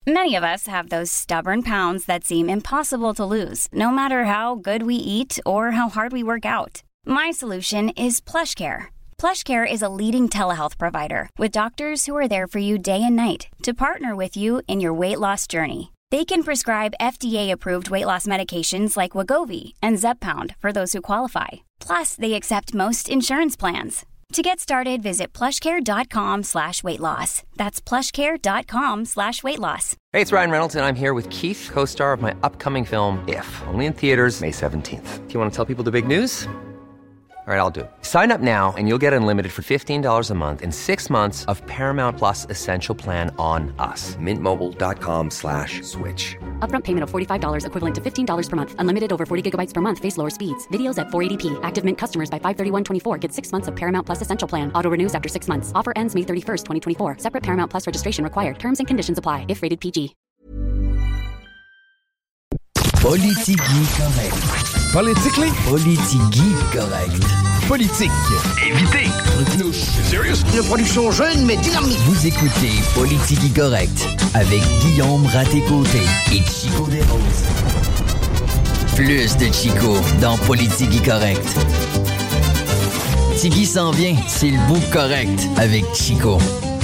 Many of us have those stubborn pounds that seem impossible to lose, no matter how good we eat or how hard we work out. My solution is PlushCare. PlushCare is a leading telehealth provider with doctors who are there for you day and night to partner with you in your weight loss journey. They can prescribe FDA-approved weight loss medications like Wegovy and Zepbound for those who qualify. Plus, they accept most insurance plans. To get started, visit plushcare.com/weightloss. That's plushcare.com/weightloss. Hey, it's Ryan Reynolds, and I'm here with Keith, co-star of my upcoming film, If, only in theaters May 17th. Do you want to tell people the big news? All right, I'll do it. Sign up now and you'll get unlimited for $15 a month and 6 months of Paramount Plus Essential Plan on us. MintMobile.com/switch. Upfront payment of $45 equivalent to $15 per month. Unlimited over 40 gigabytes per month. Face lower speeds. Videos at 480p. Active Mint customers by 531.24 get 6 months of Paramount Plus Essential Plan. Auto renews after 6 months. Offer ends May 31st, 2024. Separate Paramount Plus registration required. Terms and conditions apply if rated PG. Politigui correct. Politically? Politigui correct. Politique. Évitez. Serious? Une production jeune mais dynamique. Vous écoutez Politigui correct avec Guillaume Raté-Côté et Chico Desroses. Plus de Chico dans Politigui correct. Tigui s'en vient, c'est le bout correct avec Chico.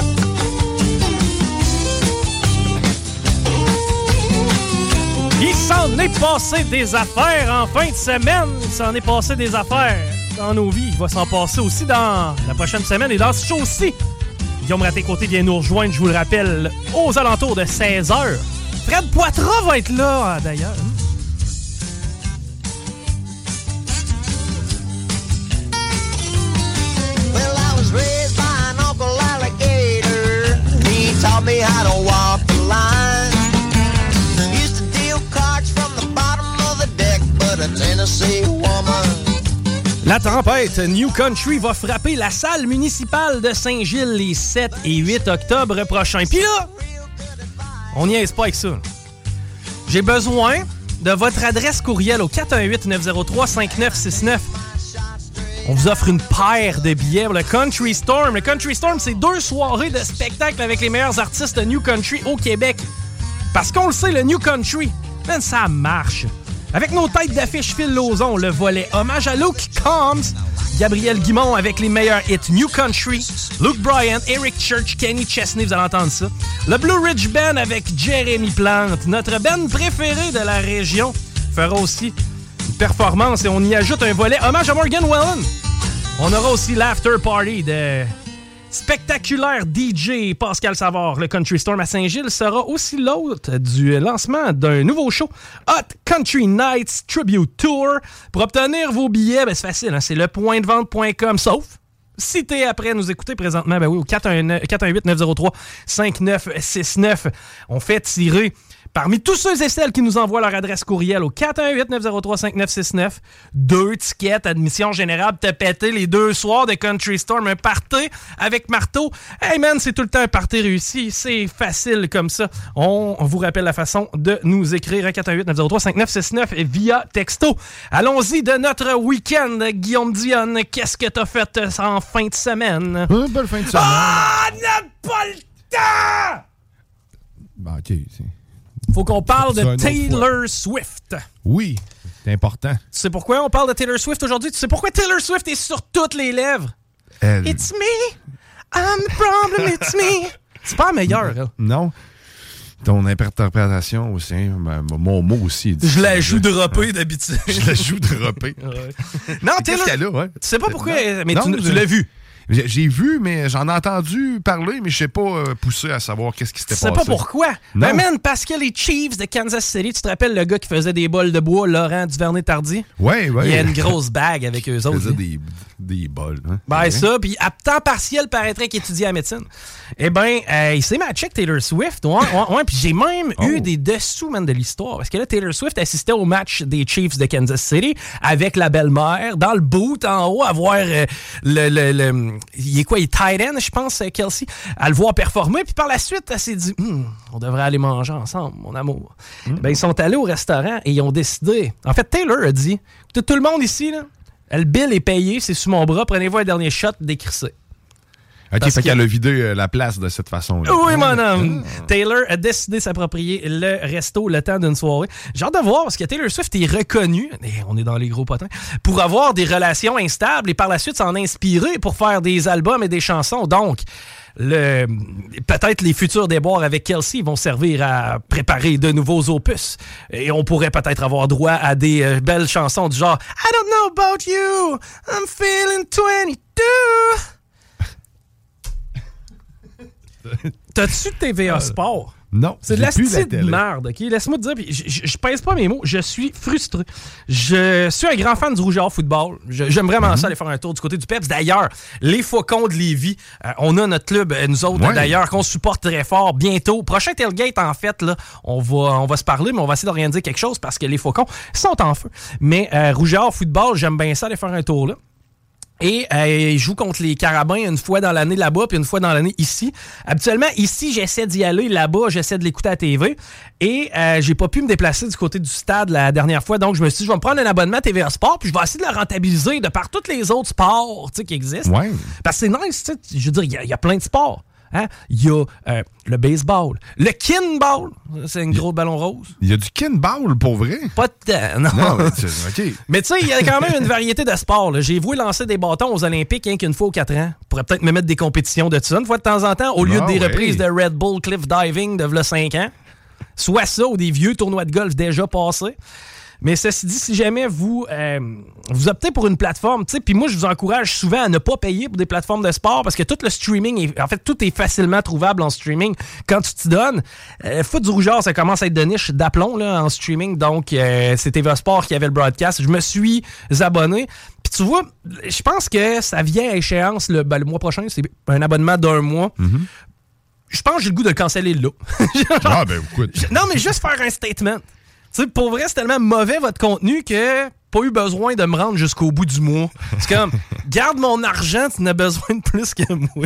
Il s'en est passé des affaires en fin de semaine. Il s'en est passé des affaires dans nos vies. Il va s'en passer aussi dans la prochaine semaine et dans ce show-ci. Guillaume Raté-Côté vient nous rejoindre, je vous le rappelle, aux alentours de 16h. Fred Poitras va être là, d'ailleurs. Well, I was raised by an Uncle Alligator. He taught me how to walk the line. Used to deal cards from the bottom of the deck, but a Tennessee woman. La tempête New Country va frapper la salle municipale de Saint-Gilles les 7 et 8 octobre prochains. Puis là, on niaise pas avec ça. J'ai besoin de votre adresse courriel au 418-903-5969. On vous offre une paire de billets pour le Country Storm. Le Country Storm, c'est 2 soirées de spectacle avec les meilleurs artistes de New Country au Québec. Parce qu'on le sait, le New Country, ben, ça marche. Avec nos têtes d'affiche Phil Lauzon, le volet Hommage à Luke Combs, Gabriel Guimond avec les meilleurs hits New Country, Luke Bryan, Eric Church, Kenny Chesney, vous allez entendre ça. Le Blue Ridge Band avec Jérémy Plante, notre band préféré de la région, fera aussi une performance et on y ajoute un volet Hommage à Morgan Wallen. On aura aussi l'After Party de spectaculaire DJ Pascal Savard. Le Country Storm à Saint-Gilles sera aussi l'hôte du lancement d'un nouveau show, Hot Country Nights Tribute Tour. Pour obtenir vos billets, ben c'est facile, hein? C'est lepointdevente.com, sauf si t'es après nous écouter présentement, ben oui, au 418-903-5969. On fait tirer parmi tous ceux et celles qui nous envoient leur adresse courriel au 418-903-5969, 2 tickets, admission générale, te péter les 2 soirs de Country Storm, un party avec marteau. Hey man, c'est tout le temps un party réussi, c'est facile comme ça. On vous rappelle la façon de nous écrire à 418-903-5969 via texto. Allons-y de notre week-end, Guillaume Dionne. Qu'est-ce que t'as fait en fin de semaine? Une belle fin de semaine. Ah, n'a pas le temps! Ben, OK, c'est... Faut qu'on parle de Taylor Swift. Oui, c'est important. Tu sais pourquoi on parle de Taylor Swift aujourd'hui? Tu sais pourquoi Taylor Swift est sur toutes les lèvres? It's me, I'm the problem, it's me. C'est pas la meilleure, elle. Non. Ton interprétation aussi, mon mot aussi. Je la joue droppée d'habitude. Je la joue droppée. Ouais. Non, Taylor, qu'est-ce qu'elle a, ouais? Tu sais pas pourquoi, mais non, tu l'as vu. J'ai vu, mais j'en ai entendu parler, mais je sais pas pousser à savoir qu'est-ce qui s'était passé. Tu sais pas pourquoi? Ben, man, parce que les Chiefs de Kansas City, tu te rappelles le gars qui faisait des bols de bois, Laurent Duvernay-Tardy? Oui. Il y a une grosse bague avec eux autres. Il faisait des bols. Hein? Ben, ça, puis à temps partiel, paraîtrait qu'il étudiait la médecine. Eh ben, il s'est matché avec Taylor Swift. Ouais, puis j'ai même eu des dessous, man, de l'histoire. Parce que là, Taylor Swift assistait au match des Chiefs de Kansas City avec la belle-mère, dans le boot, en haut, à voir il est quoi, il est tight end, je pense, Kelsey, à le voir performer. Puis par la suite, elle s'est dit, on devrait aller manger ensemble, mon amour. Ben, ils sont allés au restaurant et ils ont décidé. En fait, Taylor a dit, tout le monde ici, là, le bill est payé, c'est sous mon bras, prenez-vous un dernier shot, décrissez. OK, fait qu'elle a vidé la place de cette façon-là. Oui, mon homme. Taylor a décidé de s'approprier le resto le temps d'une soirée. J'ai hâte de voir, parce que Taylor Swift est reconnue, et on est dans les gros potins, pour avoir des relations instables et par la suite s'en inspirer pour faire des albums et des chansons. Donc, peut-être les futurs déboires avec Kelsey vont servir à préparer de nouveaux opus. Et on pourrait peut-être avoir droit à des belles chansons du genre « I don't know about you, I'm feeling 22 ». T'as-tu TVA Sport? Non. C'est de la petite merde, OK? Laisse-moi te dire, puis je pèse pas mes mots, je suis frustré. Je suis un grand fan du Rouge et Or football. J'aime vraiment ça, aller faire un tour du côté du Peps. D'ailleurs, les Faucons de Lévis, on a notre club, nous autres, d'ailleurs, qu'on supporte très fort bientôt. Prochain tailgate, en fait, là, on va se parler, mais on va essayer d'organiser quelque chose parce que les Faucons sont en feu. Mais Rouge et Or football, j'aime bien ça, aller faire un tour là. Et ils jouent contre les Carabins une fois dans l'année là-bas, puis une fois dans l'année ici. Habituellement, ici, j'essaie d'y aller. Là-bas, j'essaie de l'écouter à la TV. Et j'ai pas pu me déplacer du côté du stade la dernière fois. Donc, je me suis dit, je vais me prendre un abonnement à TVA Sport, puis je vais essayer de le rentabiliser de par tous les autres sports qui existent. Ouais. Parce que c'est nice, tu sais. Je veux dire, il y a plein de sports. Hein? Il y a le baseball, le kinball, c'est un gros ballon rose. Il y a du kinball, pour vrai? Pas de temps, non. Non, OK. Mais tu sais, il y a quand même une variété de sports. Là. J'ai voué lancer des bâtons aux Olympiques qu'une fois aux 4 ans. Je pourrais peut-être me mettre des compétitions de ça une fois de temps en temps, au lieu des reprises de Red Bull Cliff Diving de v'là 5 ans. Soit ça, ou des vieux tournois de golf déjà passés. Mais ceci dit, si jamais vous optez pour une plateforme, tu sais, puis moi, je vous encourage souvent à ne pas payer pour des plateformes de sport parce que tout le streaming, en fait, tout est facilement trouvable en streaming quand tu t'y donnes. Foot du Rougeur, ça commence à être de niche d'aplomb là, en streaming, donc c'est TVA Sport qui avait le broadcast. Je me suis abonné. Puis tu vois, je pense que ça vient à échéance le mois prochain, c'est un abonnement d'1 mois. Mm-hmm. Je pense que j'ai le goût de le canceller là. Ah, ben écoute. Non, mais juste faire un statement. Tu sais, pour vrai, c'est tellement mauvais votre contenu que pas eu besoin de me rendre jusqu'au bout du mois. C'est comme, garde mon argent, tu n'as besoin de plus que moi.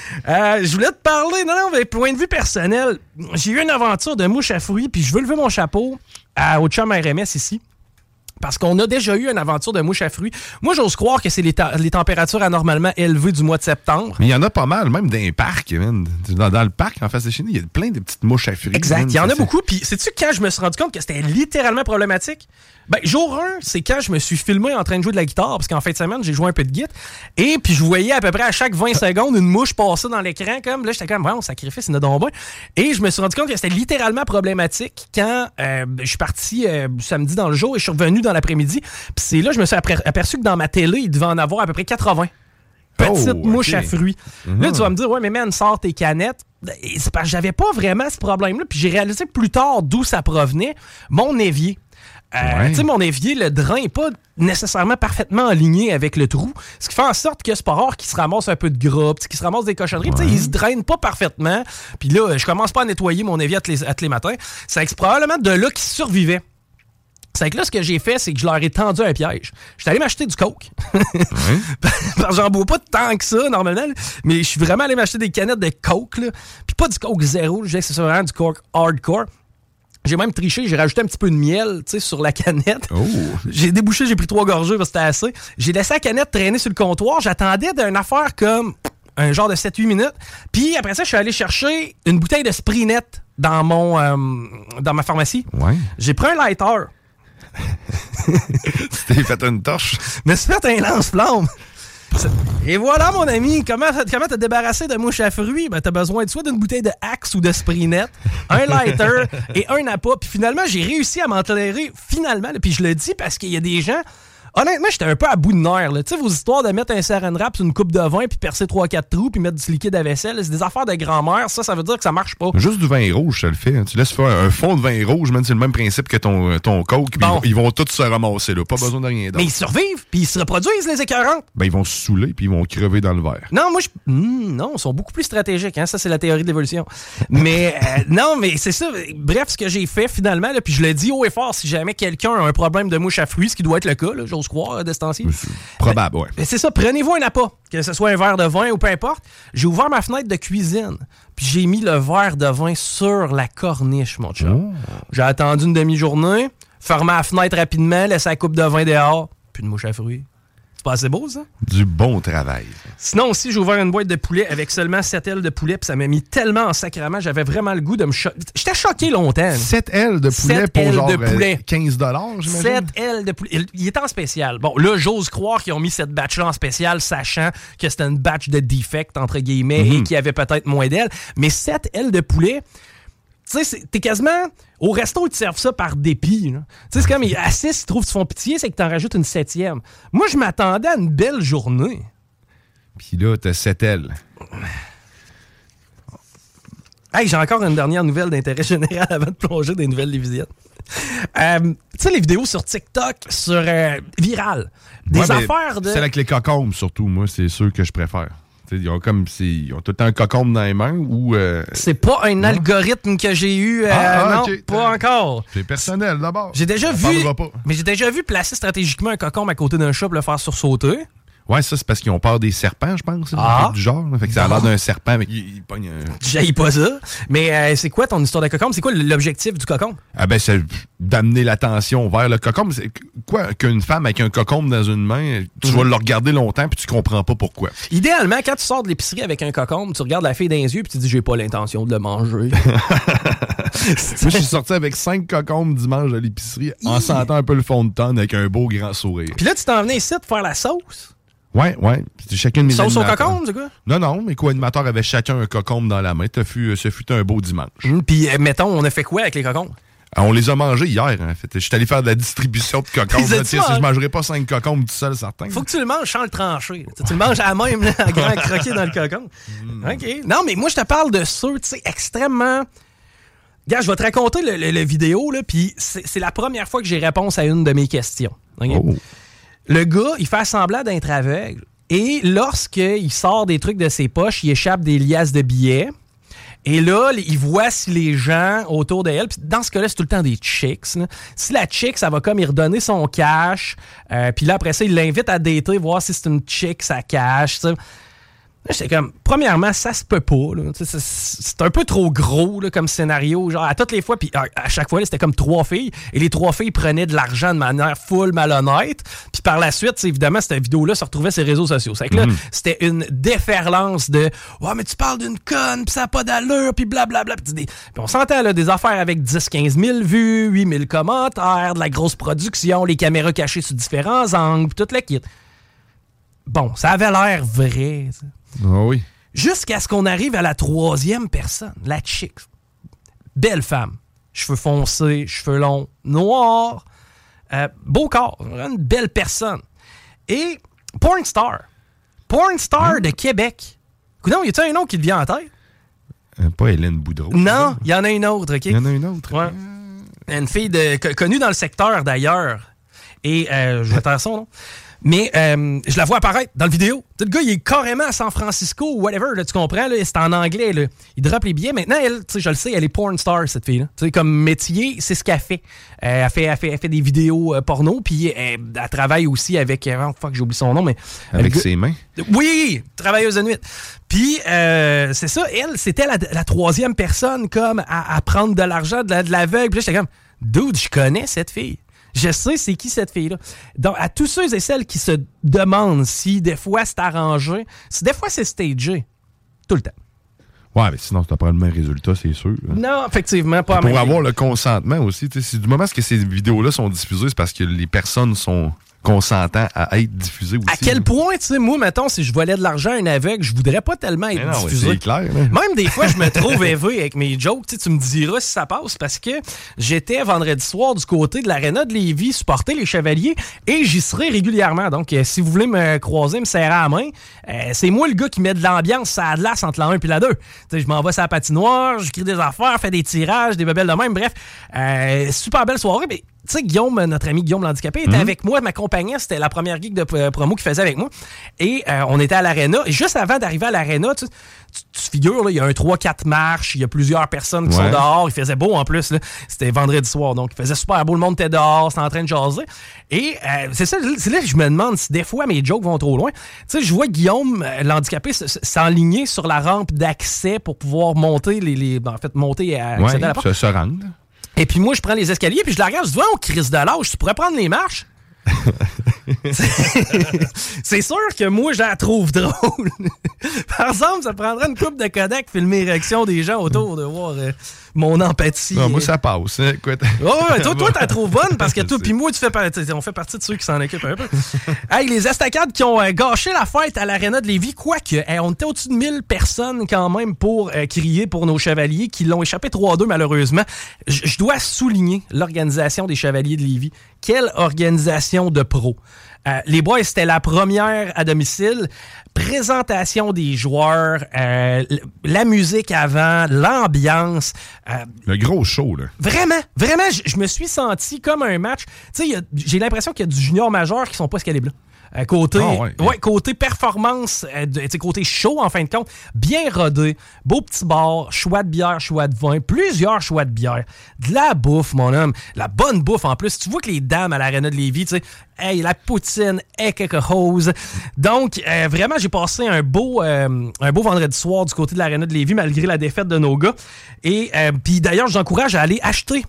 Je voulais te parler, non, mais point de vue personnel, j'ai eu une aventure de mouche à fruits, puis je veux lever mon chapeau au chum RMS ici. Parce qu'on a déjà eu une aventure de mouche à fruits. Moi, j'ose croire que c'est les températures anormalement élevées du mois de septembre. Mais il y en a pas mal, même dans les parcs. Dans le parc, en face de chez nous, il y a plein de petites mouches à fruits. Exact, il y en a beaucoup. Puis, sais-tu quand je me suis rendu compte que c'était littéralement problématique? Ben, jour 1, c'est quand je me suis filmé en train de jouer de la guitare, parce qu'en fin de semaine, j'ai joué un peu de guitare. Et puis, je voyais à peu près à chaque 20 secondes une mouche passer dans l'écran. Comme là, j'étais comme, bon, sacrifice, il y en a donc bien. Et je me suis rendu compte que c'était littéralement problématique quand je suis parti samedi dans le jour et je suis revenu dans l'après-midi. Puis c'est là que je me suis aperçu que dans ma télé, il devait en avoir à peu près 80 petites mouches à fruits. Mm-hmm. Là, tu vas me dire, ouais, mais man, sors tes canettes. Et c'est parce que j'avais pas vraiment ce problème-là. Puis j'ai réalisé plus tard d'où ça provenait. Mon évier. Tu sais, mon évier, le drain n'est pas nécessairement parfaitement aligné avec le trou, ce qui fait en sorte que c'est pas rare qu'il se ramasse un peu de gras, qu'il se ramasse des cochonneries. Tu sais, il se draine pas parfaitement. Puis là, je commence pas à nettoyer mon évier à tous les matins. C'est probablement de là qu'il survivait. C'est que là, ce que j'ai fait, c'est que je leur ai tendu un piège. J'étais allé m'acheter du coke. Parce que j'en bois pas tant que ça, normalement. Mais je suis vraiment allé m'acheter des canettes de coke, là. Puis pas du coke zéro. Je disais que c'est vraiment du coke hardcore. J'ai même triché, j'ai rajouté un petit peu de miel, tu sais, sur la canette. Oh. J'ai débouché, j'ai pris 3 gorgées parce que c'était assez. J'ai laissé la canette traîner sur le comptoir. J'attendais d'une affaire comme un genre de 7-8 minutes. Puis après ça, je suis allé chercher une bouteille de Sprinet dans ma pharmacie. Ouais. J'ai pris un lighter. Tu t'es fait une torche? Je me suis fait un lance-flamme. Et voilà, mon ami, comment te débarrasser de mouches à fruits? Ben, t'as besoin soit d'une bouteille de Axe ou de Sprinet, un lighter et un appât. Puis finalement, j'ai réussi à m'entolérer, finalement. Puis je le dis parce qu'il y a des gens... Honnêtement, j'étais un peu à bout de nerfs. Tu sais, vos histoires de mettre un saran wrap sur une coupe de vin puis percer 3-4 trous puis mettre du liquide à vaisselle, là, c'est des affaires de grand-mère. Ça veut dire que ça marche pas. Juste du vin rouge, ça le fait. Hein. Tu laisses faire un fond de vin rouge, même c'est le même principe que ton coke. Bon. Ils vont tous se ramasser, là. Pas besoin de rien d'autre. Mais ils survivent puis ils se reproduisent, les écœurantes. Ben, ils vont se saouler puis ils vont crever dans le verre. Non, moi, non, ils sont beaucoup plus stratégiques. Hein? Ça, c'est la théorie de l'évolution. Mais non, mais c'est ça. Bref, ce que j'ai fait finalement, là, puis je le dis haut et fort, si jamais quelqu'un a un problème de mouche à fruits, ce qui doit être le cas, là, j'ose croire, de ce temps-ci. Probable, ouais. C'est ça, prenez-vous un appât, que ce soit un verre de vin ou peu importe. J'ai ouvert ma fenêtre de cuisine, puis j'ai mis le verre de vin sur la corniche, mon chum. Oh. J'ai attendu une demi-journée, fermé la fenêtre rapidement, laissé la coupe de vin dehors, puis une mouche à fruits. C'est pas assez beau, ça? Du bon travail. Sinon, aussi, j'ai ouvert une boîte de poulet avec seulement 7 ailes de poulet, puis ça m'a mis tellement en sacrament, j'avais vraiment le goût de me choquer. J'étais choqué longtemps. 7 ailes de poulet 7 pour ailes genre de poulet. 15 $, j'imagine? 7 ailes de poulet. Il est en spécial. Bon, là, j'ose croire qu'ils ont mis cette batch-là en spécial, sachant que c'était une batch de defect, entre guillemets, et qu'il y avait peut-être moins d'ailes. Mais 7 ailes de poulet... Tu sais, t'es quasiment... Au resto, ils te servent ça par dépit. Tu sais, c'est comme, à 6, ils trouvent qu'ils te font pitié, c'est que t'en rajoutes une 7e. Moi, je m'attendais à une belle journée. Puis là, t'as 7 ailes. Hey, j'ai encore une dernière nouvelle d'intérêt général avant de plonger des nouvelles lévisiennes. Tu sais, les vidéos sur TikTok, sur virales. Des affaires de... C'est avec les cocombes, surtout, moi, c'est ceux que je préfère. Ils ont tout le temps un cocombe dans les mains ou... C'est pas un algorithme que j'ai eu. Non, okay. Pas encore. C'est personnel, d'abord. J'ai déjà vu... Mais j'ai déjà vu placer stratégiquement un cocombe à côté d'un chat pour le faire sursauter. Ouais, ça, c'est parce qu'ils ont peur des serpents, je pense. Du genre. Là. Fait que ça a l'air d'un serpent, mais il pogne un... J'haïs pas ça. Mais c'est quoi ton histoire de cocombe? C'est quoi l'objectif du cocombe? Ah ben, c'est d'amener l'attention vers le cocombe. C'est quoi qu'une femme avec un cocombe dans une main, tu vas le regarder longtemps puis tu comprends pas pourquoi. Idéalement, quand tu sors de l'épicerie avec un cocombe, tu regardes la fille dans les yeux puis tu dis « J'ai pas l'intention de le manger. » Moi, je suis sorti avec 5 cocombes dimanche à l'épicerie en sentant un peu le fond de tonne avec un beau grand sourire. Puis là, tu t'en venais ici pour faire la sauce? Ouais. Chacun de mes sauce au animateurs. cocombe, c'est quoi? Non, mes co-animateurs avaient chacun un cocombe dans la main. Ce fut un beau dimanche. Puis, mettons, on a fait quoi avec les cocombes? On les a mangés hier, en fait. Je suis allé faire de la distribution de cocombes. Je mangerais pas 5 cocombes tout seul, certain. Faut que tu le manges sans le trancher. Tu le manges à la même, là, à grand croquer dans le cocombe. OK. Non, mais moi, je te parle de ceux, tu sais, extrêmement... Gars, je vais te raconter le vidéo, là, puis c'est la première fois que j'ai réponse à une de mes questions. Okay? Oh. Le gars, il fait semblant d'être aveugle. Et lorsqu'il sort des trucs de ses poches, il échappe des liasses de billets. Et là, il voit si les gens autour d'elle... Puis dans ce cas-là, c'est tout le temps des chicks. Là. Si la chick, ça va comme y redonner son cash. Puis là, après ça, il l'invite à dater, voir si c'est une chick, ça cash. T'sais. Là, j'étais comme, premièrement, ça se peut pas. Là. C'est un peu trop gros là, comme scénario. Genre, à toutes les fois, puis à chaque fois, là, c'était comme 3 filles. Et les 3 filles prenaient de l'argent de manière full malhonnête. Puis par la suite, évidemment, cette vidéo-là se retrouvait sur les réseaux sociaux. C'est que là, c'était une déferlance de « Ouais, mais tu parles d'une conne, puis ça n'a pas d'allure, puis blablabla. » Puis on sentait là, des affaires avec 10-15 000 vues, 8 000 commentaires, de la grosse production, les caméras cachées sous différents angles, puis tout le kit. Bon, ça avait l'air vrai. Oh oui. Jusqu'à ce qu'on arrive à la 3e personne, la chick. Belle femme. Cheveux foncés, cheveux longs, noirs. Beau corps. Une belle personne. Et porn star. Porn star de Québec. Coudonc, y a-t-il un nom qui te vient en tête? Pas Hélène Boudreau. Non, il y en a une autre, OK? Il y en a une autre. Ouais. Une fille connue dans le secteur, d'ailleurs. Et je vais taire son nom. Mais je la vois apparaître dans le vidéo. Le gars, il est carrément à San Francisco ou whatever, là, tu comprends? Là, c'est en anglais. Là. Il drop les billets. Maintenant, elle, je le sais, elle est porn star, cette fille-là. Comme métier, c'est ce qu'elle fait. Elle fait des vidéos porno, puis elle travaille aussi avec... fuck, j'ai oublié son nom, mais... Avec ses mains? Oui! Travailleuse de nuit. Puis, c'est ça, elle, c'était la 3e personne comme à prendre de l'argent de l'aveugle. Puis là, j'étais comme, dude, je connais cette fille. Je sais c'est qui cette fille-là. Donc, à tous ceux et celles qui se demandent si des fois c'est arrangé, si des fois c'est stagé, tout le temps. Ouais, mais sinon, tu n'as pas le même résultat, c'est sûr. Non, effectivement, pas pour avoir le consentement aussi. Si du moment que ces vidéos-là sont diffusées, c'est parce que les personnes sont consentants à être diffusées aussi. À quel point, tu sais, moi, mettons, si je volais de l'argent à un aveugle, je voudrais pas tellement être diffusé. C'est clair. Là. Même des fois, je me trouve élevé avec mes jokes. Tu me diras si ça passe, parce que j'étais vendredi soir du côté de l'aréna de Lévis, supporter les Chevaliers, et j'y serai régulièrement. Donc, si vous voulez me croiser, me serrer à la main, c'est moi le gars qui met de l'ambiance à la glace entre la 1 et la 2. Je m'en vais sur la patinoire, j'écris des affaires, fais des tirages, des bebelles de même. Bref, super belle soirée, mais tu sais, Guillaume, notre ami Guillaume l'handicapé, était avec moi, m'accompagnait. C'était la première gig de promo qu'il faisait avec moi. Et on était à l'aréna. Et juste avant d'arriver à l'aréna, tu figures, il y a un 3-4 marches, il y a plusieurs personnes qui sont dehors. Il faisait beau en plus. Là. C'était vendredi soir, donc il faisait super beau. Le monde était dehors, c'était en train de jaser. Et c'est là que je me demande si des fois mes jokes vont trop loin. Tu sais, je vois Guillaume l'handicapé s'enligner sur la rampe d'accès pour pouvoir monter monter et accéder à la porte. Se rendre. Et puis moi, je prends les escaliers, puis je la regarde, je dis, on crise de l'âge, tu pourrais prendre les marches? C'est sûr que moi, je la trouve drôle. Par exemple, ça prendrait une coupe de Kodak filmer les réactions des gens autour de voir mon empathie. Non, moi, ça passe. Hein, écoute. Toi, t'as trouvé bonne parce que toi puis moi, on fait partie de ceux qui s'en occupent un peu. Hey, les estacades qui ont gâché la fête à l'Arena de Lévis, quoique, on était au-dessus de 1000 personnes quand même pour crier pour nos chevaliers qui l'ont échappé 3-2 malheureusement. Je dois souligner l'organisation des Chevaliers de Lévis. Quelle organisation de pros. Les boys, c'était la première à domicile. Présentation des joueurs, la musique avant, l'ambiance. Le gros show, là. Vraiment, je me suis senti comme un match. Tu sais, j'ai l'impression qu'il y a du junior majeur qui sont pas ce calibre-là. Côté performance, côté show en fin de compte, bien rodé, beau petit bar, choix de bière, choix de vin, plusieurs choix de bière, de la bouffe, mon homme, la bonne bouffe en plus. Tu vois que les dames à l'Arena de Lévis, tu sais, hey, la poutine est quelque chose. Donc, vraiment, j'ai passé un beau vendredi soir du côté de l'Arena de Lévis malgré la défaite de nos gars. Et puis d'ailleurs, je vous encourage à aller acheter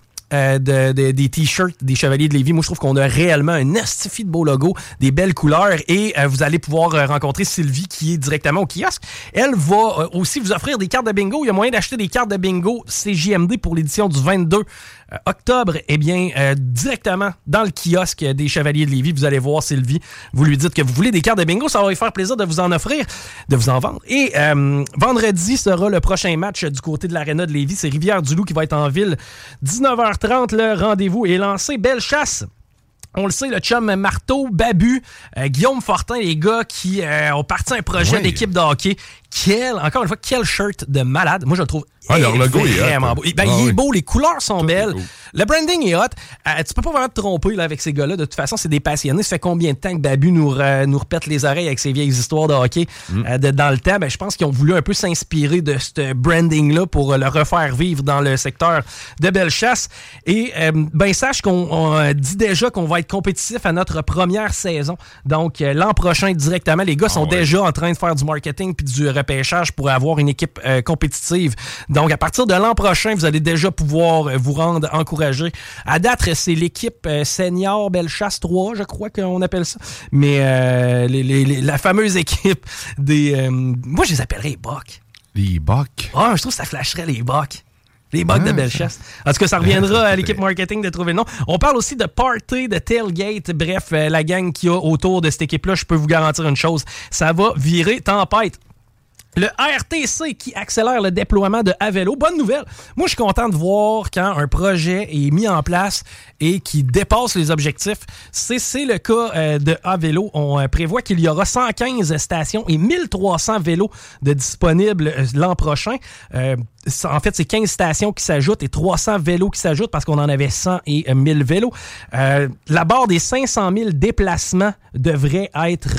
des t-shirts des Chevaliers de Lévis. Moi, je trouve qu'on a réellement un astifi de beau logo, des belles couleurs et vous allez pouvoir rencontrer Sylvie qui est directement au kiosque. Elle va aussi vous offrir des cartes de bingo. Il y a moyen d'acheter des cartes de bingo CJMD pour l'édition du 22 octobre. Eh bien, directement dans le kiosque des Chevaliers de Lévis, vous allez voir Sylvie. Vous lui dites que vous voulez des cartes de bingo. Ça va lui faire plaisir de vous en offrir, de vous en vendre. Et vendredi sera le prochain match du côté de l'Arena de Lévis. C'est Rivière-du-Loup qui va être en ville. 19h30, le rendez-vous est lancé. Belle chasse! On le sait, le chum Marteau, Babu, Guillaume Fortin, les gars qui ont parti un projet d'équipe de hockey. Encore une fois, quel shirt de malade. Moi, je le trouve leur logo est vraiment beau. Il est beau, les couleurs sont belles. Le branding est hot. Tu peux pas vraiment te tromper là, avec ces gars-là. De toute façon, c'est des passionnés. Ça fait combien de temps que Babu nous repète les oreilles avec ses vieilles histoires de hockey dans le temps? Je pense qu'ils ont voulu un peu s'inspirer de ce branding-là pour le refaire vivre dans le secteur de Bellechasse. Et sache qu'on dit déjà qu'on va être compétitif à notre première saison. Donc, l'an prochain, directement, les gars sont déjà en train de faire du marketing puis du repêchage pour avoir une équipe compétitive. Donc, à partir de l'an prochain, vous allez déjà pouvoir vous rendre encouragé. À date, c'est l'équipe senior Bellechasse 3, je crois qu'on appelle ça. Mais la fameuse équipe des... moi, je les appellerais les Bucks. Les Bucks? Ah, je trouve que ça flasherait les Bucks. Les Bucks de Bellechasse. En tout cas, ça reviendra à l'équipe marketing de trouver le nom. On parle aussi de party, de tailgate. Bref, la gang qu'il y a autour de cette équipe-là, je peux vous garantir une chose. Ça va virer tempête. Le RTC qui accélère le déploiement de Avelo. Bonne nouvelle. Moi, je suis content de voir quand un projet est mis en place et qui dépasse les objectifs. C'est le cas de Avelo. On prévoit qu'il y aura 115 stations et 1300 vélos de disponibles l'an prochain. En fait, c'est 15 stations qui s'ajoutent et 300 vélos qui s'ajoutent parce qu'on en avait 100 et 1000 vélos. La barre des 500 000 déplacements devrait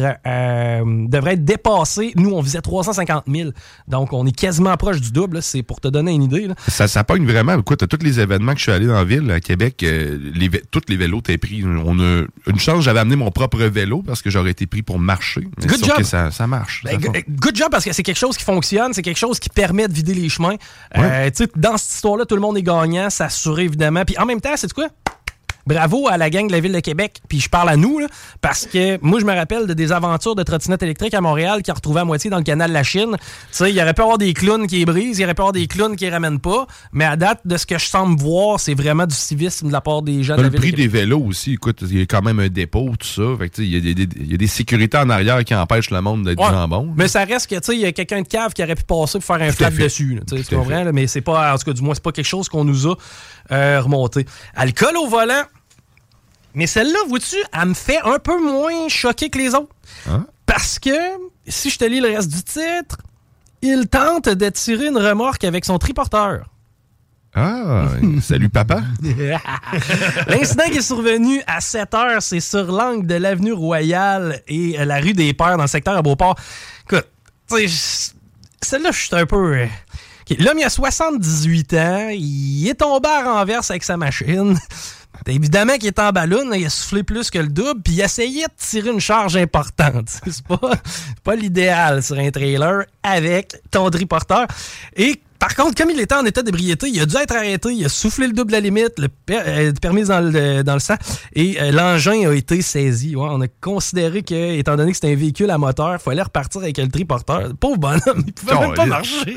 être dépassée. Nous, on visait 350 000. Donc, on est quasiment proche du double. Là. C'est pour te donner une idée. Là. Ça pogne vraiment. Écoute, à tous les événements que je suis allé dans la ville, à Québec, tous les vélos étaient pris. On a une chance, j'avais amené mon propre vélo parce que j'aurais été pris pour marcher. Good job. Que ça marche. Good job parce que c'est quelque chose qui fonctionne. C'est quelque chose qui permet de vider les chemins. Ouais. Dans cette histoire-là, tout le monde est gagnant, ça assure évidemment. Puis en même temps, c'est quoi? Bravo à la gang de la Ville de Québec, puis je parle à nous, là, parce que moi, je me rappelle de des aventures de trottinettes électriques à Montréal qui a retrouvé à moitié dans le canal de la Chine. Tu sais, il y aurait pu avoir des clowns qui les brisent, il y aurait pu avoir des clowns qui les ramènent pas, mais à date, de ce que je semble voir, c'est vraiment du civisme de la part des gens de la Ville de Québec. Le prix des vélos aussi, écoute, il y a quand même un dépôt, tout ça. Fait que, il y a des sécurités en arrière qui empêchent le monde d'être jambon. Mais ça reste que, tu sais, il y a quelqu'un de cave qui aurait pu passer pour faire un flat dessus. Tu comprends? Là, mais c'est pas, en tout cas, du moins, c'est pas quelque chose qu'on nous a remonté. Alcool au volant. Mais celle-là, vois-tu, elle me fait un peu moins choquer que les autres. Hein? Parce que, si je te lis le reste du titre, il tente de tirer une remorque avec son triporteur. Ah, salut papa. L'incident qui est survenu à 7h, c'est sur l'angle de l'avenue Royale et la rue des Pères dans le secteur à Beauport. Écoute, celle-là, je suis un peu... Okay. L'homme, il a 78 ans, il est tombé à renverse avec sa machine. Évidemment qu'il est en ballon, il a soufflé plus que le double, puis il essayait de tirer une charge importante. C'est pas l'idéal sur un trailer avec ton triporteur. Et Par contre, comme il était en état d'ébriété, il a dû être arrêté, il a soufflé le double de la limite, le permis dans le sang, et l'engin a été saisi. Ouais, on a considéré que, étant donné que c'était un véhicule à moteur, il fallait repartir avec le triporteur. Le pauvre bonhomme, il pouvait même pas marcher.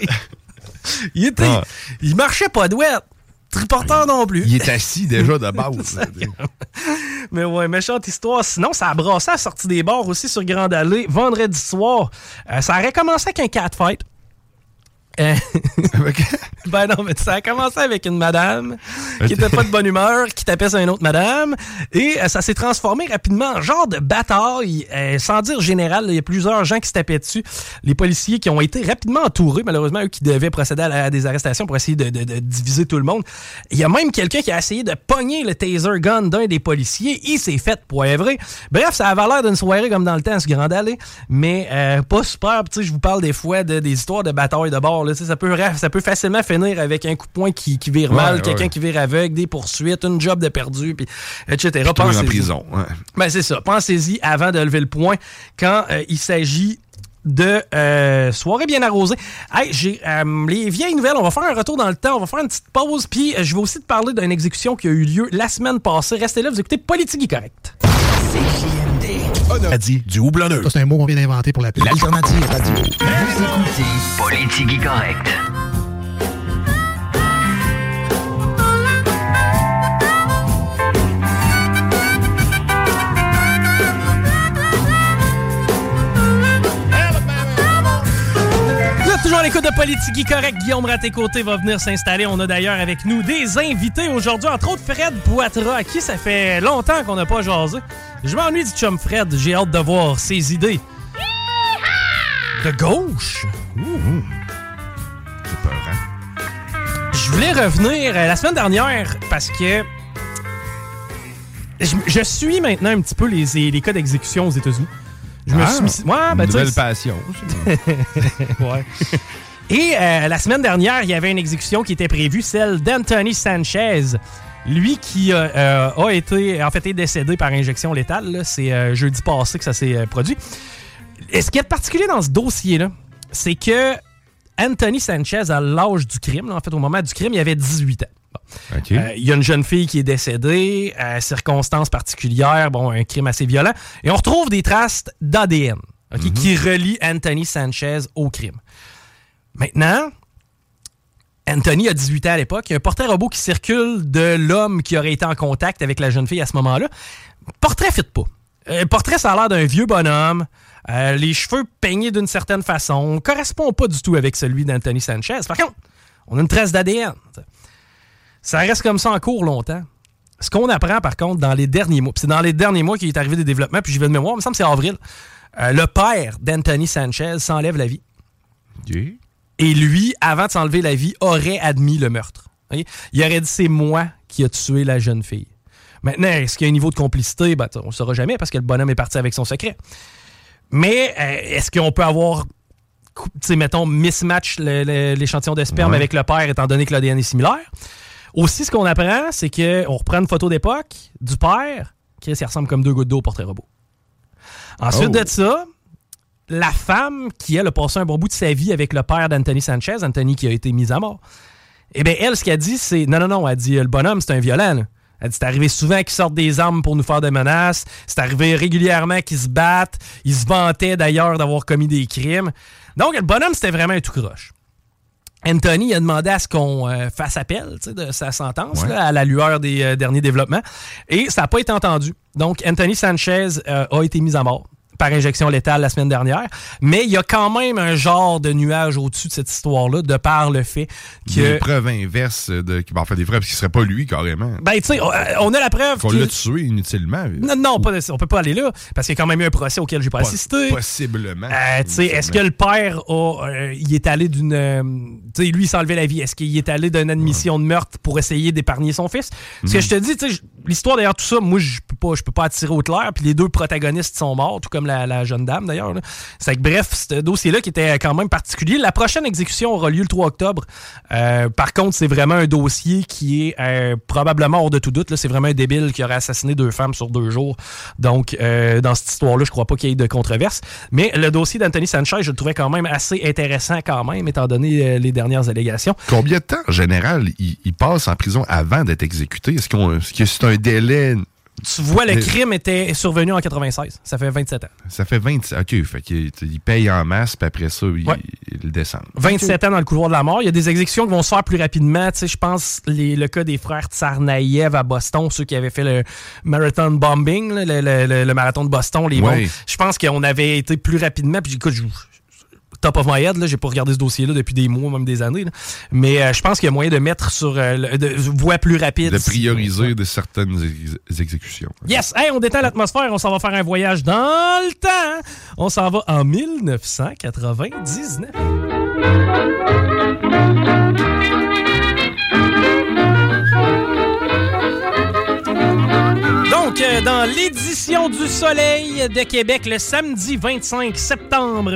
Il marchait pas douette. Triporteur non plus. Il est assis déjà de base. Mais ouais, méchante histoire. Sinon, ça a brassé à la sortie des bars aussi sur Grande Allée vendredi soir. Ça aurait commencé avec un catfight. Ben non, mais ça a commencé avec une madame qui était pas de bonne humeur, qui tapait sur une autre madame, et ça s'est transformé rapidement en genre de bataille, sans dire général. Il y a plusieurs gens qui se tapaient dessus. Les policiers qui ont été rapidement entourés, malheureusement, eux qui devaient procéder à des arrestations pour essayer de diviser tout le monde. Il y a même quelqu'un qui a essayé de pogner le taser gun d'un des policiers. Il s'est fait poivrer. Bref, ça avait l'air d'une soirée comme dans le temps à ce Grande Allée, mais pas super. Je vous parle des fois des histoires de bataille de bord. Là, ça peut facilement finir avec un coup de poing qui vire mal, quelqu'un qui vire aveugle, des poursuites, une job de perdu, puis etc. Pensez-y. En prison. Ouais. Ben, c'est ça. Pensez-y avant de lever le poing quand il s'agit de soirée bien arrosée. Hey, j'ai les vieilles nouvelles. On va faire un retour dans le temps. On va faire une petite pause. Puis je vais aussi te parler d'une exécution qui a eu lieu la semaine passée. Restez là, vous écoutez Politique Correct. A dit du houblonneux. Ça, c'est un mot qu'on vient d'inventer pour l'alternative radio. Vous écoutez Politique Correct. Toujours à l'écoute de Politique Correct, Guillaume Raté-Côté va venir s'installer. On a d'ailleurs avec nous des invités aujourd'hui, entre autres Fred Poitras, à qui ça fait longtemps qu'on n'a pas jasé. Je m'ennuie du chum Fred, j'ai hâte de voir ses idées. De gauche? C'est peurant. Je voulais revenir la semaine dernière parce que je suis maintenant un petit peu les cas d'exécution aux États-Unis. Je me suis... Ouais, ben, nouvelle passion. Ouais. Et la semaine dernière, il y avait une exécution qui était prévue, celle d'Anthony Sanchez. Lui qui a été décédé par injection létale. Là. C'est jeudi passé que ça s'est produit. Et ce qui est particulier dans ce dossier-là, c'est que Anthony Sanchez, à l'âge du crime, là, en fait, au moment du crime, il avait 18 ans. Bon. Okay. Il y a une jeune fille qui est décédée, circonstances particulières, bon, un crime assez violent. Et on retrouve des traces d'ADN qui relient Anthony Sanchez au crime. Maintenant, Anthony a 18 ans à l'époque. Il y a un portrait robot qui circule de l'homme qui aurait été en contact avec la jeune fille à ce moment-là. Portrait fit pas. Portrait, ça a l'air d'un vieux bonhomme. Les cheveux peignés d'une certaine façon. Correspond pas du tout avec celui d'Anthony Sanchez. Par contre, on a une trace d'ADN. Ça reste comme ça en cours longtemps. Ce qu'on apprend, par contre, dans les derniers mois, puis c'est dans les derniers mois qu'il est arrivé des développements, puis j'y vais de mémoire, il me semble que c'est avril, le père d'Anthony Sanchez s'enlève la vie. Okay. Et lui, avant de s'enlever la vie, aurait admis le meurtre. Okay? Il aurait dit « c'est moi qui a tué la jeune fille ». Maintenant, est-ce qu'il y a un niveau de complicité? Ben, on ne le saura jamais parce que le bonhomme est parti avec son secret. Mais est-ce qu'on peut avoir, mettons, mismatch l'échantillon de sperme avec le père étant donné que l'ADN est similaire? Aussi, ce qu'on apprend, c'est qu'on reprend une photo d'époque du père. Chris, il ressemble comme deux gouttes d'eau au portrait robot. Ensuite de ça, la femme qui, elle, a passé un bon bout de sa vie avec le père d'Anthony Sanchez, Anthony qui a été mis à mort, eh bien, elle, ce qu'elle dit, c'est... Non, elle dit, le bonhomme, c'est un violent, là. Elle dit, c'est arrivé souvent qu'ils sortent des armes pour nous faire des menaces. C'est arrivé régulièrement qu'ils se battent. Ils se vantaient, d'ailleurs, d'avoir commis des crimes. Donc, le bonhomme, c'était vraiment un tout croche. Anthony a demandé à ce qu'on fasse appel de sa sentence là, à la lueur des derniers développements. Et ça n'a pas été entendu. Donc, Anthony Sanchez a été mis à mort par injection létale la semaine dernière. Mais il y a quand même un genre de nuage au-dessus de cette histoire-là, de par le fait que... Des preuves inverses, des preuves qui ne seraient pas lui, carrément. Ben, tu sais, on a la preuve qu'on l'a tué inutilement. Non, on peut pas aller là, parce qu'il y a quand même eu un procès auquel j'ai pas assisté. Possiblement. Tu sais, est-ce que le père il est allé d'une... tu sais, lui, il s'est enlevé la vie. Est-ce qu'il est allé d'une admission de meurtre pour essayer d'épargner son fils? Ce que je te dis, tu sais, l'histoire derrière tout ça, moi, je peux peux pas attirer au clair. Puis les deux protagonistes sont morts, tout comme la jeune dame d'ailleurs. Là. C'est que, bref, ce dossier-là qui était quand même particulier. La prochaine exécution aura lieu le 3 octobre. Par contre, c'est vraiment un dossier qui est probablement hors de tout doute. Là. C'est vraiment un débile qui aurait assassiné 2 femmes sur 2 jours. Donc, dans cette histoire-là, je crois pas qu'il y ait de controverse. Mais le dossier d'Anthony Sanchez, je le trouvais quand même assez intéressant quand même, étant donné les dernières allégations. Combien de temps, en général, il passe en prison avant d'être exécuté? Est-ce que c'est un délai... Tu vois, le crime était survenu en 96. Ça fait 27 ans. Ça fait 27 ans. OK, fait qu'il paye en masse, puis après ça, il descend. 27 ans dans le couloir de la mort. Il y a des exécutions qui vont se faire plus rapidement. Tu sais, je pense le cas des frères Tsarnaev à Boston, ceux qui avaient fait le marathon bombing, là, le marathon de Boston, les bombes. Je pense qu'on avait été plus rapidement. Puis écoute, top of my head, là, j'ai pas regardé ce dossier-là depuis des mois, même des années. Là. Mais je pense qu'il y a moyen de mettre sur voie plus rapide. De prioriser de certaines exécutions. Yes! Hey, on détend l'atmosphère, on s'en va faire un voyage dans le temps. On s'en va en 1999. Donc, dans l'édition du Soleil de Québec, le samedi 25 septembre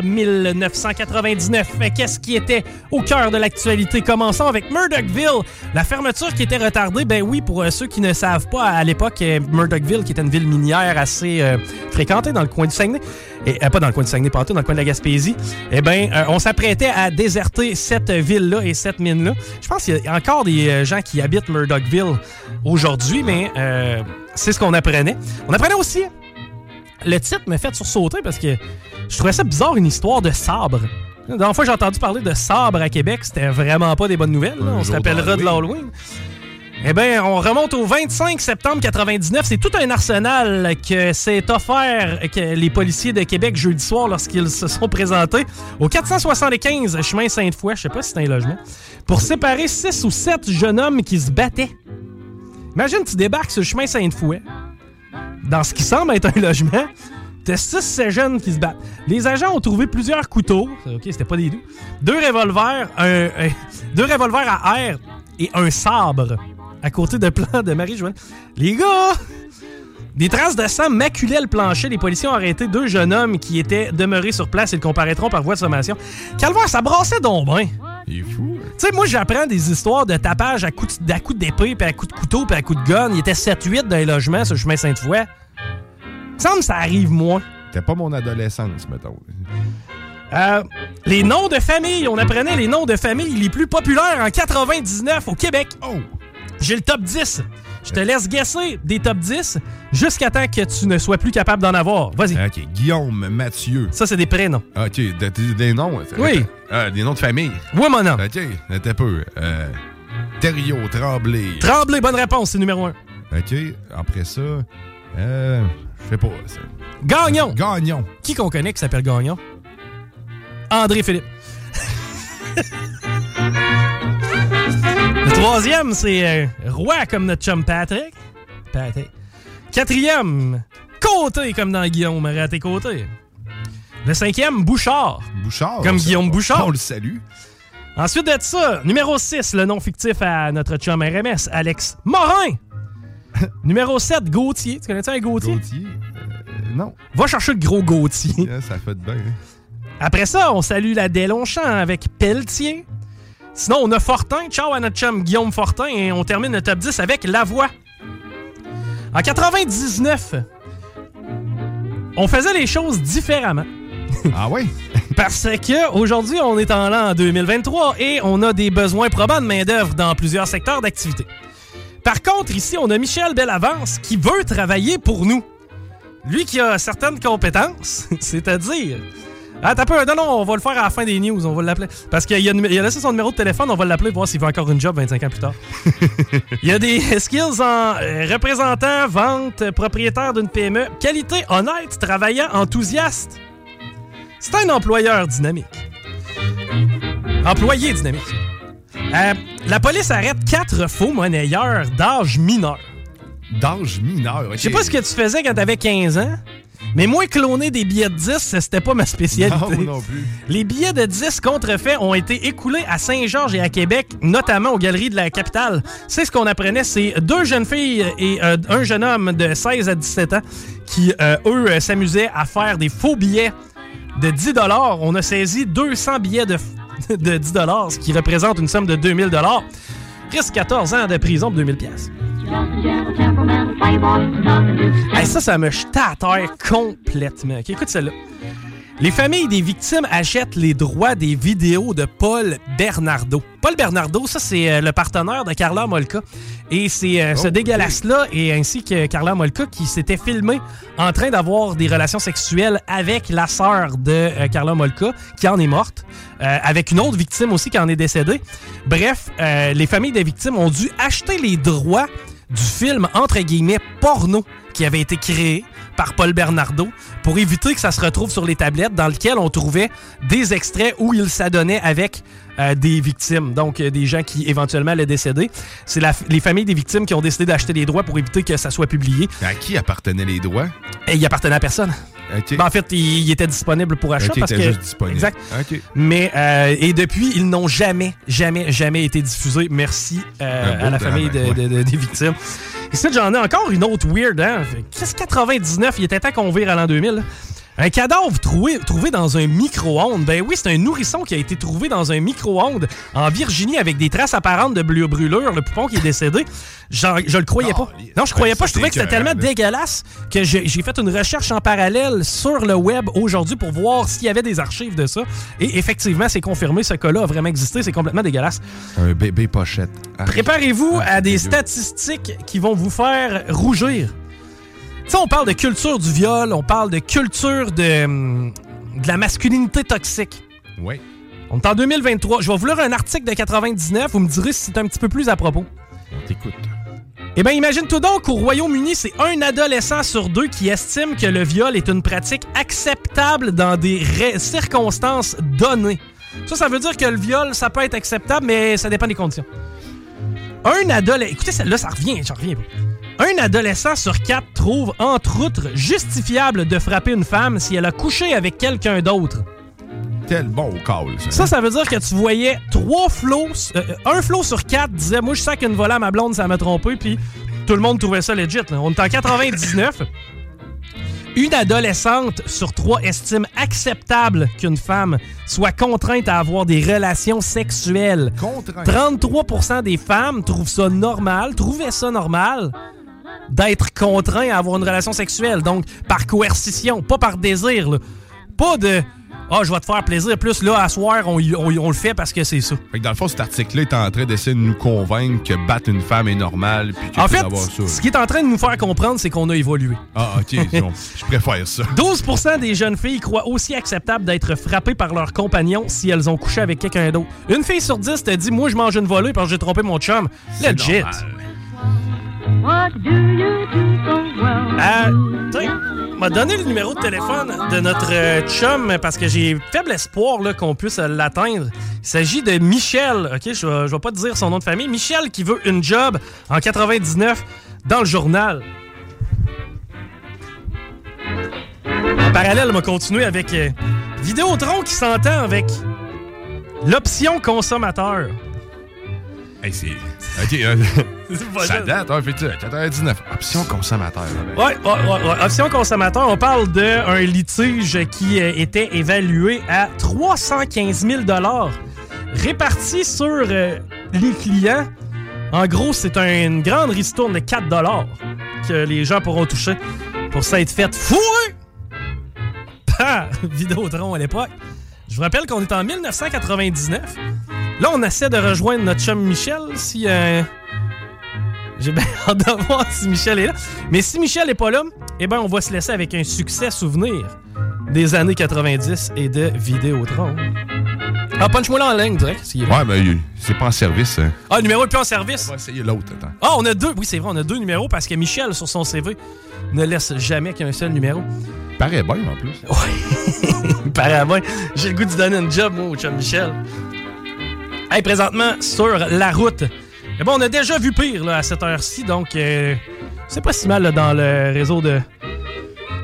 1999, qu'est-ce qui était au cœur de l'actualité? Commençons avec Murdochville, la fermeture qui était retardée. Ben oui, pour ceux qui ne savent pas, à l'époque, Murdochville, qui était une ville minière assez fréquentée dans le coin du Saguenay, et pas dans le coin du Saguenay, partout dans le coin de la Gaspésie, eh bien, on s'apprêtait à déserter cette ville-là et cette mine-là. Je pense qu'il y a encore des gens qui habitent Murdochville aujourd'hui, mais c'est ce qu'on apprenait. On apprenait aussi... Le titre m'a fait sursauter parce que je trouvais ça bizarre, une histoire de sabre. La dernière fois que j'ai entendu parler de sabre à Québec, c'était vraiment pas des bonnes nouvelles. Là. On se rappellera de l'Halloween. Eh bien, on remonte au 25 septembre 99. C'est tout un arsenal que s'est offert que les policiers de Québec jeudi soir lorsqu'ils se sont présentés au 475 chemin Sainte-Foy, je sais pas si c'est un logement, pour séparer 6 ou 7 jeunes hommes qui se battaient. Imagine, tu débarques sur le chemin Sainte-Foy, dans ce qui semble être un logement, t'as 6 jeunes qui se battent. Les agents ont trouvé plusieurs couteaux, ok, c'était pas des doux, 2 revolvers, 2 revolvers à air et un sabre à côté de plan de Marie-Joanne. Les gars, des traces de sang maculaient le plancher. Les policiers ont arrêté 2 jeunes hommes qui étaient demeurés sur place. Ils comparaîtront par voie de sommation. Calvaire, ça brassait donc bien. Il est fou. Tu sais, moi, j'apprends des histoires de tapage à coups d'épée, puis à coups de couteau, puis à coups de gun. Il était 7-8 dans les logements sur le chemin Sainte-Foy. Il me semble que ça arrive moins. C'était pas mon adolescence, mettons. Les noms de famille. On apprenait les noms de famille les plus populaires en 99 au Québec. Oh! J'ai le top 10. Je te laisse guesser des top 10 jusqu'à temps que tu ne sois plus capable d'en avoir. Vas-y. OK. Guillaume, Mathieu. Ça, c'est des prénoms. OK. Des noms? Oui. Des noms de famille? Oui, mon nom. OK. T'es peu. Thériault, Tremblay. Tremblay, bonne réponse. C'est numéro 1. OK. Après ça, je sais pas. Ça. Gagnon. Gagnon. Qui qu'on connaît qui s'appelle Gagnon? André Philippe. Le 3e, c'est Roy, comme notre chum Patrick. 4e, Côté, comme dans Guillaume raté Côté. Le 5e, Bouchard. Bouchard. Comme Guillaume Bouchard. On le salue. Ensuite de ça, numéro 6, le nom fictif à notre chum RMS, Alex Morin. Numéro 7, Gauthier. Tu connais-tu un Gauthier? Gauthier? Non. Va chercher le gros Gauthier. Yeah, ça fait de bien. Hein? Après ça, on salue la Deslongchamps avec Pelletier. Sinon, on a Fortin. Ciao à notre chum Guillaume Fortin. Et on termine le top 10 avec Lavoie. En 99, on faisait les choses différemment. Ah oui? Parce que aujourd'hui, on est en l'an 2023 et on a des besoins probants de main-d'œuvre dans plusieurs secteurs d'activité. Par contre, ici, on a Michel Bellavance qui veut travailler pour nous. Lui qui a certaines compétences, c'est-à-dire... Ah, t'as peu. Non, on va le faire à la fin des news. On va l'appeler. Parce qu'il a laissé son numéro de téléphone. On va l'appeler pour voir s'il veut encore une job 25 ans plus tard. Il y a des skills en représentant, vente, propriétaire d'une PME, qualité honnête, travaillant, enthousiaste. C'est un employeur dynamique. Employé dynamique. La police arrête 4 faux monnayeurs d'âge mineur. D'âge mineur, OK. Je sais pas ce que tu faisais quand t'avais 15 ans. Mais moi, cloner des billets de 10, c'était pas ma spécialité. Non plus. Les billets de 10 contrefaits ont été écoulés à Saint-Georges et à Québec, notamment aux galeries de la capitale. C'est ce qu'on apprenait, c'est 2 jeunes filles et un jeune homme de 16 à 17 ans qui, eux, s'amusaient à faire des faux billets de 10 $. On a saisi 200 billets de 10 $, ce qui représente une somme de 2000 $. Risque 14 ans de prison pour 2000 $. Hey, ça me jetait à terre complètement. Okay, écoute celle-là. Les familles des victimes achètent les droits des vidéos de Paul Bernardo. Paul Bernardo, ça, c'est le partenaire de Karla Molka. Et c'est ce dégueulasse-là, et ainsi que Karla Molka, qui s'était filmé en train d'avoir des relations sexuelles avec la sœur de Karla Molka, qui en est morte, avec une autre victime aussi qui en est décédée. Bref, les familles des victimes ont dû acheter les droits du film, entre guillemets, porno, qui avait été créé par Paul Bernardo pour éviter que ça se retrouve sur les tablettes dans lequel on trouvait des extraits où il s'adonnait avec des victimes, donc des gens qui éventuellement allaient décéder. C'est les familles des victimes qui ont décidé d'acheter les droits pour éviter que ça soit publié. À qui appartenaient les droits? Et il appartenait à personne. Okay. Ben, en fait, il était disponible pour achat parce que juste disponible. Exact. Okay. Mais et depuis, ils n'ont jamais été diffusés. Merci à la famille des victimes. Ici, j'en ai encore une autre weird. Hein? Qu'est-ce 99? Il était temps qu'on vire à l'an 2000. Là. Un cadavre trouvé dans un micro-ondes. Ben oui, c'est un nourrisson qui a été trouvé dans un micro-ondes en Virginie avec des traces apparentes de brûlure. Le poupon qui est décédé. Je le croyais pas. Non, je croyais pas. Je trouvais que c'était tellement dégueulasse que j'ai fait une recherche en parallèle sur le web aujourd'hui pour voir s'il y avait des archives de ça. Et effectivement, c'est confirmé. Ce cas-là a vraiment existé. C'est complètement dégueulasse. Un bébé pochette. Préparez-vous à des statistiques qui vont vous faire rougir. Tu sais, on parle de culture du viol, on parle de culture de la masculinité toxique. Oui. On est en 2023. Je vais vous lire un article de 99. Vous me direz si c'est un petit peu plus à propos. On t'écoute. Eh bien, imagine-toi donc qu'au Royaume-Uni, c'est un adolescent sur 2 qui estime que le viol est une pratique acceptable dans des circonstances données. Ça veut dire que le viol, ça peut être acceptable, mais ça dépend des conditions. Un adolescent... Écoutez, celle-là, j'en reviens pas. Un adolescent sur 4 trouve, entre autres, justifiable de frapper une femme si elle a couché avec quelqu'un d'autre. Quel bon call, Ça veut dire que tu voyais 3 flots... un flot sur 4 disait « Moi, je sais qu'une volée à ma blonde, ça m'a trompé. » Puis tout le monde trouvait ça legit. Là. On est en 99. Une adolescente sur 3 estime acceptable qu'une femme soit contrainte à avoir des relations sexuelles. 33% des femmes trouvaient ça normal d'être contraint à avoir une relation sexuelle. Donc, par coercition, pas par désir. Là. Pas de « Ah, je vais te faire plaisir. » Plus là, à soir, on le fait parce que c'est ça. Fait que dans le fond, cet article-là est en train d'essayer de nous convaincre que battre une femme est normal. Puis que en fait, avoir ça, ce qui est en train de nous faire comprendre, c'est qu'on a évolué. Ah, OK. Bon, je préfère ça. 12% des jeunes filles croient aussi acceptable d'être frappées par leur compagnon si elles ont couché avec quelqu'un d'autre. Une fille sur 10 te dit « Moi, je mange une volée parce que j'ai trompé mon chum. » Legit. M'a donné le numéro de téléphone de notre chum parce que j'ai faible espoir là, qu'on puisse l'atteindre. Il s'agit de Michel, ok? Je vais pas te dire son nom de famille. Michel qui veut une job en 99 dans le journal. En parallèle, on va continuer avec Vidéotron qui s'entend avec l'option consommateur. Hey, c'est... OK, ça date, hein, fait-tu? 99. Option consommateur. Ouais. Option consommateur, on parle d'un litige qui était évalué à 315 000 $ réparti sur les clients. En gros, c'est une grande ristourne de 4 $ que les gens pourront toucher pour s'être fait fourrer par Vidéotron à l'époque. Je vous rappelle qu'on est en 1999. Là, on essaie de rejoindre notre chum Michel. Si j'ai bien hâte de voir si Michel est là. Mais si Michel n'est pas là, eh ben, on va se laisser avec un succès souvenir des années 90 et de Vidéotron. Ah, punch-moi là en ligne, direct. Ouais, mais c'est pas en service. Hein. Ah, le numéro est plus en service? On va essayer l'autre, attends. Ah, on a 2. Oui, c'est vrai, on a 2 numéros parce que Michel, sur son CV, ne laisse jamais qu'un seul numéro. Il paraît bien, en plus. Oui, il paraît bien. J'ai le goût de donner une job, moi, au chum Michel. Hey, présentement, sur la route. Mais bon, on a déjà vu pire là, à cette heure-ci, donc c'est pas si mal là, dans le réseau de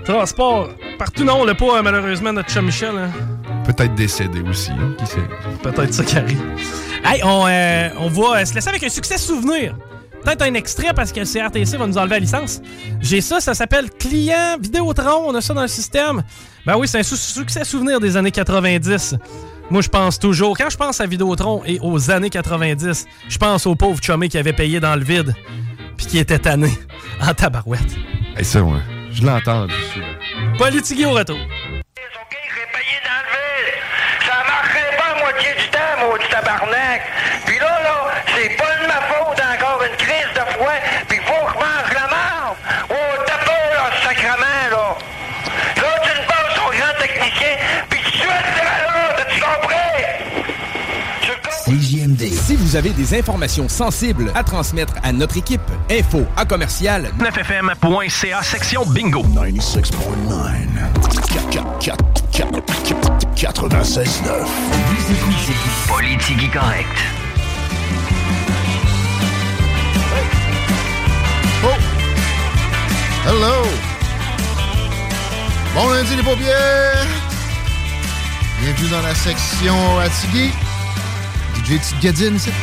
Transport. Partout, non, on l'a pas, malheureusement, notre chum Michel. Hein. Peut-être décédé aussi. Hein? Qui sait? Peut-être ça qui arrive. Hey, on va se laisser avec un succès souvenir. Peut-être un extrait parce que le CRTC va nous enlever la licence. J'ai ça s'appelle Client Vidéotron. On a ça dans le système. Ben oui, c'est un succès souvenir des années 90. Moi, je pense toujours, quand je pense à Vidéotron et aux années 90, je pense au pauvre chumé qui avait payé dans le vide puis qui était tanné en tabarouette. Hey, ça, ouais. Je l'entends dessus. Politigui au retour. OK, j'ai payé dans le vide. Ça marcherait pas à moitié du temps, maudit tabarnak. Puis là, c'est pas de ma faute encore une crise de foi, puis faut que je mange la marde. Oh, t'as peur, là, sacrement, là. Là, tu me passes au grand technicien, puis tu souhaites de la là, t'as-tu compris? CJMD. Si vous avez des informations sensibles à transmettre à notre équipe, info à commercial 9fm.ca section bingo. 96.9 96.9. Vous écoutez Politigui correct. Oh! Hello! Bon lundi les paupières! Bienvenue dans la section Atigui. DJ Gadin ici.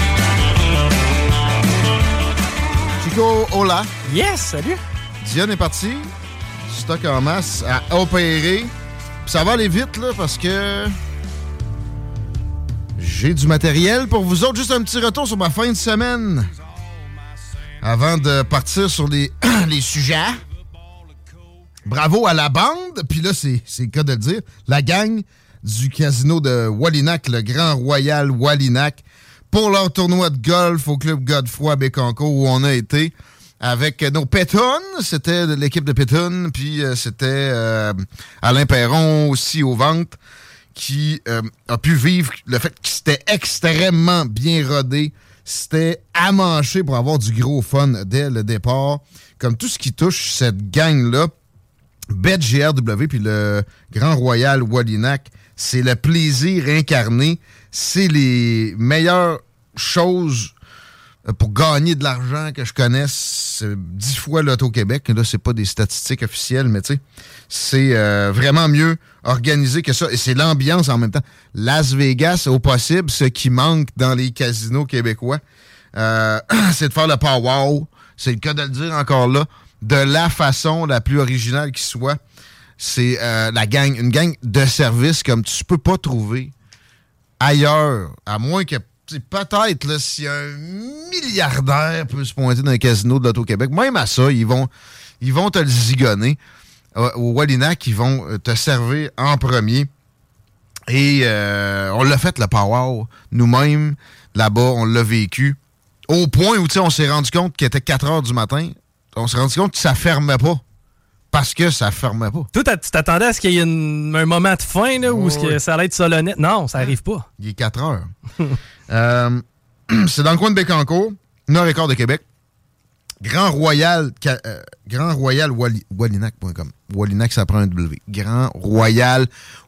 Chico, hola. Yes, salut. Diane est parti. Stock en masse à opérer. Puis ça va aller vite, là, parce que j'ai du matériel pour vous autres. Juste un petit retour sur ma fin de semaine. Avant de partir sur les sujets. Bravo à la bande. Puis là, c'est le cas de le dire. La gang du casino de Wallinac, le Grand Royal Wallinac, pour leur tournoi de golf au Club Godefroy à Bécancour, où on a été avec nos Pétounes. C'était l'équipe de Pétounes, puis c'était Alain Perron aussi aux ventes, qui a pu vivre le fait que c'était extrêmement bien rodé. C'était amanché pour avoir du gros fun dès le départ. Comme tout ce qui touche cette gang-là, BetGRW puis le Grand Royal Wallinac, c'est le plaisir incarné. C'est les meilleures choses pour gagner de l'argent que je connaisse. C'est 10 fois l'Auto-Québec. Là, c'est pas des statistiques officielles, mais tu sais, c'est vraiment mieux organisé que ça. Et c'est l'ambiance en même temps. Las Vegas, au possible, ce qui manque dans les casinos québécois, c'est de faire le pow-wow. C'est le cas de le dire encore là. De la façon la plus originale qui soit. C'est une gang de service comme tu peux pas trouver ailleurs, à moins que peut-être là, si un milliardaire peut se pointer dans un casino de l'Auto-Québec, même à ça, ils vont te le zigonner. Au Wallinac, ils vont te servir en premier. Et on l'a fait, le power nous-mêmes, là-bas, on l'a vécu. Au point où on s'est rendu compte qu'il était 4 heures du matin, on s'est rendu compte que ça fermait pas. Parce que ça fermait pas. Toi, tu t'attendais à ce qu'il y ait un moment de fin là, où ça allait être solennel. Non, ça arrive pas. Il est 4 heures. C'est dans le coin de Bécancour, Nord-et-Quart de Québec. Grand Royal Wallinac.com. Wallinac, ça prend un W. Grand Royal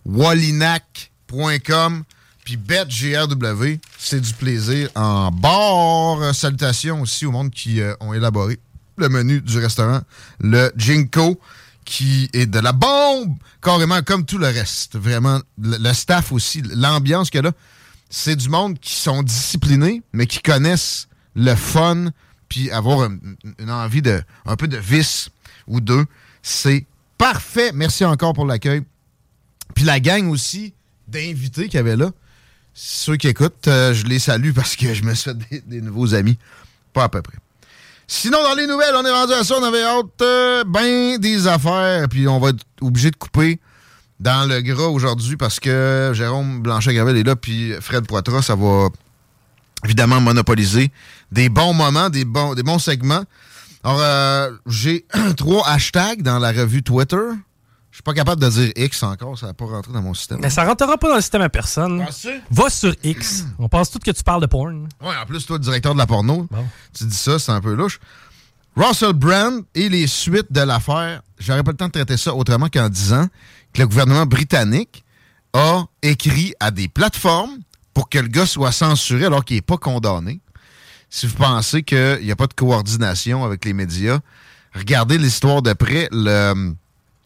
Wallinac.com. Puis BetGRW, c'est du plaisir en bord. Salutations aussi au monde qui ont élaboré le menu du restaurant, le Jinko, qui est de la bombe, carrément comme tout le reste. Vraiment, le staff aussi, l'ambiance qu'il y a là, c'est du monde qui sont disciplinés, mais qui connaissent le fun, puis avoir une envie de un peu de vice ou deux. C'est parfait. Merci encore pour l'accueil. Puis la gang aussi d'invités qu'il y avait là, ceux qui écoutent, je les salue parce que je me suis fait des nouveaux amis. Pas à peu près. Sinon, dans les nouvelles, on est rendu à ça. On avait hâte ben des affaires. Puis on va être obligé de couper dans le gras aujourd'hui parce que Jérôme Blanchet-Gravel est là. Puis Fred Poitras, ça va évidemment monopoliser des bons moments, des bons segments. Alors, j'ai 3 hashtags dans la revue Twitter. Je suis pas capable de dire X encore, ça va pas rentrer dans mon système. Mais ça rentrera pas dans le système à personne. Va sur X. On pense tout que tu parles de porn. Ouais, en plus, toi, le directeur de la porno, tu dis ça, c'est un peu louche. Russell Brand et les suites de l'affaire, j'aurais pas le temps de traiter ça autrement qu'en disant que le gouvernement britannique a écrit à des plateformes pour que le gars soit censuré alors qu'il n'est pas condamné. Si vous pensez qu'il n'y a pas de coordination avec les médias, regardez l'histoire de près.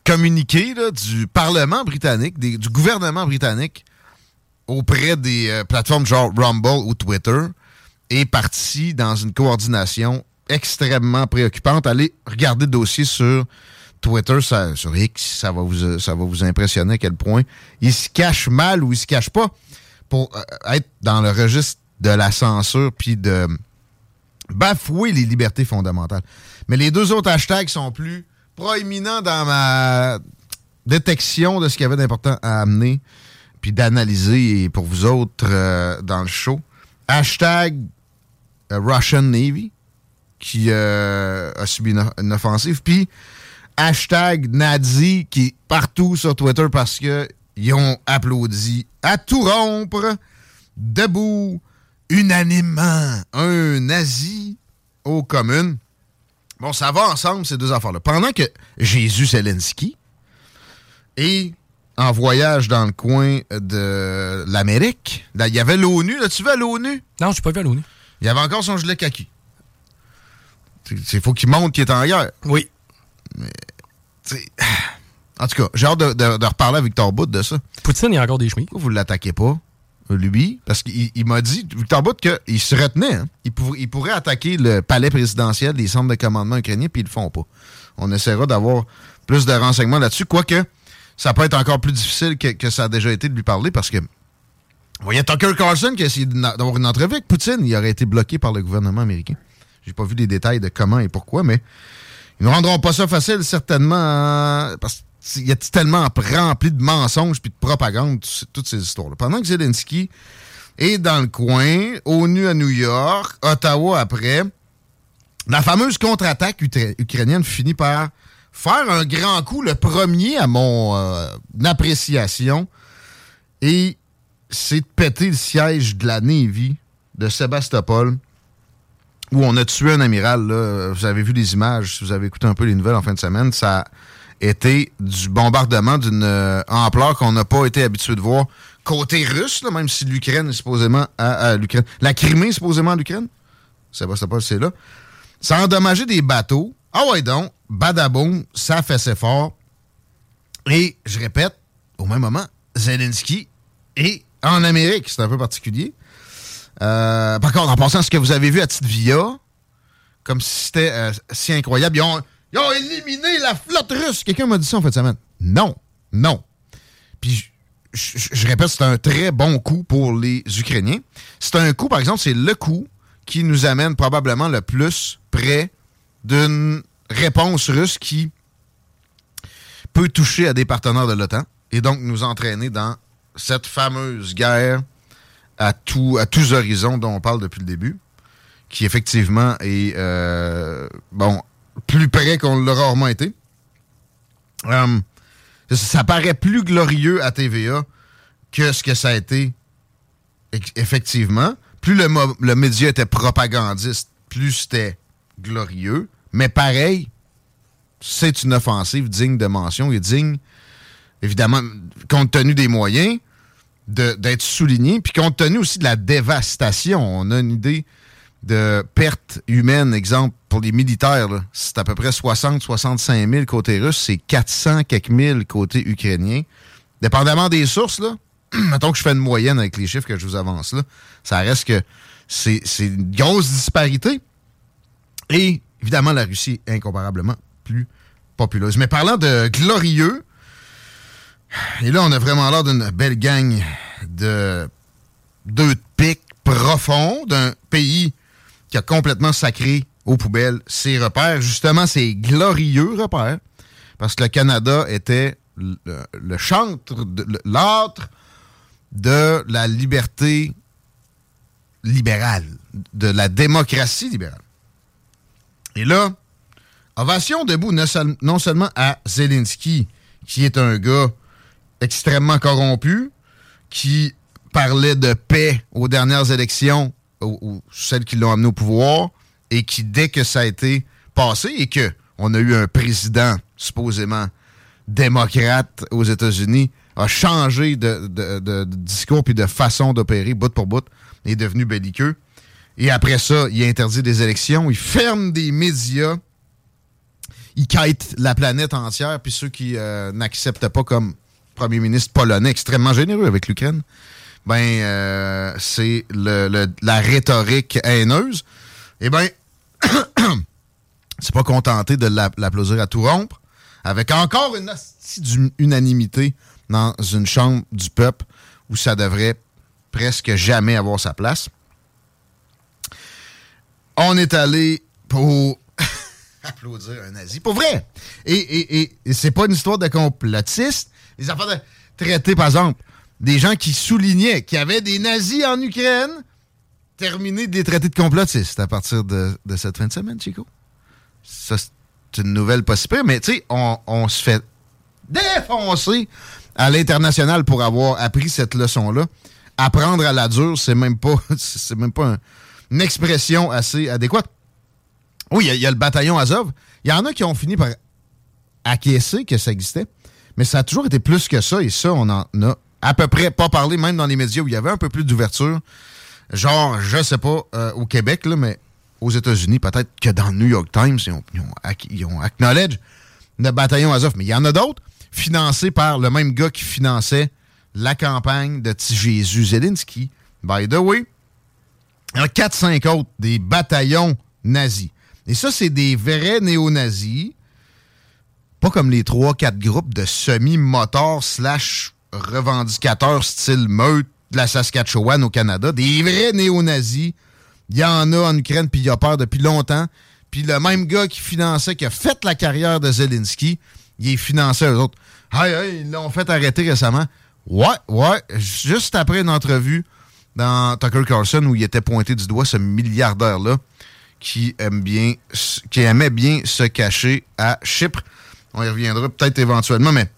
communiqué là, du Parlement britannique, du gouvernement britannique auprès des plateformes genre Rumble ou Twitter est parti dans une coordination extrêmement préoccupante. Allez regarder le dossier sur Twitter, sur X, ça va vous impressionner à quel point il se cache mal ou il se cache pas pour être dans le registre de la censure puis de bafouer les libertés fondamentales. Mais les deux autres hashtags sont plus proéminents dans ma détection de ce qu'il y avait d'important à amener puis d'analyser pour vous autres dans le show. Hashtag Russian Navy qui a subi une offensive, puis hashtag Nazi qui est partout sur Twitter parce qu'ils ont applaudi à tout rompre, debout, unanimement, un nazi aux communes. Bon, ça va ensemble, ces deux affaires-là. Pendant que Jésus Zelensky est en voyage dans le coin de l'Amérique, là, il y avait l'ONU. L'as-tu vu à l'ONU? Non, je n'ai pas vu à l'ONU. Il y avait encore son gilet kaki. Il faut qu'il montre qu'il est en guerre. Oui. Mais, en tout cas, j'ai hâte de reparler à Victor Bout de ça. Poutine, il y a encore des chemises. Pourquoi vous ne l'attaquez pas, lui? Parce qu'il m'a dit, Victor Bout, qu'il se retenait. Hein? Il pourrait attaquer le palais présidentiel, les centres de commandement ukrainiens, puis ils le font pas. On essaiera d'avoir plus de renseignements là-dessus. Quoique, ça peut être encore plus difficile que ça a déjà été de lui parler, parce que il y a Tucker Carlson qui a essayé d'avoir une entrevue avec Poutine. Il aurait été bloqué par le gouvernement américain. J'ai pas vu les détails de comment et pourquoi, mais ils ne rendront pas ça facile, certainement, parce qu'il y a tellement rempli de mensonges puis de propagande, toutes ces histoires-là. Pendant que Zelensky est dans le coin, ONU à New York, Ottawa après, la fameuse contre-attaque ukrainienne finit par faire un grand coup, le premier à mon appréciation, et c'est de péter le siège de la Navy de Sébastopol, où on a tué un amiral. Là. Vous avez vu les images, si vous avez écouté un peu les nouvelles en fin de semaine, ça a été du bombardement d'une ampleur qu'on n'a pas été habitué de voir côté russe, là, même si l'Ukraine est supposément à l'Ukraine. La Crimée est supposément à l'Ukraine. Sébastopol, c'est là. Ça a endommagé des bateaux. Ah ouais donc, badaboum, ça fait ses fort. Et, je répète, au même moment, Zelensky est en Amérique. C'est un peu particulier. Par contre, en passant à ce que vous avez vu à Tite-Villa, comme si c'était si incroyable, ils ont éliminé la flotte russe. Quelqu'un m'a dit ça en fin de semaine. Non. Puis, je répète, c'est un très bon coup pour les Ukrainiens. C'est un coup, par exemple, c'est le coup qui nous amène probablement le plus près d'une réponse russe qui peut toucher à des partenaires de l'OTAN et donc nous entraîner dans cette fameuse guerre à tous horizons dont on parle depuis le début, qui effectivement est plus près qu'on l'a rarement été. Ça paraît plus glorieux à TVA que ce que ça a été effectivement. Plus le média était propagandiste, plus c'était glorieux. Mais pareil, c'est une offensive digne de mention et digne, évidemment, compte tenu des moyens, d'être souligné, puis compte tenu aussi de la dévastation. On a une idée de pertes humaines, exemple, pour les militaires, là, c'est à peu près 60-65 000 côté russe, c'est 400 quelques mille côté ukrainien. Dépendamment des sources, là, mettons que je fais une moyenne avec les chiffres que je vous avance là, ça reste que c'est une grosse disparité. Et, évidemment, la Russie est incomparablement plus populeuse. Mais parlant de glorieux, et là, on a vraiment l'air d'une belle gang de deux pics profonds d'un pays qui a complètement sacré aux poubelles ses repères. Justement, ses glorieux repères. Parce que le Canada était le chantre, l'âtre de la liberté libérale, de la démocratie libérale. Et là, ovation debout non seulement à Zelensky, qui est un gars extrêmement corrompu, qui parlait de paix aux dernières élections, ou celles qui l'ont amené au pouvoir, et qui, dès que ça a été passé, et qu'on a eu un président supposément démocrate aux États-Unis, a changé de discours puis de façon d'opérer, bout pour bout, est devenu belliqueux. Et après ça, il interdit des élections, il ferme des médias, ils quittent la planète entière, puis ceux qui n'acceptent pas comme premier ministre polonais extrêmement généreux avec l'Ukraine, c'est la rhétorique haineuse. Eh bien, c'est pas contenté de l'applaudir à tout rompre, avec encore une unanimité dans une chambre du peuple où ça devrait presque jamais avoir sa place. On est allé pour applaudir un nazi. Pour vrai! Et c'est pas une histoire de complotiste. Les affaires de traiter, par exemple, des gens qui soulignaient qu'il y avait des nazis en Ukraine, terminer des traités de complotistes à partir de cette fin de semaine, Chico. Ça, c'est une nouvelle pas si pire, mais tu sais, on se fait défoncer à l'international pour avoir appris cette leçon-là. Apprendre à la dure, c'est même pas une expression assez adéquate. Oui, il y a le bataillon Azov. Il y en a qui ont fini par acquiescer que ça existait, mais ça a toujours été plus que ça, et ça, on en a à peu près pas parlé, même dans les médias où il y avait un peu plus d'ouverture. Genre, je sais pas, au Québec, là, mais aux États-Unis, peut-être que dans le New York Times, ils ont acknowledge le bataillon Azov. Mais il y en a d'autres, financés par le même gars qui finançait la campagne de Petit Jésus Zelensky. By the way, il y en a 4-5 autres, des bataillons nazis. Et ça, c'est des vrais néo-nazis, pas comme les 3-4 groupes de semi-motards / revendicateurs style meute de la Saskatchewan au Canada. Des vrais néo-nazis. Il y en a en Ukraine, puis il a peur depuis longtemps. Puis le même gars qui finançait, qui a fait la carrière de Zelensky, il est financé eux autres. Hey, ils l'ont fait arrêter récemment. Ouais. Juste après une entrevue dans Tucker Carlson où il était pointé du doigt, ce milliardaire-là, qui aimait bien se cacher à Chypre. On y reviendra peut-être éventuellement, mais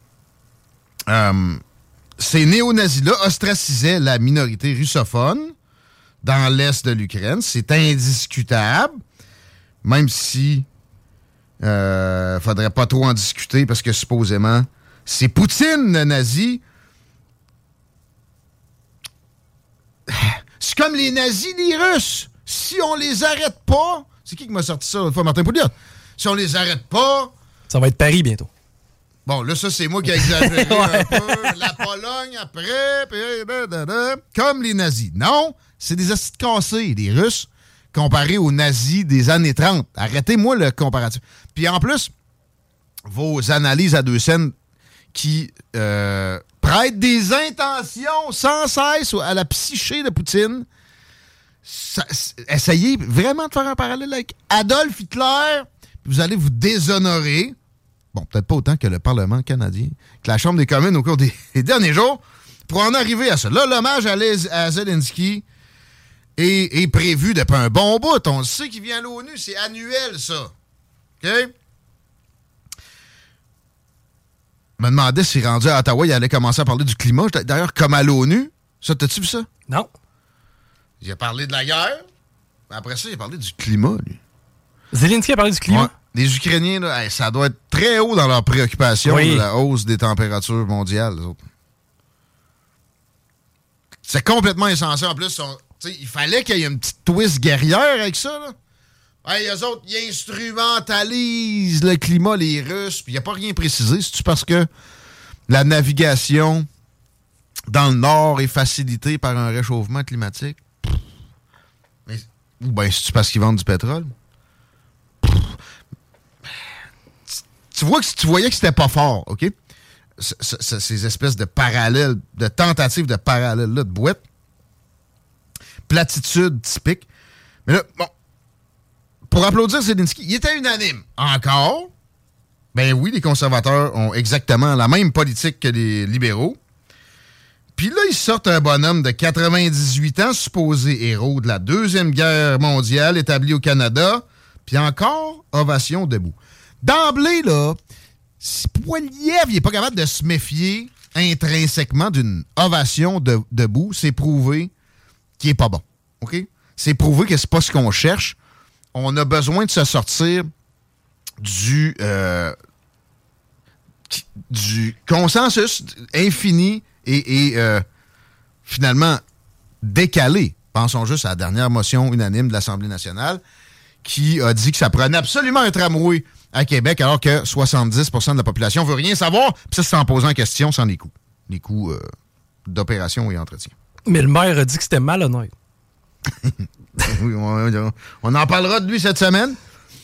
ces néo-nazis-là ostracisaient la minorité russophone dans l'est de l'Ukraine. C'est indiscutable, même si faudrait pas trop en discuter parce que supposément, c'est Poutine, le nazi. C'est comme les nazis, les Russes. Si on les arrête pas... C'est qui m'a sorti ça une fois, Martin Pouliot? Si on les arrête pas... Ça va être Paris bientôt. Bon, là, ça, c'est moi qui ai exagéré un peu. La Pologne après, comme les nazis. Non, c'est des acides cassés, les Russes, comparés aux nazis des années 30. Arrêtez-moi le comparatif. Puis en plus, vos analyses à deux scènes qui prêtent des intentions sans cesse à la psyché de Poutine. Essayez vraiment de faire un parallèle avec Adolf Hitler, puis vous allez vous déshonorer. Bon, peut-être pas autant que le Parlement canadien, que la Chambre des communes au cours des derniers jours, pour en arriver à ça. Là, l'hommage à Zelensky est prévu depuis un bon bout. On sait qu'il vient à l'ONU, c'est annuel, ça. OK? Je me demandais s'il rendu à Ottawa, il allait commencer à parler du climat. D'ailleurs, comme à l'ONU. Ça, t'as-tu vu ça? Non. Il a parlé de la guerre. Après ça, il a parlé du climat, lui. Zelensky a parlé du climat? Ouais. Les Ukrainiens, là, ça doit être très haut dans leur préoccupation de la hausse des températures mondiales. C'est complètement essentiel. En plus, il fallait qu'il y ait une petite twist guerrière avec ça. Là. Eux autres, ils instrumentalisent le climat, les Russes. Puis il n'y a pas rien précisé. C'est-tu parce que la navigation dans le Nord est facilitée par un réchauffement climatique? Ou bien c'est-tu parce qu'ils vendent du pétrole? Tu voyais que c'était pas fort, OK? Ces espèces de parallèles, de tentatives de parallèles-là, de boîte. Platitude typique. Mais là, bon, pour applaudir Zelensky, il était unanime. Encore? Ben oui, les conservateurs ont exactement la même politique que les libéraux. Puis là, ils sortent un bonhomme de 98 ans, supposé héros de la Deuxième Guerre mondiale, établi au Canada. Puis encore, ovation debout. D'emblée, là, si Poilievre n'est pas capable de se méfier intrinsèquement d'une ovation debout, c'est prouvé qu'il n'est pas bon. OK? C'est prouvé que c'est pas ce qu'on cherche. On a besoin de se sortir du consensus infini et finalement décalé. Pensons juste à la dernière motion unanime de l'Assemblée nationale qui a dit que ça prenait absolument un tramway à Québec, alors que 70% de la population veut rien savoir. Puis ça, c'est en posant en question sans les coûts. Les coûts d'opération et entretien. Mais le maire a dit que c'était malhonnête. Oui, on en parlera de lui cette semaine.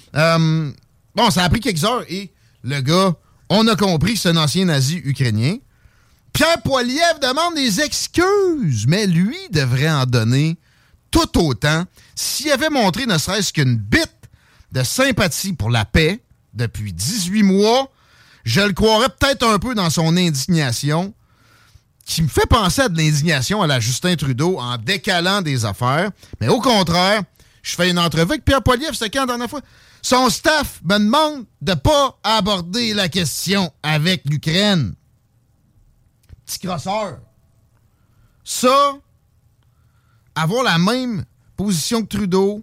Bon, ça a pris quelques heures et le gars, on a compris que c'est un ancien nazi ukrainien. Pierre Poilievre demande des excuses, mais lui devrait en donner tout autant s'il avait montré ne serait-ce qu'une bite de sympathie pour la paix depuis 18 mois. Je le croirais peut-être un peu dans son indignation, qui me fait penser à de l'indignation à la Justin Trudeau en décalant des affaires. Mais au contraire, je fais une entrevue avec Pierre Poilievre, c'était quand la dernière fois? Son staff me demande de pas aborder la question avec l'Ukraine. Petit crosseur. Ça, avoir la même position que Trudeau,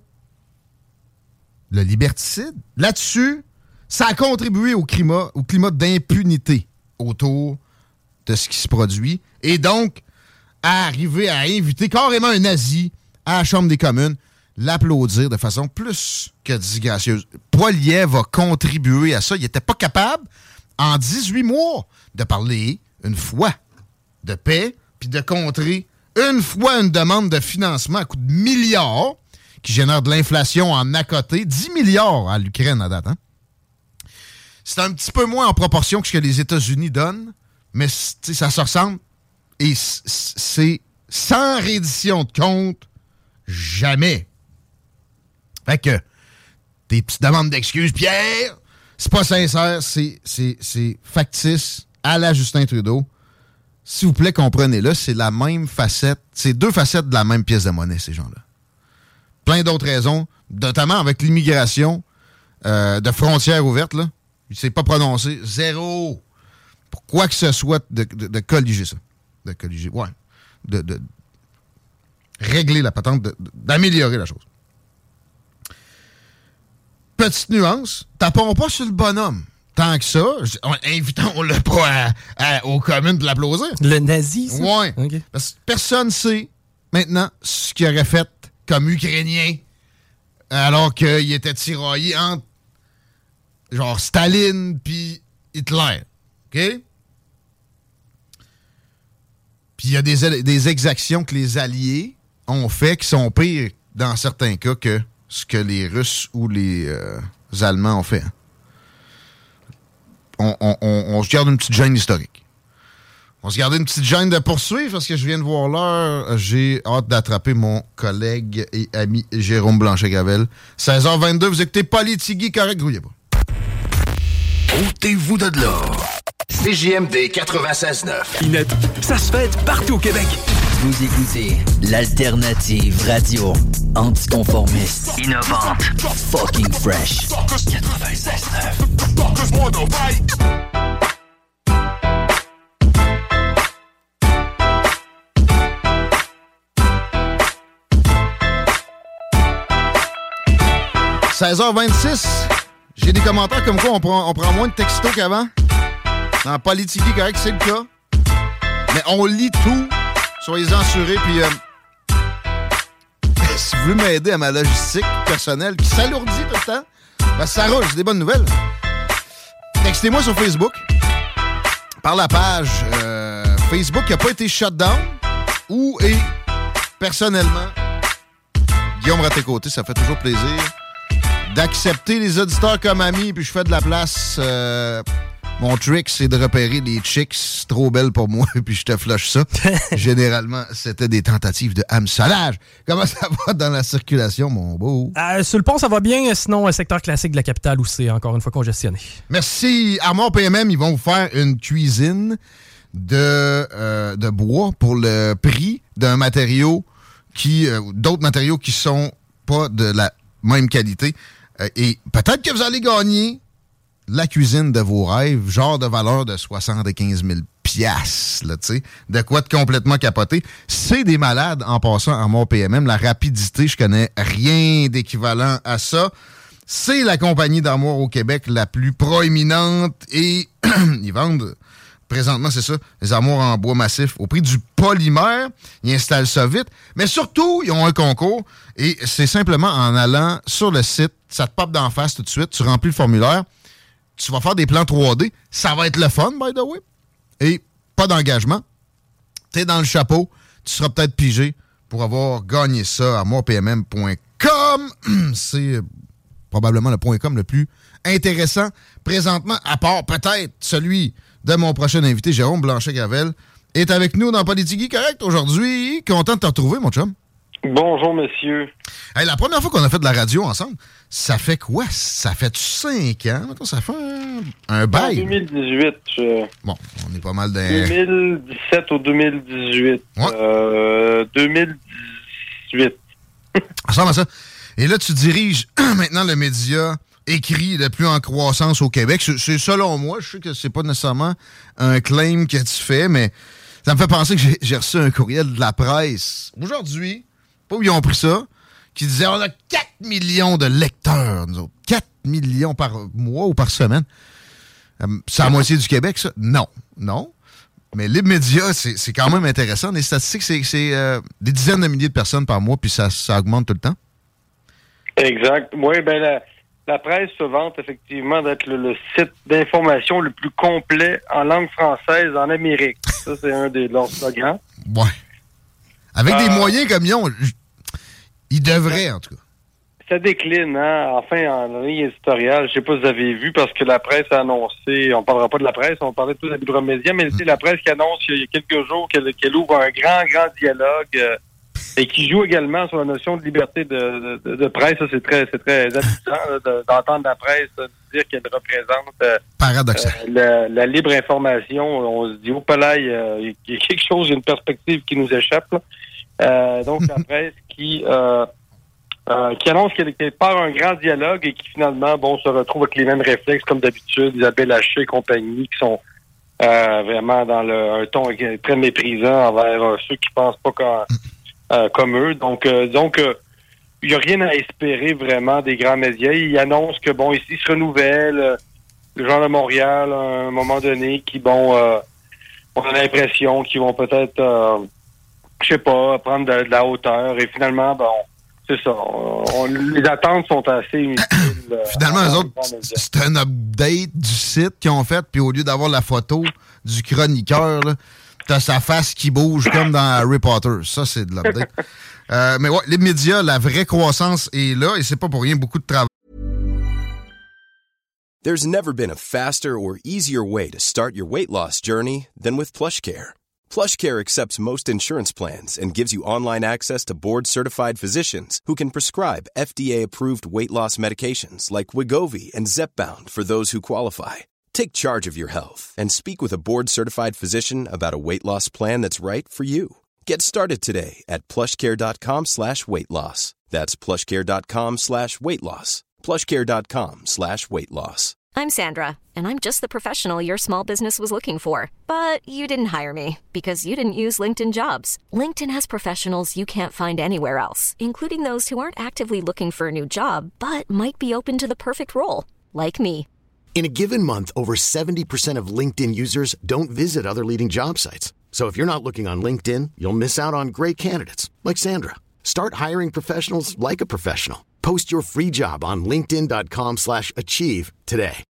le liberticide, là-dessus, ça a contribué au climat d'impunité autour de ce qui se produit. Et donc, à arriver à inviter carrément un nazi à la Chambre des communes, l'applaudir de façon plus que disgracieuse. Poilievre a contribué à ça. Il n'était pas capable, en 18 mois, de parler une fois de paix, puis de contrer une fois une demande de financement à coût de milliards, qui génère de l'inflation en à côté. 10 milliards à l'Ukraine à date. Hein? C'est un petit peu moins en proportion que ce que les États-Unis donnent, mais ça se ressemble. Et c'est sans reddition de compte, jamais. Fait que, tes petites demandes d'excuses, Pierre, c'est pas sincère, c'est factice à la Justin Trudeau. S'il vous plaît, comprenez-le, c'est la même facette, c'est deux facettes de la même pièce de monnaie, ces gens-là. Plein d'autres raisons, notamment avec l'immigration de frontières ouvertes, là. Il s'est pas prononcé. Zéro. Pour quoi que ce soit de colliger ça. De colliger, ouais. De régler la patente, d'améliorer la chose. Petite nuance, tapons pas sur le bonhomme. Tant que ça, invitons-le pas aux communes de l'applaudir. Le nazi, ça? Ouais. Okay. Parce que personne sait maintenant ce qu'il aurait fait comme Ukrainien alors qu'il était tiraillé entre genre Staline puis Hitler. OK? Puis il y a des exactions que les Alliés ont fait qui sont pires dans certains cas que ce que les Russes ou les Allemands ont fait. On se garde une petite gêne historique. On se garde une petite gêne de poursuivre parce que je viens de voir l'heure. J'ai hâte d'attraper mon collègue et ami Jérôme Blanchet-Gravel. 16h22, vous écoutez Politigui correct, grouillez pas. Ôtez-vous de là. CJMD 96.9. Pinette, ça se fait partout au Québec. Vous écoutez l'alternative radio anticonformiste, Innovante. fucking fresh. 16h26. J'ai des commentaires comme quoi on prend moins de textos qu'avant. Dans Politigui correct, c'est le cas. Mais on lit tout. Soyez-en assurés. Puis, si vous voulez m'aider à ma logistique personnelle qui s'alourdit tout le temps, ben, ça roule. C'est des bonnes nouvelles. Textez-moi sur Facebook. Par la page Facebook qui n'a pas été shut down. Ou est personnellement Guillaume Raté-Côté. Ça fait toujours plaisir d'accepter les auditeurs comme amis. Puis je fais de la place. Mon trick, c'est de repérer les chicks trop belles pour moi, puis je te flush ça. Généralement, c'était des tentatives de hameçonnage. Comment ça va dans la circulation, mon beau? Sur le pont, ça va bien. Sinon, secteur classique de la capitale où c'est encore une fois congestionné. Merci. Armoire PMM, ils vont vous faire une cuisine de bois pour le prix d'un matériau d'autres matériaux qui sont pas de la même qualité. Et peut-être que vous allez gagner la cuisine de vos rêves, genre de valeur de 75 000 piastres, là, tu sais, de quoi de complètement capoté. C'est des malades en passant à mon PMM. La rapidité, je connais rien d'équivalent à ça. C'est la compagnie d'armoire au Québec la plus proéminente et ils vendent Présentement, c'est ça, les armoires en bois massif au prix du polymère. Ils installent ça vite. Mais surtout, ils ont un concours et c'est simplement en allant sur le site, ça te pop d'en face tout de suite, tu remplis le formulaire, tu vas faire des plans 3D. Ça va être le fun, by the way. Et pas d'engagement. T'es dans le chapeau, tu seras peut-être pigé pour avoir gagné ça à moipmm.com. C'est probablement le .com le plus intéressant présentement, à part peut-être celui de mon prochain invité, Jérôme Blanchet-Gravel, est avec nous dans Politique Correct aujourd'hui. Content de te retrouver, mon chum. Bonjour, monsieur. Hey, la première fois qu'on a fait de la radio ensemble, ça fait quoi? Ça fait 5 ans? Maintenant, ça fait un bail. En 2018. Bon, on est pas mal dans... 2017 ou 2018. Ouais. 2018. Ça ressemble à ça. Et là, tu diriges maintenant le média écrit le plus en croissance au Québec. C'est selon moi. Je sais que c'est pas nécessairement un claim que tu fais, mais ça me fait penser que j'ai reçu un courriel de la presse aujourd'hui, pas où ils ont pris ça, qui disait on a 4 millions de lecteurs, nous autres. 4 millions par mois ou par semaine. C'est la moitié du Québec, ça? Non. Mais les médias, c'est quand même intéressant. Les statistiques, c'est des dizaines de milliers de personnes par mois, puis ça augmente tout le temps. Exact. Oui, ben la presse se vante effectivement d'être le site d'information le plus complet en langue française en Amérique. Ça, c'est un de leurs slogans. Ouais. Avec des moyens comme ils devraient, en tout cas. Ça décline, hein? Enfin, en ligne éditoriale, je sais pas si vous avez vu, parce que la presse a annoncé, on parlera pas de la presse, on parlait tout de la Libre Média, mais c'est la presse qui annonce il y a quelques jours qu'elle ouvre un grand dialogue et qui joue également sur la notion de liberté de presse. Ça, c'est très amusant d'entendre la presse dire qu'elle représente la libre information. On se dit, oh, palais, il y a quelque chose, il y a une perspective qui nous échappe. Donc, la presse qui annonce qu'elle part un grand dialogue et qui, finalement, se retrouve avec les mêmes réflexes, comme d'habitude, Isabelle Haché et compagnie, qui sont vraiment dans un ton très méprisant envers ceux qui pensent pas comme eux. Donc, il n'y a rien à espérer vraiment des grands médias. Ils annoncent que, ils se renouvellent. Le Journal de Montréal, à un moment donné, qui, on a l'impression qu'ils vont peut-être, je sais pas, prendre de la hauteur. Et finalement, c'est ça. Les attentes sont assez inutiles. Finalement, eux autres, c'est un update du site qu'ils ont fait, puis au lieu d'avoir la photo du chroniqueur, là, t'as sa face qui bouge comme dans Harry Potter. Ça, c'est de l'update. Mais ouais, les médias, la vraie croissance est là, et c'est pas pour rien beaucoup de travail. There's never been a faster or easier way to start your weight loss journey than with PlushCare. PlushCare accepts most insurance plans and gives you online access to board-certified physicians who can prescribe FDA-approved weight loss medications like Wegovy and Zepbound for those who qualify. Take charge of your health and speak with a board-certified physician about a weight loss plan that's right for you. Get started today at plushcare.com/weightloss. That's plushcare.com/weightloss. plushcare.com/weightloss. I'm Sandra, and I'm just the professional your small business was looking for. But you didn't hire me because you didn't use LinkedIn Jobs. LinkedIn has professionals you can't find anywhere else, including those who aren't actively looking for a new job, but might be open to the perfect role, like me. In a given month, over 70% of LinkedIn users don't visit other leading job sites. So if you're not looking on LinkedIn, you'll miss out on great candidates like Sandra. Start hiring professionals like a professional. Post your free job on linkedin.com/achieve today.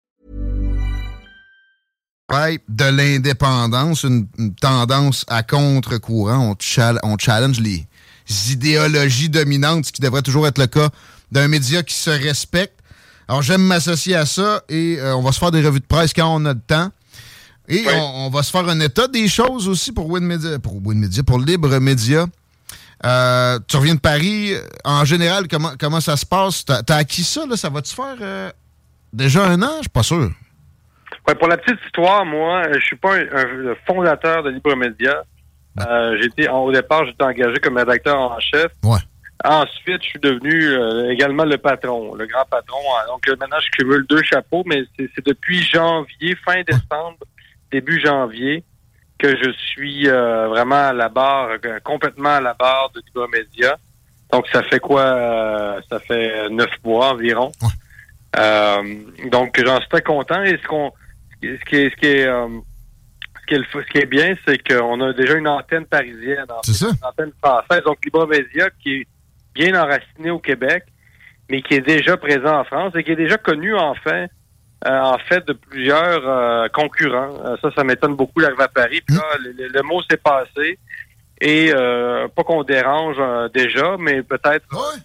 De l'indépendance, une tendance à contre-courant. On challenge les idéologies dominantes, ce qui devrait toujours être le cas d'un média qui se respecte. Alors, j'aime m'associer à ça et on va se faire des revues de presse quand on a le temps. Et on va se faire un état des choses aussi pour Libre Média. Tu reviens de Paris. En général, comment ça se passe? T'as acquis ça, là? Ça va-tu faire déjà un an? Je suis pas sûr. Ouais, pour la petite histoire, moi, je suis pas le fondateur de Libre Média. Au départ, j'étais engagé comme rédacteur en chef. Ouais. Ensuite, je suis devenu également le patron, le grand patron. Donc maintenant, je cumule 2 chapeaux, mais c'est depuis janvier, fin décembre, début janvier, que je suis vraiment à la barre, complètement à la barre de Libre Média. Donc, ça fait quoi? Ça fait 9 mois environ. Ouais. Donc, j'en suis très content. Et ce qui est Ce qui est bien, c'est qu'on a déjà une antenne parisienne, c'est ça? Une antenne française, donc Libra Media, qui est bien enraciné au Québec, mais qui est déjà présent en France et qui est déjà connu en fait de plusieurs concurrents. Ça m'étonne beaucoup d'arriver à Paris. Puis là, le mot s'est passé. Et pas qu'on dérange déjà, mais peut-être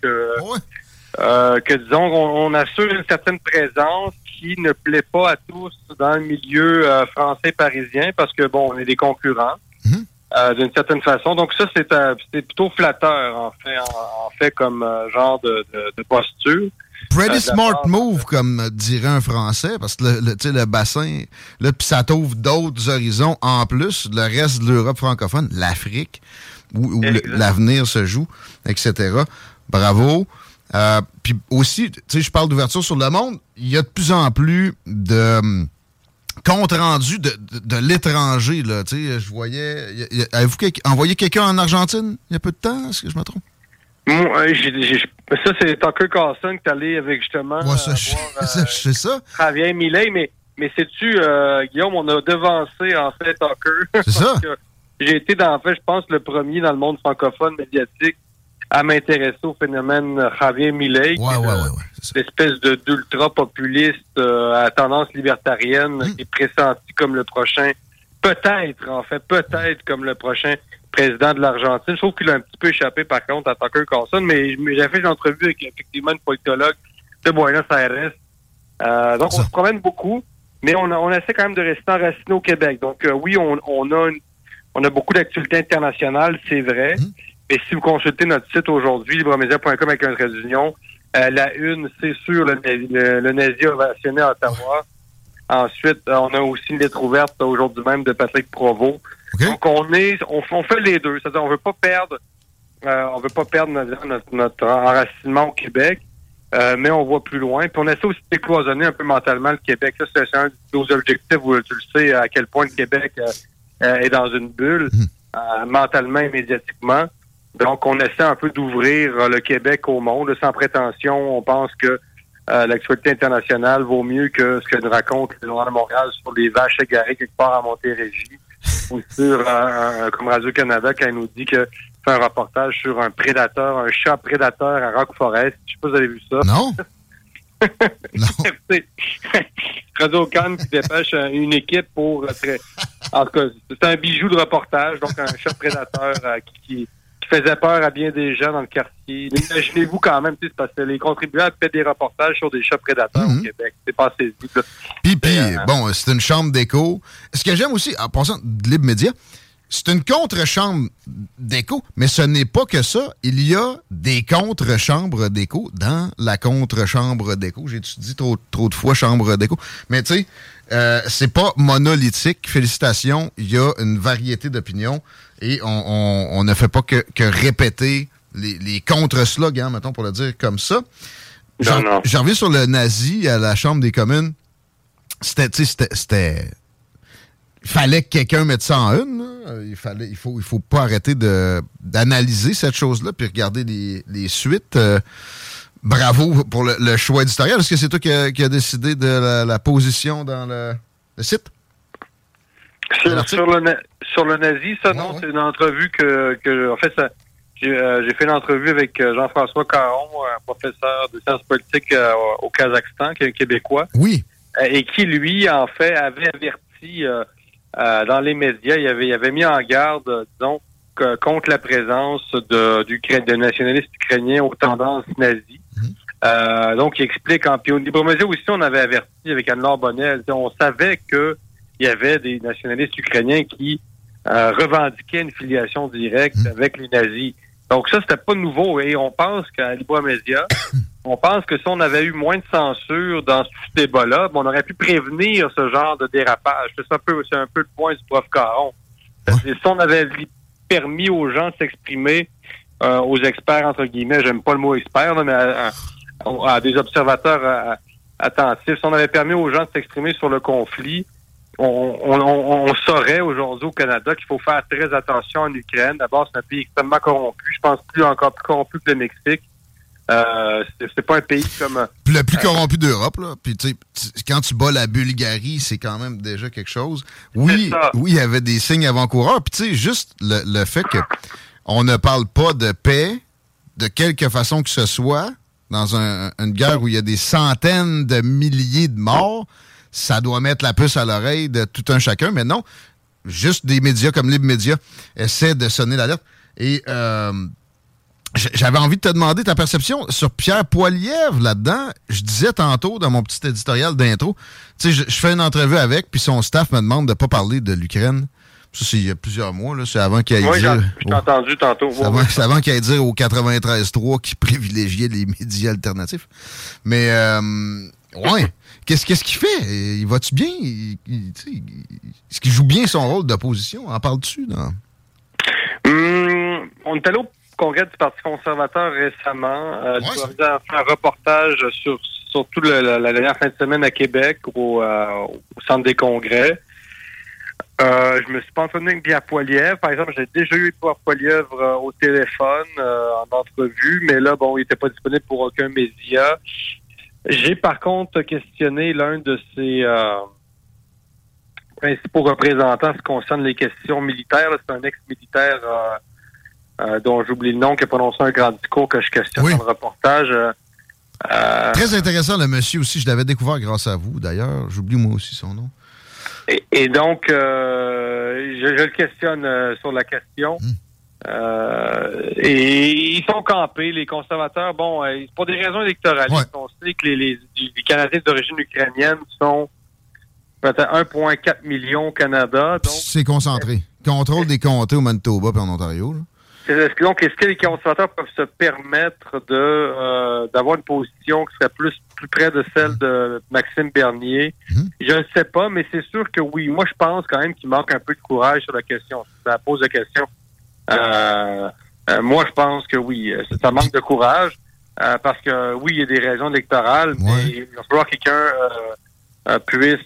que disons, on assure une certaine présence qui ne plaît pas à tous dans le milieu français parisien, parce que, bon, on est des concurrents, d'une certaine façon. Donc ça, c'est plutôt flatteur, en fait comme genre de posture. Pretty smart move, comme dirait un Français, parce que le bassin, là, puis ça t'ouvre d'autres horizons en plus, le reste de l'Europe francophone, l'Afrique, où l'avenir se joue, etc. Bravo. Puis aussi, tu sais, je parle d'ouverture sur le monde, il y a de plus en plus de comptes rendus de l'étranger, là. Tu sais, je voyais... Avez-vous envoyé quelqu'un en Argentine il y a peu de temps? Est-ce que je me trompe? Ça, c'est Tucker Carlson qui est allé avec justement c'est ça. Javier Milei, mais sais-tu, Guillaume, on a devancé en fait Tucker. C'est ça. J'ai été je pense, le premier dans le monde francophone médiatique à m'intéresser au phénomène Javier Milei, l'espèce d'ultra populiste à tendance libertarienne qui est pressenti comme le prochain, peut-être comme le prochain président de l'Argentine. Je trouve qu'il a un petit peu échappé, par contre, à Tucker Carlson, mais j'ai fait une entrevue avec, effectivement, une politologue de Buenos Aires. Donc, on se promène beaucoup, mais on essaie quand même de rester enraciné au Québec. Donc, oui, on a beaucoup d'actualités internationales, c'est vrai, mais si vous consultez notre site aujourd'hui, libremedia.com avec un trait d'union, la une, c'est sûr, le nazi ovationné à Ottawa. Ensuite, on a aussi une lettre ouverte aujourd'hui même de Patrick Provost. Okay. Donc, on fait les deux. C'est-à-dire, on veut pas perdre notre enracinement au Québec, mais on voit plus loin. Puis on essaie aussi de décloisonner un peu mentalement le Québec. Ça, c'est un de nos objectifs où tu le sais à quel point le Québec est dans une bulle, mentalement et médiatiquement. Donc, on essaie un peu d'ouvrir le Québec au monde. Sans prétention, on pense que l'actualité internationale vaut mieux que ce que nous raconte le Journal de Montréal sur les vaches égarées quelque part à Montérégie ou sur comme Radio-Canada quand il nous dit que fait un reportage sur un chat prédateur à Rock Forest. Je sais pas si vous avez vu ça. Non. Non. C'est Radio-Can qui dépêche une équipe pour... en tout cas, c'est un bijou de reportage, donc un chat prédateur qui faisait peur à bien des gens dans le quartier. Imaginez-vous quand même, c'est parce que les contribuables paient des reportages sur des chats prédateurs au Québec. C'est pas assez dit. Puis bon, c'est une chambre d'écho. Ce que j'aime aussi, en passant de Libre Média, c'est une contre-chambre d'écho, mais ce n'est pas que ça. Il y a des contre-chambres d'écho dans la contre-chambre d'écho. J'ai dit trop de fois chambre d'écho. Mais tu sais, c'est pas monolithique. Félicitations. Il y a une variété d'opinions et on ne fait pas que répéter les contre-slogans, mettons, pour le dire comme ça. J'en reviens sur le nazi à la Chambre des communes. C'était... Il fallait que quelqu'un mette ça en une. Là. Il faut pas arrêter d'analyser cette chose-là puis regarder les suites. Bravo pour le choix éditorial. Est-ce que c'est toi qui a décidé de la position dans le site? Sur le nazi, ça, non, c'est une entrevue que en fait, j'ai fait une entrevue avec Jean-François Caron, un professeur de sciences politiques au Kazakhstan, qui est un Québécois. Oui. Et qui, lui, en fait, avait averti dans les médias, il avait mis en garde, disons, contre la présence de nationalistes ukrainiens aux tendances nazies. Donc, il explique, puis au Libre Média aussi, on avait averti avec Anne-Laure Bonnel, on savait que il y avait des nationalistes ukrainiens qui revendiquaient une filiation directe avec les nazis. Donc ça, c'était pas nouveau. Et on pense qu'à Libre Média, on pense que si on avait eu moins de censure dans ce débat-là, on aurait pu prévenir ce genre de dérapage. C'est un peu le point du prof Caron. Si on avait permis aux gens de s'exprimer, aux experts, entre guillemets, j'aime pas le mot expert, là, mais à des observateurs attentifs, si on avait permis aux gens de s'exprimer sur le conflit, on saurait aujourd'hui au Canada qu'il faut faire très attention en Ukraine. D'abord, c'est un pays extrêmement corrompu. Je pense encore plus corrompu que le Mexique. C'est pas un pays comme... Le plus corrompu d'Europe, là. Puis, tu sais, quand tu bats la Bulgarie, c'est quand même déjà quelque chose. Oui, il y avait des signes avant-coureurs. Puis, tu sais, juste le fait que on ne parle pas de paix de quelque façon que ce soit dans une guerre où il y a des centaines de milliers de morts, ça doit mettre la puce à l'oreille de tout un chacun. Mais non, juste des médias comme Libre Média essaient de sonner l'alerte. Et... j'avais envie de te demander ta perception sur Pierre Poilievre là-dedans. Je disais tantôt dans mon petit éditorial d'intro, tu sais, je fais une entrevue avec, puis son staff me demande de ne pas parler de l'Ukraine. Ça, c'est il y a plusieurs mois, là. C'est avant qu'il aille dire... je t'ai entendu tantôt. C'est avant qu'il aille dire au 93.3 qu'il privilégiait les médias alternatifs. Mais, ouais. Qu'est-ce qu'il fait? Il va-tu bien? Est-ce qu'il joue bien son rôle d'opposition? En parles-tu? On est allé au congrès du Parti conservateur récemment. Tu as fait un reportage sur surtout la dernière fin de semaine à Québec, au centre des congrès. Je me suis pas entretenu avec Pierre Poilievre. Par exemple, j'ai déjà eu Pierre Poilievre au téléphone, en entrevue, mais là, bon, il n'était pas disponible pour aucun média. J'ai par contre questionné l'un de ses principaux représentants en ce qui concerne les questions militaires. C'est un ex-militaire dont j'oublie le nom, qui a prononcé un grand discours que je questionne dans le reportage. Très intéressant, le monsieur aussi. Je l'avais découvert grâce à vous, d'ailleurs. J'oublie moi aussi son nom. Et donc, je le questionne sur la question. Et ils sont campés, les conservateurs. Bon, pour des raisons électoralistes, on sait que les Canadiens d'origine ukrainienne sont peut-être 1,4 million au Canada. Donc, c'est concentré. Contrôle des comtés au Manitoba et en Ontario, là. Donc, est-ce que les conservateurs peuvent se permettre d'avoir une position qui serait plus près de celle de Maxime Bernier? Je ne sais pas, mais c'est sûr que oui. Moi, je pense quand même qu'il manque un peu de courage sur la question. Ça pose la question. Moi, je pense que oui. Ça manque de courage parce que, oui, il y a des raisons électorales, mais il va falloir que quelqu'un puisse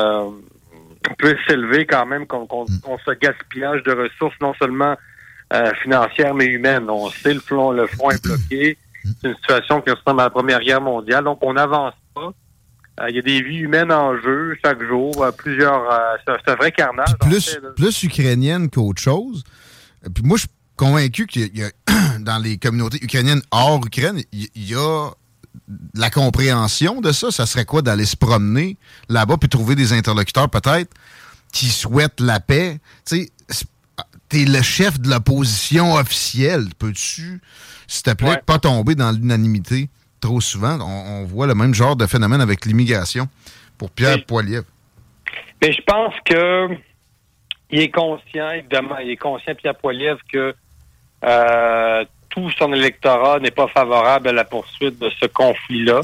s'élever quand même contre ce gaspillage de ressources, non seulement financière mais humaine. On sait le front est bloqué. C'est une situation qui ressemble à la Première Guerre mondiale. Donc, on n'avance pas. Il y a des vies humaines en jeu chaque jour. C'est un vrai carnage. Plus ukrainienne qu'autre chose. Puis moi, je suis convaincu qu'il y a dans les communautés ukrainiennes hors Ukraine, il y a la compréhension de ça. Ça serait quoi d'aller se promener là-bas puis trouver des interlocuteurs peut-être qui souhaitent la paix? Tu sais, t'es le chef de l'opposition officielle. Peux-tu, s'il te plaît, pas tomber dans l'unanimité trop souvent? On voit le même genre de phénomène avec l'immigration pour Pierre Poilievre. Mais je pense que il est conscient, évidemment, Pierre Poilievre, que tout son électorat n'est pas favorable à la poursuite de ce conflit-là.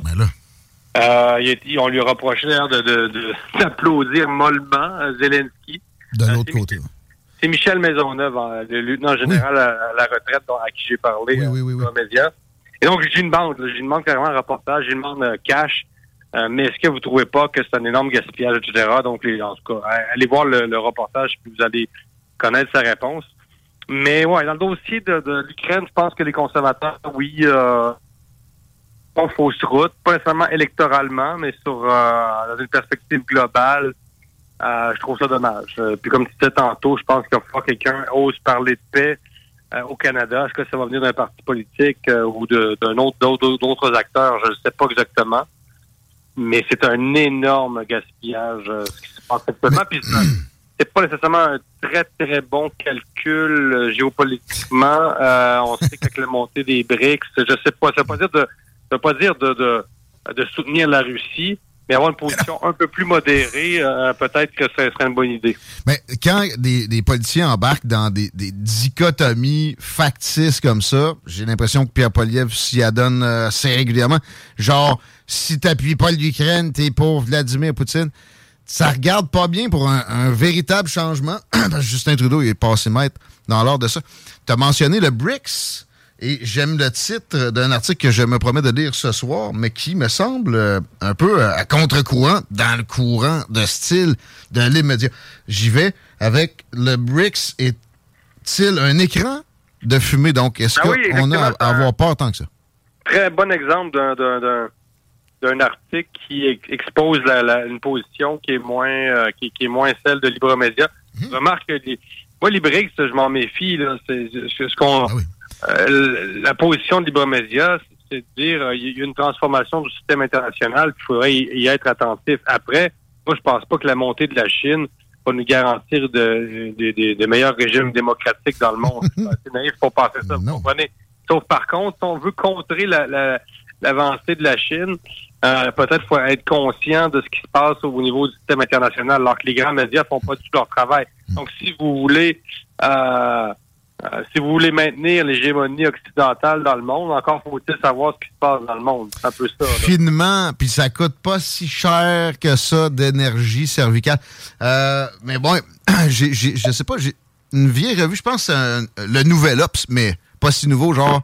On lui a reproché d'ailleurs d'applaudir mollement Zelensky. De l'autre côté. C'est Michel Maisonneuve, le lieutenant général à la retraite à qui j'ai parlé dans les médias. Et donc, je lui demande carrément un reportage, je lui demande cash, mais est-ce que vous trouvez pas que c'est un énorme gaspillage, etc.? Donc, en tout cas, allez voir le reportage, puis vous allez connaître sa réponse. Mais ouais, dans le dossier de l'Ukraine, je pense que les conservateurs, ont fausse route, pas nécessairement électoralement, mais dans une perspective globale. Je trouve ça dommage. Puis comme tu disais tantôt, je pense qu'il va falloir que quelqu'un ose parler de paix au Canada. Est-ce que ça va venir d'un parti politique ou d'autres acteurs? Je ne sais pas exactement. Mais c'est un énorme gaspillage ce qui se passe actuellement. Puis c'est pas nécessairement un très, très bon calcul géopolitiquement. On sait qu'avec la montée des BRICS, je sais pas, ça veut pas dire de soutenir la Russie, mais avoir une position un peu plus modérée, peut-être que ça serait une bonne idée. Mais quand des politiciens embarquent dans des dichotomies factices comme ça, j'ai l'impression que Pierre Poilievre s'y adonne assez régulièrement. Genre, si t'appuies pas l'Ukraine, t'es pour Vladimir Poutine. Ça regarde pas bien pour un véritable changement. Justin Trudeau il est passé maître dans l'ordre de ça. T'as mentionné le BRICS. Et j'aime le titre d'un article que je me promets de lire ce soir, mais qui me semble un peu à contre-courant, dans le courant de style de l'immédiat. J'y vais avec le BRICS. Est-il un écran de fumée? Donc, est-ce qu'on a à avoir peur tant que ça? très bon exemple d'un article qui expose une position qui est moins qui est moins celle de Libra-Média. Remarque que moi, les BRICS, je m'en méfie. Là, c'est ce qu'on la position de Libra-Média, c'est de dire il y a une transformation du système international, il faudrait y être attentif. Après, moi, je pense pas que la montée de la Chine va nous garantir de meilleurs régimes démocratiques dans le monde. C'est naïf pour penser ça, vous comprenez? Sauf par contre, si on veut contrer l'avancée de la Chine, peut-être qu'il faut être conscient de ce qui se passe au niveau du système international, alors que les grands médias font pas du tout leur travail. Donc, si vous voulez maintenir l'hégémonie occidentale dans le monde, encore faut-il savoir ce qui se passe dans le monde. C'est un peu ça. Finement, puis ça coûte pas si cher que ça d'énergie cervicale. Mais bon, je sais pas, j'ai une vieille revue, je pense que c'est le Nouvel Ops, mais pas si nouveau, genre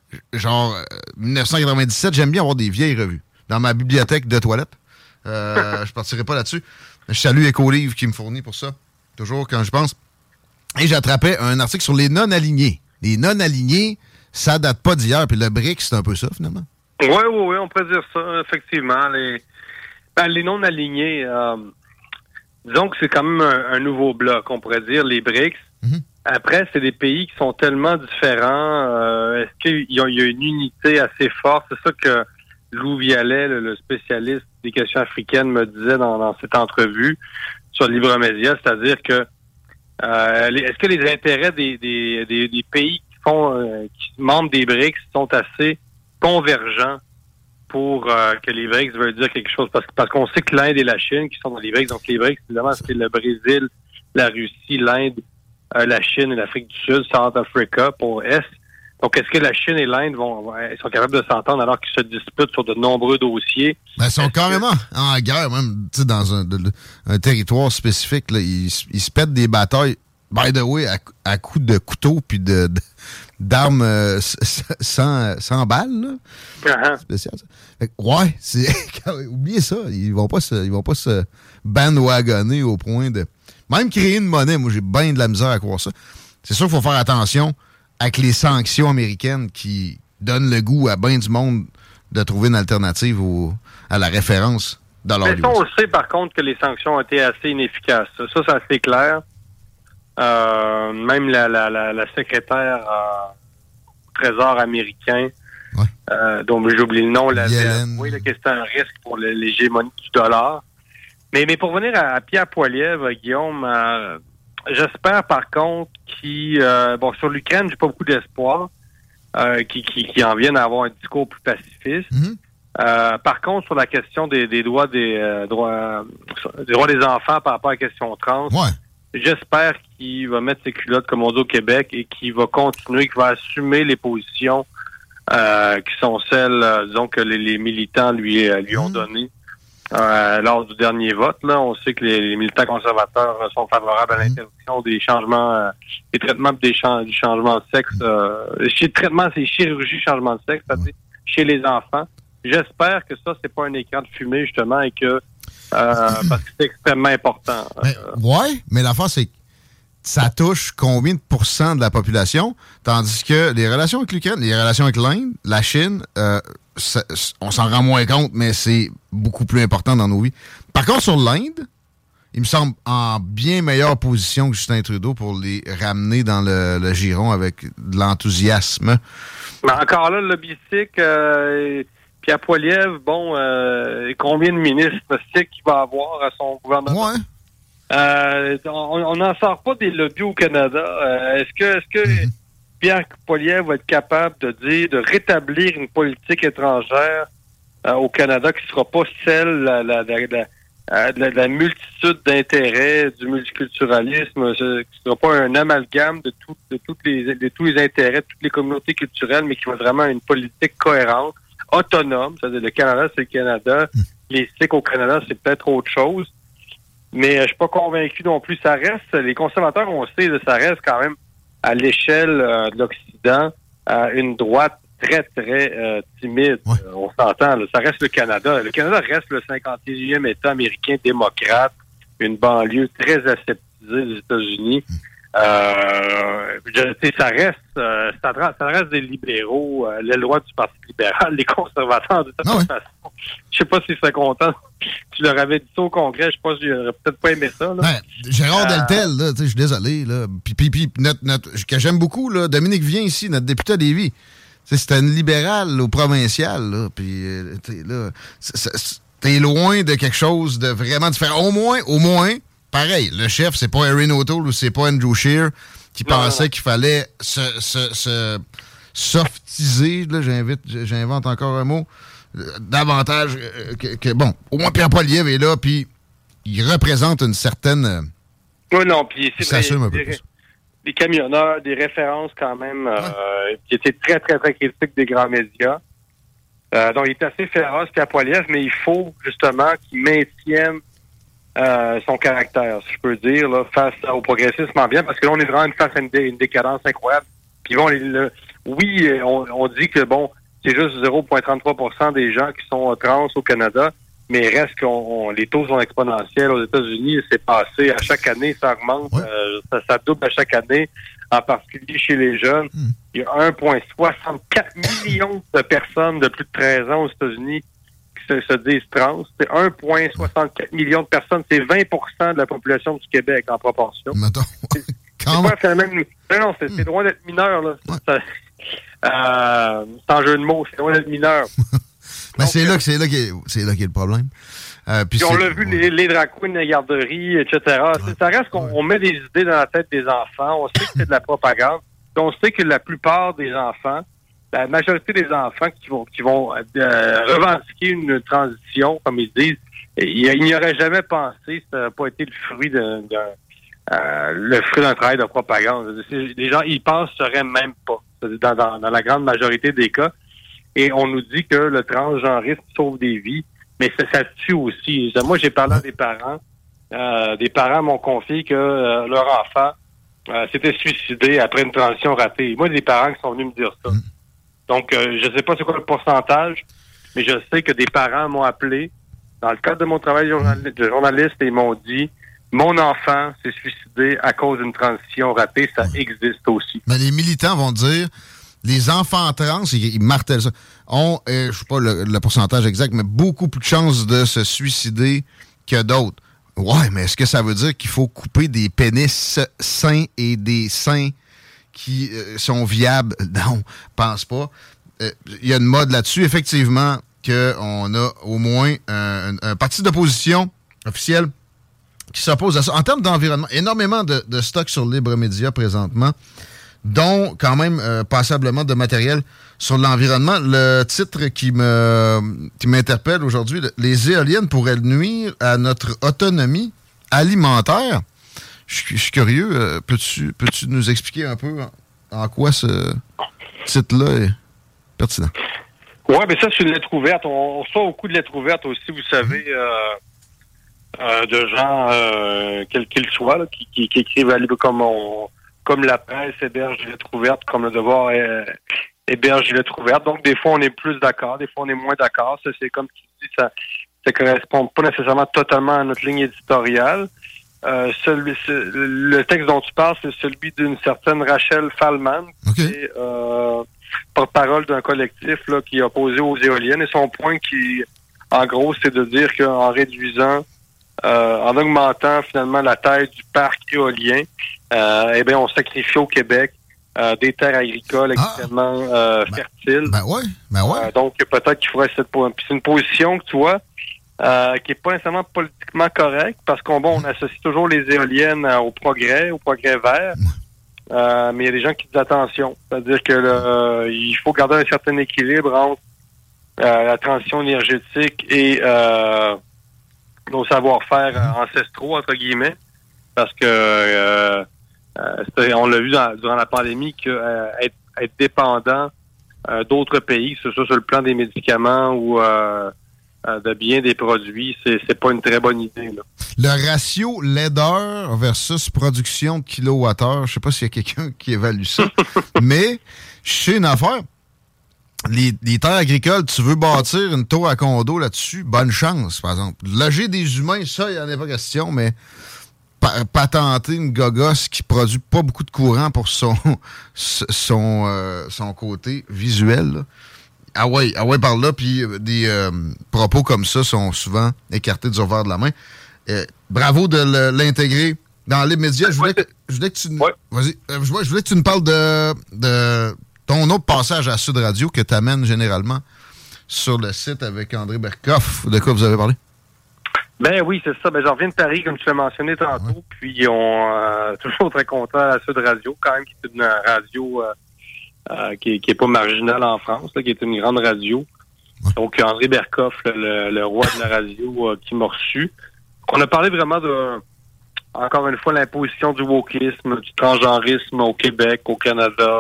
1997. J'aime bien avoir des vieilles revues dans ma bibliothèque de toilette. Je partirai pas là-dessus. Je salue Écolivre qui me fournit pour ça, toujours quand je pense. Et j'attrapais un article sur les non-alignés. Les non-alignés, ça date pas d'hier. Puis le BRICS, c'est un peu ça, finalement. Oui, on peut dire ça, effectivement. Les non-alignés, disons que c'est quand même un nouveau bloc, on pourrait dire, les BRICS. Après, c'est des pays qui sont tellement différents. Est-ce qu'il y a une unité assez forte? C'est ça que Lou Vialet, le spécialiste des questions africaines, me disait dans cette entrevue sur Libra-Média, c'est-à-dire que est-ce que les intérêts des pays qui membres des BRICS sont assez convergents pour que les BRICS veulent dire quelque chose? Parce qu'on sait que l'Inde et la Chine qui sont dans les BRICS, donc les BRICS, évidemment, c'est le Brésil, la Russie, l'Inde, la Chine et l'Afrique du Sud, South Africa pour S. Donc, est-ce que la Chine et l'Inde sont capables de s'entendre alors qu'ils se disputent sur de nombreux dossiers? Ben, ils sont carrément en guerre, même, tu sais, dans un territoire spécifique, là, ils se pètent des batailles, by the way, à coups de couteau puis d'armes sans balles, là. Spécial, ça. Fait que, ouais, oubliez ça, ils vont pas se bandwagonner au point de même créer une monnaie. Moi, j'ai bien de la misère à croire ça. C'est sûr qu'il faut faire attention avec les sanctions américaines qui donnent le goût à bien du monde de trouver une alternative à la référence de leur Mais on sait par contre que les sanctions ont été assez inefficaces. Ça c'est assez clair. Même la secrétaire au Trésor américain, dont j'oublie le nom, oui, que c'est un risque pour l'hégémonie du dollar. Mais pour venir à Pierre Poilievre, Guillaume, j'espère par contre sur l'Ukraine, j'ai pas beaucoup d'espoir qui en viennent à avoir un discours plus pacifiste. Par contre, sur la question des droits des droits des enfants par rapport à la question trans, j'espère qu'il va mettre ses culottes, comme on dit au Québec, et qu'il va continuer, qu'il va assumer les positions qui sont celles, disons, que les militants lui ont données. Lors du dernier vote, là, on sait que les militants conservateurs sont favorables à l'interdiction des changements, des traitements du changement de sexe. Traitement, c'est chirurgie, changement de sexe, c'est-à-dire chez les enfants. J'espère que ça, c'est pas un écran de fumée, justement, et que parce que c'est extrêmement important. Mais l'affaire, c'est que ça touche combien de pourcents de la population, tandis que les relations avec l'Ukraine, les relations avec l'Inde, la Chine, on s'en rend moins compte, mais c'est beaucoup plus important dans nos vies. Par contre, sur l'Inde, il me semble en bien meilleure position que Justin Trudeau pour les ramener dans le giron avec de l'enthousiasme. Mais encore là, le lobbyistique, Pierre Poilievre, combien de ministres qu'il va avoir à son gouvernement? On n'en sort pas des lobbies au Canada. Est-ce que Pierre Poilievre va être capable de rétablir une politique étrangère au Canada qui ne sera pas celle de la multitude d'intérêts, du multiculturalisme, qui ne sera pas un amalgame de tous les intérêts de toutes les communautés culturelles, mais qui va vraiment une politique cohérente, autonome. C'est-à-dire le Canada, c'est le Canada. Les Sikhs au Canada, c'est peut-être autre chose. Mais je suis pas convaincu non plus. Ça reste, les conservateurs, on sait, ça reste quand même à l'échelle de l'Occident, une droite très, très timide. On s'entend, là. Ça reste le Canada. Le Canada reste le 51e État américain démocrate, une banlieue très aseptisée des États-Unis. Ça reste des libéraux, l'aile droite du Parti libéral, les conservateurs, de toute façon. Je sais pas s'ils seraient contents. Tu leur avais dit ça au Congrès, je sais pas, j'aurais peut-être pas aimé ça. Là. Gérard Deltel, là, je suis désolé, là. Puis que j'aime beaucoup, là, Dominique Vien ici, notre député à Lévis. C'était une libérale au provincial, là. Puis, là, t'es loin de quelque chose de vraiment différent. Au moins, pareil, le chef, c'est pas Erin O'Toole ou c'est pas Andrew Scheer qui pensait qu'il fallait se softiser, là, j'invente encore un mot, davantage bon, au moins Pierre Poilievre est là, puis il représente une certaine... Oui, non, puis c'est s'assume un peu plus. Des camionneurs, des références quand même, qui étaient très, très, très critiques des grands médias. Donc, il est assez féroce, Pierre Poilievre, mais il faut justement qu'il maintienne son caractère, si je peux dire, là, face au progressisme ambiant, parce que là, on est vraiment face à une décadence incroyable. Puis bon, on dit que, bon, c'est juste 0,33% des gens qui sont trans au Canada, mais il reste les taux sont exponentiels aux États-Unis. C'est passé à chaque année, ça augmente, ça double à chaque année, en particulier chez les jeunes. Il y a 1,64 million de personnes de plus de 13 ans aux États-Unis qui se disent trans. C'est 1,64 million de personnes. C'est 20% de la population du Québec en proportion. C'est loin d'être mineur, là. C'est un jeu de mots, c'est loin d'être mineur. Mais c'est là qu'il y a le problème. Puis on l'a vu, les drag queens, les garderies, etc. Ça reste qu'on met des idées dans la tête des enfants. On sait que c'est de la propagande. Puis on sait que la plupart des enfants, la majorité des enfants qui vont revendiquer une transition, comme ils disent, ils n'y auraient jamais pensé, ça n'a pas été le fruit d'un travail de propagande. Les gens, ils penseraient même pas, dans la grande majorité des cas. Et on nous dit que le transgenrisme sauve des vies, mais ça tue aussi. Moi, j'ai parlé à des parents. Des parents m'ont confié que leur enfant s'était suicidé après une transition ratée. Moi, des parents qui sont venus me dire ça. Donc, je sais pas c'est quoi le pourcentage, mais je sais que des parents m'ont appelé dans le cadre de mon travail de journaliste et ils m'ont dit « Mon enfant s'est suicidé à cause d'une transition ratée. » Ça existe aussi. Mais les militants vont dire... Les enfants trans, ils martèlent ça, ont, je sais pas le pourcentage exact, mais beaucoup plus de chances de se suicider que d'autres. Ouais, mais est-ce que ça veut dire qu'il faut couper des pénis sains et des seins qui sont viables? Non, pense pas. Il y a une mode là-dessus, effectivement, qu'on a au moins un parti d'opposition officiel qui s'oppose à ça. En termes d'environnement, énormément de stocks sur Libre Média présentement, dont quand même passablement de matériel sur l'environnement. Le titre qui m'interpelle aujourd'hui, les éoliennes pourraient nuire à notre autonomie alimentaire. Je suis curieux. Peux-tu nous expliquer un peu en quoi ce titre-là est pertinent? Oui, mais ça, c'est une lettre ouverte. On reçoit beaucoup de lettres ouvertes aussi, vous savez, de gens, quels qu'ils soient, là, qui écrivent à libre comme la presse héberge des lettres ouvertes, comme le Devoir héberge des lettres ouvertes. Donc, des fois, on est plus d'accord, des fois, on est moins d'accord. Ça, c'est comme tu dis, ça correspond pas nécessairement totalement à notre ligne éditoriale. Le texte dont tu parles, c'est celui d'une certaine Rachel Fallman, qui est porte-parole d'un collectif là, qui est opposé aux éoliennes. Et son point, en gros, c'est de dire qu'en réduisant, en augmentant finalement la taille du parc éolien, eh bien, on sacrifie au Québec des terres agricoles extrêmement fertiles. Donc, peut-être qu'il faudrait c'est une position que tu vois qui est pas nécessairement politiquement correcte parce qu'on associe toujours les éoliennes au progrès vert. Mais il y a des gens qui disent attention. C'est-à-dire que il faut garder un certain équilibre entre la transition énergétique et nos savoir-faire ancestraux, entre guillemets. Parce que on l'a vu durant la pandémie que être dépendant d'autres pays, que ce soit sur le plan des médicaments ou de bien des produits, c'est pas une très bonne idée, là. Le ratio laideur versus production de kilowattheure, je sais pas s'il y a quelqu'un qui évalue ça, mais je sais une affaire. Les terres agricoles, tu veux bâtir une tour à condo là-dessus, bonne chance, par exemple. Loger des humains, ça, il n'y en a pas question, mais patenter une gogosse qui produit pas beaucoup de courant pour son côté visuel. Là. Ah ouais, par là, puis des propos comme ça sont souvent écartés du revers de la main. Bravo de l'intégrer dans les médias. Je voulais que tu... Vas-y. Je voulais que tu nous parles de ton autre passage à Sud Radio que tu amènes généralement sur le site avec André Berkoff. De quoi vous avez parlé? Ben oui, c'est ça. Ben j'en reviens de Paris, comme tu l'as mentionné tantôt. Ouais. Puis on toujours très content à Sud Radio, quand même, qui est une radio qui est pas marginale en France, là, qui est une grande radio. Ouais. Donc André Berkoff, le roi de la radio, qui m'a reçu. On a parlé vraiment de, encore une fois, l'imposition du wokisme, du transgenrisme au Québec, au Canada.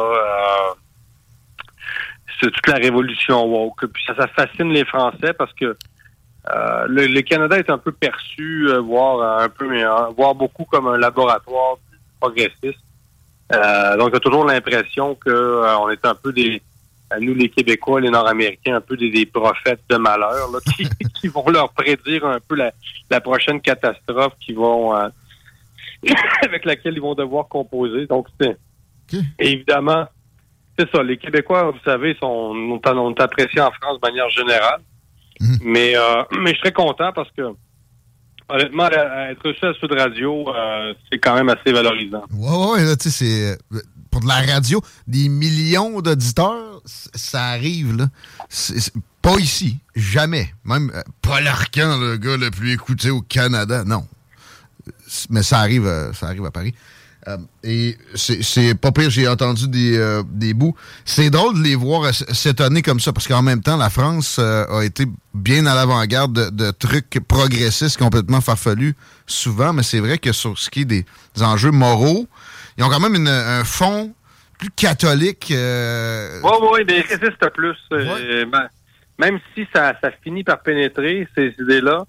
C'est toute la révolution woke. Puis ça fascine les Français parce que le Canada est un peu perçu, voire beaucoup comme un laboratoire du progressisme. Donc, il y a toujours l'impression que on est un peu nous les Québécois, les Nord-Américains, un peu des prophètes de malheur, là, qui vont leur prédire un peu la prochaine catastrophe avec laquelle ils vont devoir composer. Donc, évidemment, c'est ça. Les Québécois, vous savez, on est appréciés en France de manière générale. Mais je suis très content parce que, honnêtement, être reçu à Sud Radio, c'est quand même assez valorisant. Ouais, là, tu sais, c'est pour de la radio, des millions d'auditeurs, ça arrive, là. C'est pas ici, jamais. Même Paul Arcand, le gars le plus écouté au Canada, non. Mais ça arrive à Paris. Et c'est pas pire, j'ai entendu des bouts. C'est drôle de les voir s'étonner comme ça, parce qu'en même temps, la France a été bien à l'avant-garde de trucs progressistes complètement farfelus, souvent, mais c'est vrai que sur ce qui est des enjeux moraux, ils ont quand même un fond plus catholique. Oui, mais résiste plus. Même si ça finit par pénétrer, ces idées-là,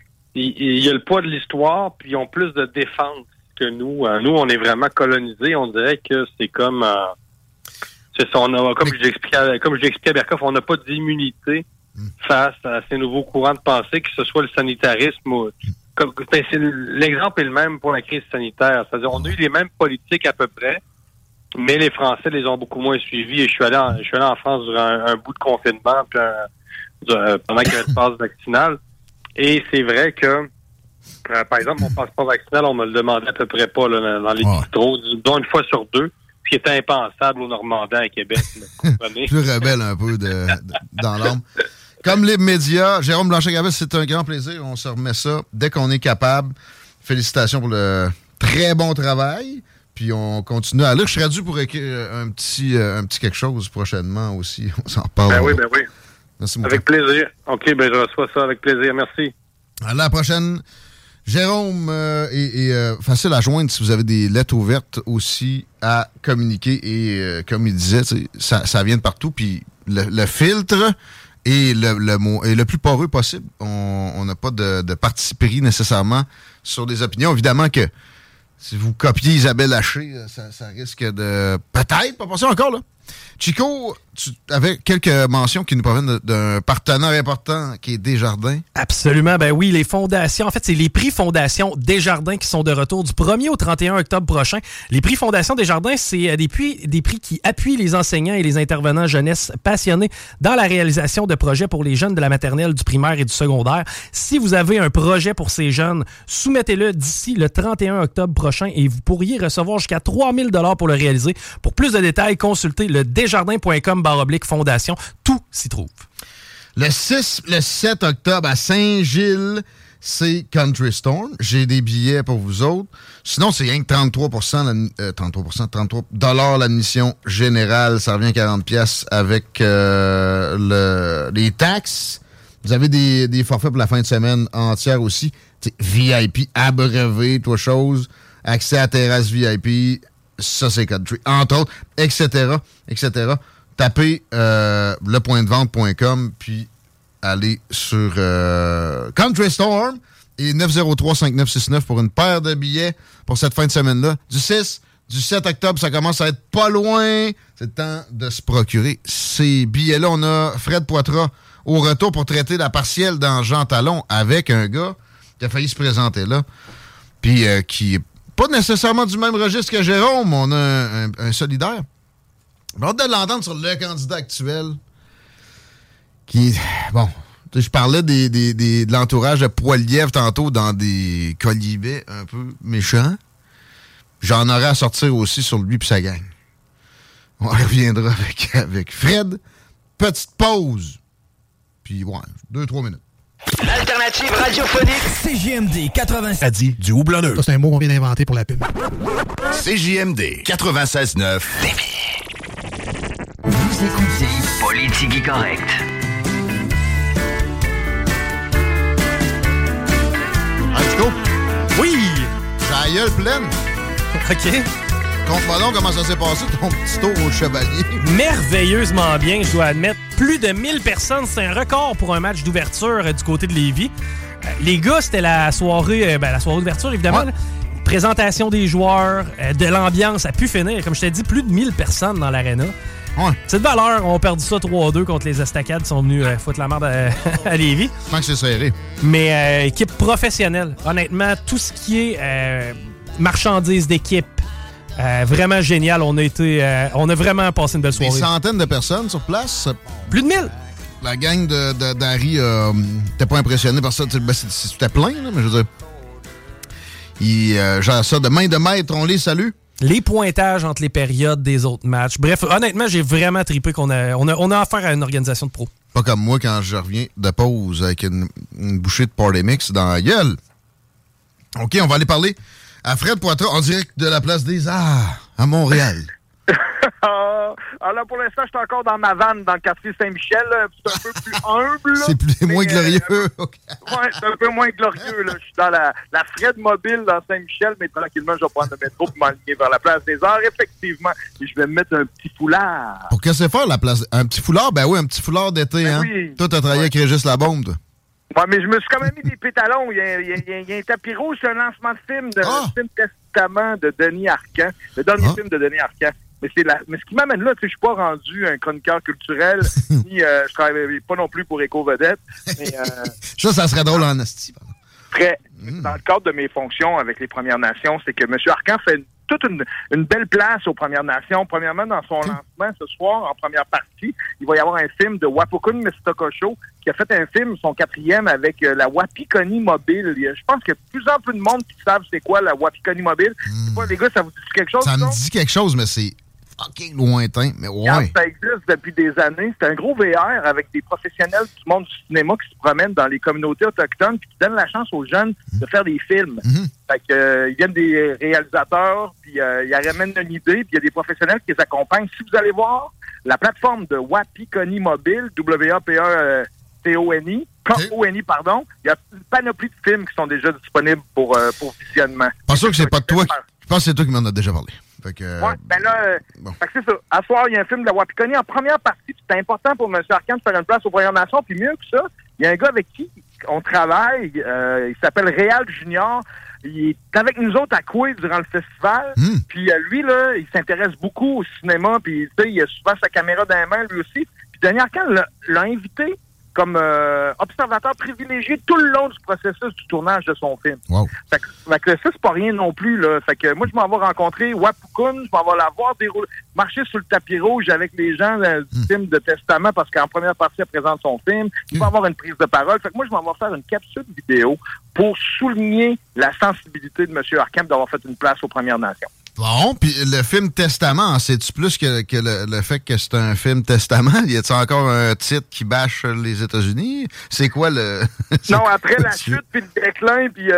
il y a le poids de l'histoire, puis ils ont plus de défense que nous. Nous, on est vraiment colonisés. On dirait que c'est comme... c'est ça, comme je l'expliquais à Berkoff, on n'a pas d'immunité face à ces nouveaux courants de pensée, que ce soit le sanitarisme ou... L'exemple est le même pour la crise sanitaire. C'est-à-dire, on a eu les mêmes politiques à peu près, mais les Français les ont beaucoup moins suivis. Et je suis allé en France durant un bout de confinement, puis pendant qu'il y avait le passe vaccinal. Et c'est vrai que, par exemple, mon passeport vaccinal, on me le demandait à peu près pas là, dans les bistrots, dont une fois sur deux, ce qui était impensable aux Normandins à Québec. Plus rebelle un peu dans l'âme. Comme les médias, Jérôme Blanchet-Gravel, c'est un grand plaisir. On se remet ça dès qu'on est capable. Félicitations pour le très bon travail. Puis on continue à lire. Je serais dû pour écrire un petit quelque chose prochainement aussi. On s'en reparle. Ben oui. Merci, avec plaisir. OK, je reçois ça avec plaisir. Merci. À la prochaine. Jérôme est facile à joindre si vous avez des lettres ouvertes aussi à communiquer. Et comme il disait, ça vient de partout. Puis le filtre est le plus poreux possible. On n'a pas de parti pris nécessairement sur des opinions. Évidemment que si vous copiez Isabelle Haché, ça risque de peut-être pas passer encore, là. Chico, tu avais quelques mentions qui nous proviennent d'un partenaire important qui est Desjardins. Absolument, ben oui, les fondations. En fait, c'est les prix Fondation Desjardins qui sont de retour du 1er au 31 octobre prochain. Les prix Fondation Desjardins, c'est des prix qui appuient les enseignants et les intervenants jeunesse passionnés dans la réalisation de projets pour les jeunes de la maternelle, du primaire et du secondaire. Si vous avez un projet pour ces jeunes, soumettez-le d'ici le 31 octobre prochain et vous pourriez recevoir jusqu'à 3 000 $ pour le réaliser. Pour plus de détails, consultez le desjardins.com/fondation. Tout s'y trouve. Le 7 octobre à Saint-Gilles, c'est Country Storm. J'ai des billets pour vous autres. Sinon, c'est rien que 33 $ l'admission générale. Ça revient à 40$ avec les taxes. Vous avez des forfaits pour la fin de semaine entière aussi. T'sais, VIP, abreuvé, toi chose. Accès à terrasse VIP. Ça, c'est Country. Entre autres, etc. Tapez lepointdevente.com puis allez sur Country Storm et 903-5969 pour une paire de billets pour cette fin de semaine-là. Du 7 octobre, ça commence à être pas loin. C'est le temps de se procurer ces billets-là. On a Fred Poitras au retour pour traiter la partielle dans Jean Talon avec un gars qui a failli se présenter là. Puis qui est pas nécessairement du même registre que Jérôme. On a un solidaire. J'ai hâte de l'entendre sur le candidat actuel. Qui, bon, je parlais de l'entourage de Poilievre tantôt dans des colibets un peu méchants. J'en aurais à sortir aussi sur lui et sa gang. On reviendra avec Fred. Petite pause. Puis, ouais, 2-3 minutes. L'alternative radiophonique CJMD 96. A dit du houblonneux. Ça, c'est un mot qu'on vient d'inventer pour la pub. CJMD 96.9. Vous écoutez Politique Correct. Chico? Oui! J'ai la gueule pleine. OK. Conte-moi donc comment ça s'est passé, ton petit tour au Chevalier. Merveilleusement bien, je dois admettre. Plus de 1000 personnes, c'est un record pour un match d'ouverture du côté de Lévis. Les gars, c'était la soirée d'ouverture, évidemment. Ouais. Présentation des joueurs, de l'ambiance, ça a pu finir. Comme je t'ai dit, plus de 1000 personnes dans l'aréna. Ouais. C'est de valeur. On a perdu ça 3-2 contre les Estacades qui sont venus foutre la merde à Lévis. Tant que c'est serré. Mais équipe professionnelle. Honnêtement, tout ce qui est marchandises d'équipe, vraiment génial. On a vraiment passé une belle soirée. Des centaines de personnes sur place. Plus de 1000. La gang d'Harry t'es pas impressionné par ça. C'était plein, là, mais je veux dire. Ils gèrent ça de main de maître. On les salue. Les pointages entre les périodes des autres matchs. Bref, honnêtement, j'ai vraiment trippé qu'on a affaire à une organisation de pro. Pas comme moi quand je reviens de pause avec une bouchée de Party Mix dans la gueule. OK, on va aller parler à Fred Poitras en direct de la Place des Arts à Montréal. Alors pour l'instant, je suis encore dans ma vanne dans le quartier Saint-Michel. C'est un peu plus humble. C'est moins glorieux. Okay. Ouais, c'est un peu moins glorieux. Là. Je suis dans la Fred Mobile dans Saint-Michel, mais tranquillement, je vais prendre le métro pour m'aligner vers la Place des Arts, effectivement. Et je vais me mettre un petit foulard. Pour qu'est-ce que c'est faire, la place? Un petit foulard? Ben oui, un petit foulard d'été, ben hein? Oui. Toi, t'as travaillé avec Régis Labombe, toi. Ouais, mais je me suis quand même mis des pétalons. Il y a un tapis rouge, c'est un lancement de film, film Testament de Denis Arcand. Le dernier film de Denis Arcand. Mais ce qui m'amène là, tu sais, je suis pas rendu un chroniqueur culturel, ni je travaille pas non plus pour Éco-Vedette. Mais, ça serait drôle en esti. Très. Dans le cadre de mes fonctions avec les Premières Nations, c'est que M. Arcand fait toute une belle place aux Premières Nations. Premièrement, dans son lancement ce soir, en première partie, il va y avoir un film de Wapukun Mistokosho qui a fait un film, son 4e, avec la Wapikoni Mobile. Je pense qu'il y a de plus en plus de monde qui savent c'est quoi la Wapikoni Mobile. C'est pas, les gars, ça vous dit quelque chose? Ça me dit quelque chose, mais c'est fucking lointain, mais ouais. Quand ça existe depuis des années. C'est un gros VR avec des professionnels du monde du cinéma qui se promènent dans les communautés autochtones puis qui donnent la chance aux jeunes de faire des films. Fait que, ils viennent des réalisateurs, puis ils ramènent une idée, puis il y a des professionnels qui les accompagnent. Si vous allez voir la plateforme de Wapikoni Mobile, W-A-P-A-T-O-N-I, O-N-I, pardon, il y a une panoplie de films qui sont déjà disponibles pour visionnement. Pas sûr que c'est pas de toi. Je pense que c'est toi qui m'en as déjà parlé. Fait que, ouais, ben là, fait que c'est ça. À soir, il y a un film de la Wapikoni en première partie. C'est important pour M. Arcand de faire une place aux Premières Nations. Puis mieux que ça, il y a un gars avec qui on travaille. Il s'appelle Réal Junior. Il est avec nous autres à Coué durant le festival. Puis lui, là, il s'intéresse beaucoup au cinéma. Puis tu sais, il a souvent sa caméra dans la main, lui aussi. Puis Denis Arcand l'a invité comme observateur privilégié tout le long du processus du tournage de son film. Wow. Fait que ça, c'est pas rien non plus, là. Fait que moi, je m'en vais rencontrer Wapukun, je m'en vais la voir marcher sur le tapis rouge avec les gens du film de Testament, parce qu'en première partie, elle présente son film. Il va avoir une prise de parole. Fait que moi, je m'en vais faire une capsule vidéo pour souligner la sensibilité de M. Arcand d'avoir fait une place aux Premières Nations. Bon, puis le film Testament, en sais-tu plus que le fait que c'est un film Testament? Y a-t-il encore un titre qui bâche les États-Unis? C'est quoi le... Non, après la chute, puis le déclin, puis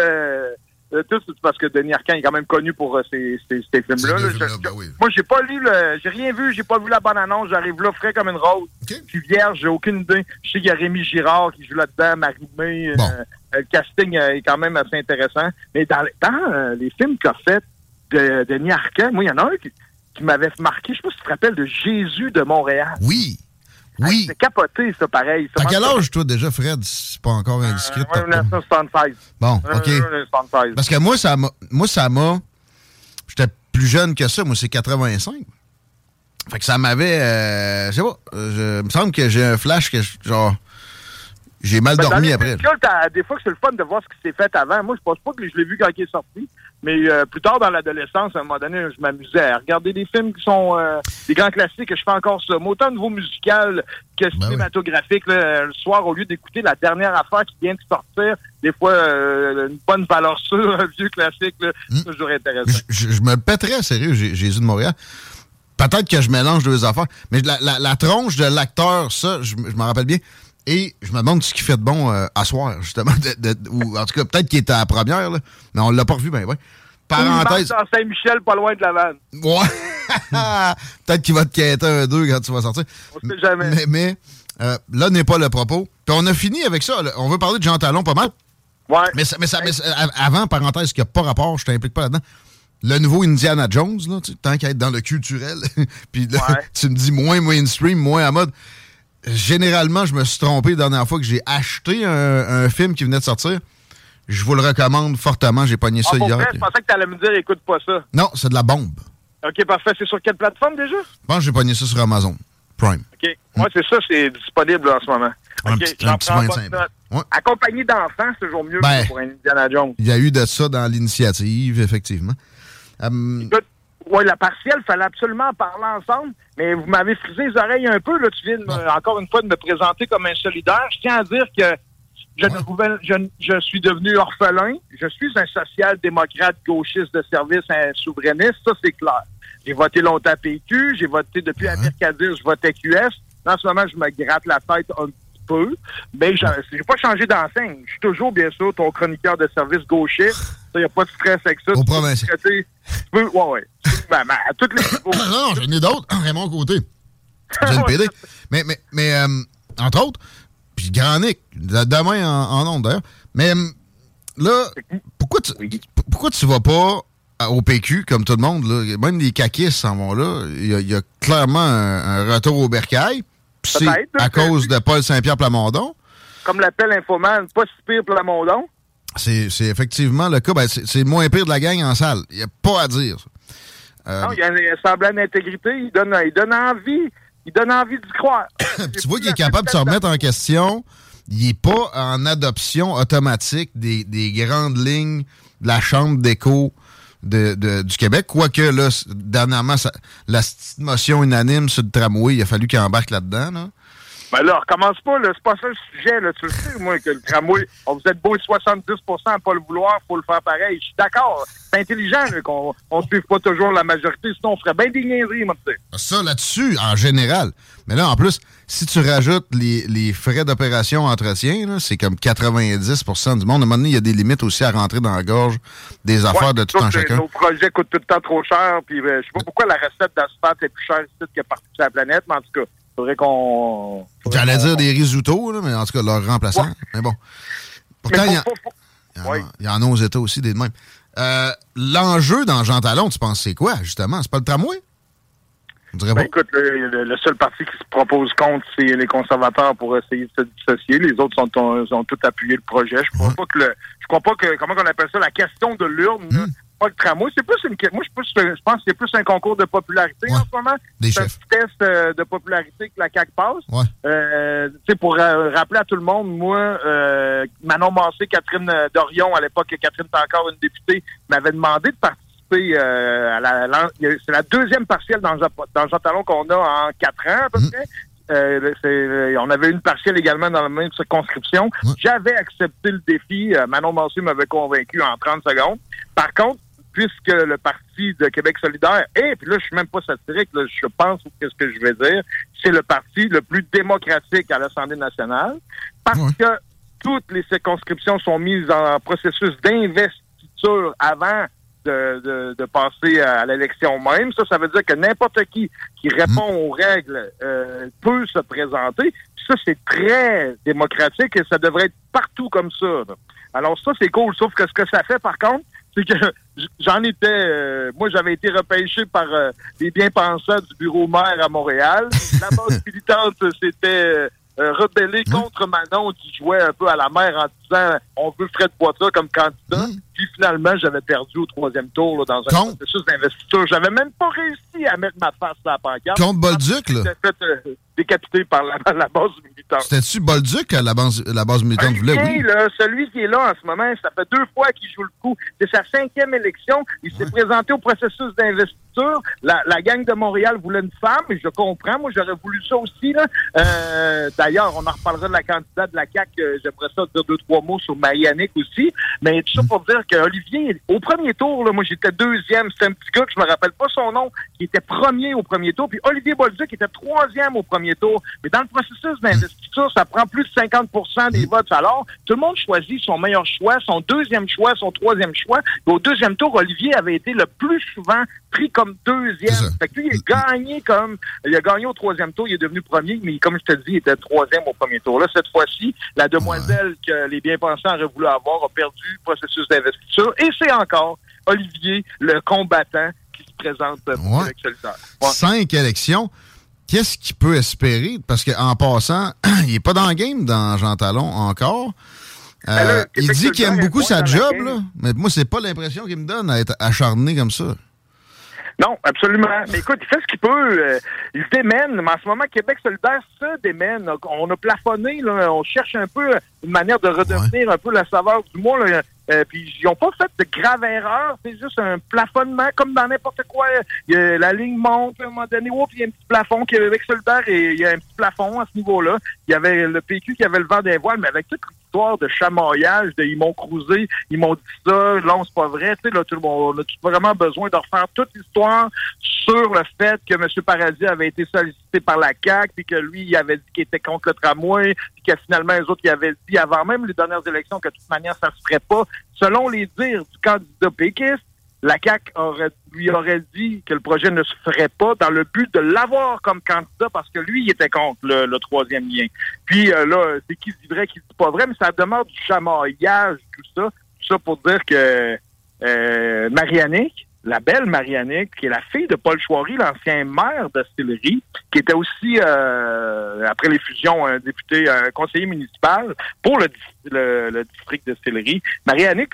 tout, c'est parce que Denis Arcand est quand même connu pour ces films-là. Moi, j'ai pas lu j'ai rien vu, j'ai pas vu la bande-annonce, j'arrive là frais comme une rose. Puis vierge, j'ai aucune idée. Je sais qu'il y a Rémi Girard qui joue là-dedans, Marie-Mé. Le casting est quand même assez intéressant. Mais dans les films qu'a fait de Denis Arcand, moi, il y en a un qui m'avait marqué, je sais pas si tu te rappelles, de Jésus de Montréal. Oui. Oui. C'est capoté, ça, pareil. T'as quel âge, toi, déjà, Fred? C'est pas encore indiscret. 1976. Bon, OK. 1976. Parce que moi, ça m'a... J'étais plus jeune que ça. Moi, c'est 85. Fait que ça m'avait... je sais pas. Il me semble que j'ai un flash que, genre... J'ai mal dormi après. Des fois, c'est le fun de voir ce qui s'est fait avant. Moi, je pense pas que je l'ai vu quand il est sorti. Mais plus tard, dans l'adolescence, à un moment donné, je m'amusais à regarder des films qui sont des grands classiques. Je fais encore ça. Mais autant au niveau musical que cinématographique, là, le soir, au lieu d'écouter la dernière affaire qui vient de sortir, des fois, une bonne valeur sûre, un vieux classique, là, c'est toujours intéressant. Je me pèterais, sérieux, Jésus de Montréal. Peut-être que je mélange deux affaires. Mais la tronche de l'acteur, ça, je m'en rappelle bien. Et je me demande ce qu'il fait de bon à soir, justement. Ou en tout cas, peut-être qu'il était à la première, là, mais on l'a pas revu, ben ouais. Parenthèse. Dans Saint-Michel, pas loin de Laval. Ouais. Peut-être qu'il va te quêter un 2 quand tu vas sortir. On sait jamais. Mais là n'est pas le propos. Puis on a fini avec ça. Là. On veut parler de Jean Talon pas mal. Ouais. Mais avant, parenthèse, qui n'a pas rapport, je t'implique pas là-dedans. Le nouveau Indiana Jones, là, tant qu'à être dans le culturel, puis là, tu me dis moins mainstream, moins à mode. Généralement, je me suis trompé la dernière fois que j'ai acheté un film qui venait de sortir. Je vous le recommande fortement. J'ai pogné ça hier. Je pensais que tu allais me dire, écoute pas ça. Non, c'est de la bombe. OK, parfait. C'est sur quelle plateforme déjà? Je pense que j'ai pogné ça sur Amazon Prime. OK. Moi, c'est ça, c'est disponible là, en ce moment. Un OK, petit j'en prends bonne note. Ouais. Accompagné d'enfants, c'est toujours mieux que pour un Indiana Jones. Il y a eu de ça dans l'initiative, effectivement. Écoute, oui, la partielle, il fallait absolument en parler ensemble, mais vous m'avez frisé les oreilles un peu. Là, tu viens encore une fois de me présenter comme un solidaire. Je tiens à dire que je suis devenu orphelin. Je suis un social-démocrate gauchiste de service, un souverainiste. Ça, c'est clair. J'ai voté longtemps PQ. J'ai voté depuis la Mercadir, je votais QS. En ce moment, je me gratte la tête un petit peu. Mais j'ai pas changé d'enseigne. Je suis toujours, bien sûr, ton chroniqueur de service gauchiste. Il n'y a pas de stress avec ça. Au provincial. Ouais. À toutes les niveaux. Non, j'en ai d'autres. Raymond Côté. J'ai une PD. Mais entre autres, puis Grand Nick, demain en ondes d'ailleurs. Mais là, pourquoi tu vas pas au PQ, comme tout le monde, là? Même les caquistes s'en vont là. Il y a clairement un retour au bercail. C'est à cause de Paul Saint-Pierre Plamondon. Comme l'appelle Infoman, pas si pire Plamondon. C'est effectivement le cas. Ben, c'est le moins pire de la gang en salle. Il n'y a pas à dire. Non, il y a un semblant d'intégrité. Il donne envie. Il donne envie d'y croire. Tu vois qu'il est capable de se remettre en question. Il n'est pas en adoption automatique des grandes lignes de la Chambre d'écho du Québec. Quoique, là, dernièrement, la motion unanime sur le tramway, il a fallu qu'il embarque là-dedans. Là. Ben là, recommence pas, là. C'est pas ça le sujet, là. Tu le sais, moi, que le tramway, vous êtes beau 70% à pas le vouloir, faut le faire pareil. Je suis d'accord. C'est intelligent, là, qu'on ne suive pas toujours la majorité, sinon on ferait bien des niaiseries, moi, tu sais. Ça, là-dessus, en général. Mais là, en plus, si tu rajoutes les frais d'opération entretien, là, c'est comme 90% du monde. À un moment donné, il y a des limites aussi à rentrer dans la gorge des affaires de tout un chacun. Nos projets coûtent tout le temps trop cher, puis je sais pas pourquoi la recette d'asphalte est plus chère ici que partout sur la planète, mais en tout cas, faudrait qu'on... J'allais dire des risottos, là, mais en tout cas, leur remplaçant. Ouais. Mais bon. Pourtant, il y en a aux États aussi, des de même. L'enjeu dans Jean Talon, tu penses c'est quoi, justement? C'est pas le tramway? On dirait pas. Écoute, le seul parti qui se propose contre, c'est les conservateurs pour essayer de se dissocier. Les autres ont tout appuyé le projet. Je crois pas que, comment on appelle ça, la question de l'urne, pas le tramway, c'est plus je pense que c'est plus un concours de popularité en ce moment. C'est un petit test de popularité que la CAQ passe. Ouais. Pour rappeler à tout le monde, moi, Manon Massé, Catherine Dorion, à l'époque, Catherine était encore une députée, m'avait demandé de participer c'est la deuxième partielle dans Jean Talon qu'on a en 4 ans, à peu près. On avait une partielle également dans la même circonscription. J'avais accepté le défi. Manon Massé m'avait convaincu en 30 secondes. Par contre, puisque le Parti de Québec solidaire, et puis là, je suis même pas satirique, là, je pense que ce que je vais dire, c'est le parti le plus démocratique à l'Assemblée nationale, parce que toutes les circonscriptions sont mises en processus d'investiture avant de passer à l'élection même. Ça veut dire que n'importe qui répond aux règles peut se présenter. Puis ça, c'est très démocratique et ça devrait être partout comme ça. Là. Alors ça, c'est cool. Sauf que ce que ça fait, par contre, c'est que moi, j'avais été repêché par les bien-pensants du bureau maire à Montréal. La base militante s'était rebellée contre Manon qui jouait un peu à la maire disant on veut Fred Poitras comme candidat. Puis finalement, j'avais perdu au 3e tour là, dans un processus d'investiture. J'avais même pas réussi à mettre ma face sur la pancarte. Contre Bolduc, là? J'étais fait décapité par la base militante. C'était-tu Bolduc à la base militante voulait? Oui. Là, celui qui est là en ce moment, ça fait 2 fois qu'il joue le coup. C'est sa 5e élection. Il s'est présenté au processus d'investiture. La gang de Montréal voulait une femme, et je comprends. Moi, j'aurais voulu ça aussi. Là. D'ailleurs, on en reparlera de la candidate de la CAQ. J'aimerais ça dire 2-3 mots sur Marie-Annick aussi. Mais tout ça pour dire qu'Olivier, au premier tour, là, moi, j'étais 2e. C'était un petit gars que je me rappelle pas son nom, qui était 1er au premier tour. Puis Olivier Bolduc était 3e au premier tour. Mais dans le processus d'investiture, ça prend plus de 50% des votes. Alors, tout le monde choisit son meilleur choix, son 2e choix, son 3e choix. Et au 2e tour, Olivier avait été le plus souvent pris comme 2e. Fait que lui, il a gagné au 3e tour, il est devenu 1er, mais comme je te dis, il était 3e au premier tour. Là, cette fois-ci, la demoiselle que les bien-pensants auraient voulu avoir a perdu le processus d'investiture. Et c'est encore Olivier, le combattant, qui se présente pour l'élection solidaire. 5 élections. Qu'est-ce qu'il peut espérer? Parce qu'en passant, il n'est pas dans le game dans Jean Talon encore. Il dit qu'il aime beaucoup sa job, là, mais moi, c'est pas l'impression qu'il me donne à être acharné comme ça. Non, absolument. Mais écoute, il fait ce qu'il peut. Il démène. Mais en ce moment, Québec solidaire se démène. On a plafonné. Là, on cherche un peu une manière de redevenir un peu la saveur du mois. Là. Puis ils n'ont pas fait de graves erreurs. C'est juste un plafonnement, comme dans n'importe quoi. La ligne monte, à un moment donné, il y a un petit plafond. Québec solidaire, et il y a un petit plafond à ce niveau-là. Il y avait le PQ qui avait le vent des voiles, mais avec toute l'histoire de chamaillage, ils m'ont cruisé, ils m'ont dit ça, là, c'est pas vrai. Tu sais, là, on a vraiment besoin de refaire toute l'histoire sur le fait que M. Paradis avait été sollicité par la CAQ, puis que lui, il avait dit qu'il était contre le tramway, puis que finalement, les autres, ils avaient dit avant même les dernières élections que de toute manière, ça se ferait pas. Selon les dires du candidat péquiste, la CAQ lui aurait dit que le projet ne se ferait pas dans le but de l'avoir comme candidat parce que lui, il était contre le 3e lien. Puis là, c'est qui dit vrai, qui dit pas vrai, mais ça demande du chamaillage, tout ça pour dire que Marie-Annick, la belle Marie-Annick, qui est la fille de Paul Chouari, l'ancien maire de Sillery, qui était aussi, après les fusions, un député, un conseiller municipal pour le district de Sillery. Marie-Annick,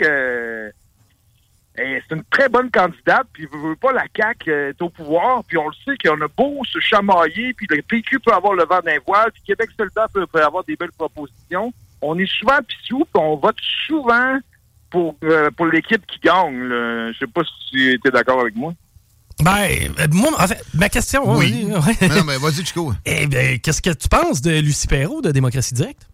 c'est une très bonne candidate, puis veut pas la CAQ est au pouvoir, puis on le sait qu'on a beau se chamailler, puis le PQ peut avoir le vent d'un voile, puis Québec solidaire peut avoir des belles propositions. On est souvent pissou, puis on vote souvent pour l'équipe qui gagne. Là. Je sais pas si tu étais d'accord avec moi. Moi, en fait, ma question... Oui. Non, mais vas-y, Chico. Qu'est-ce que tu penses de Lucie Perrault de Démocratie Directe?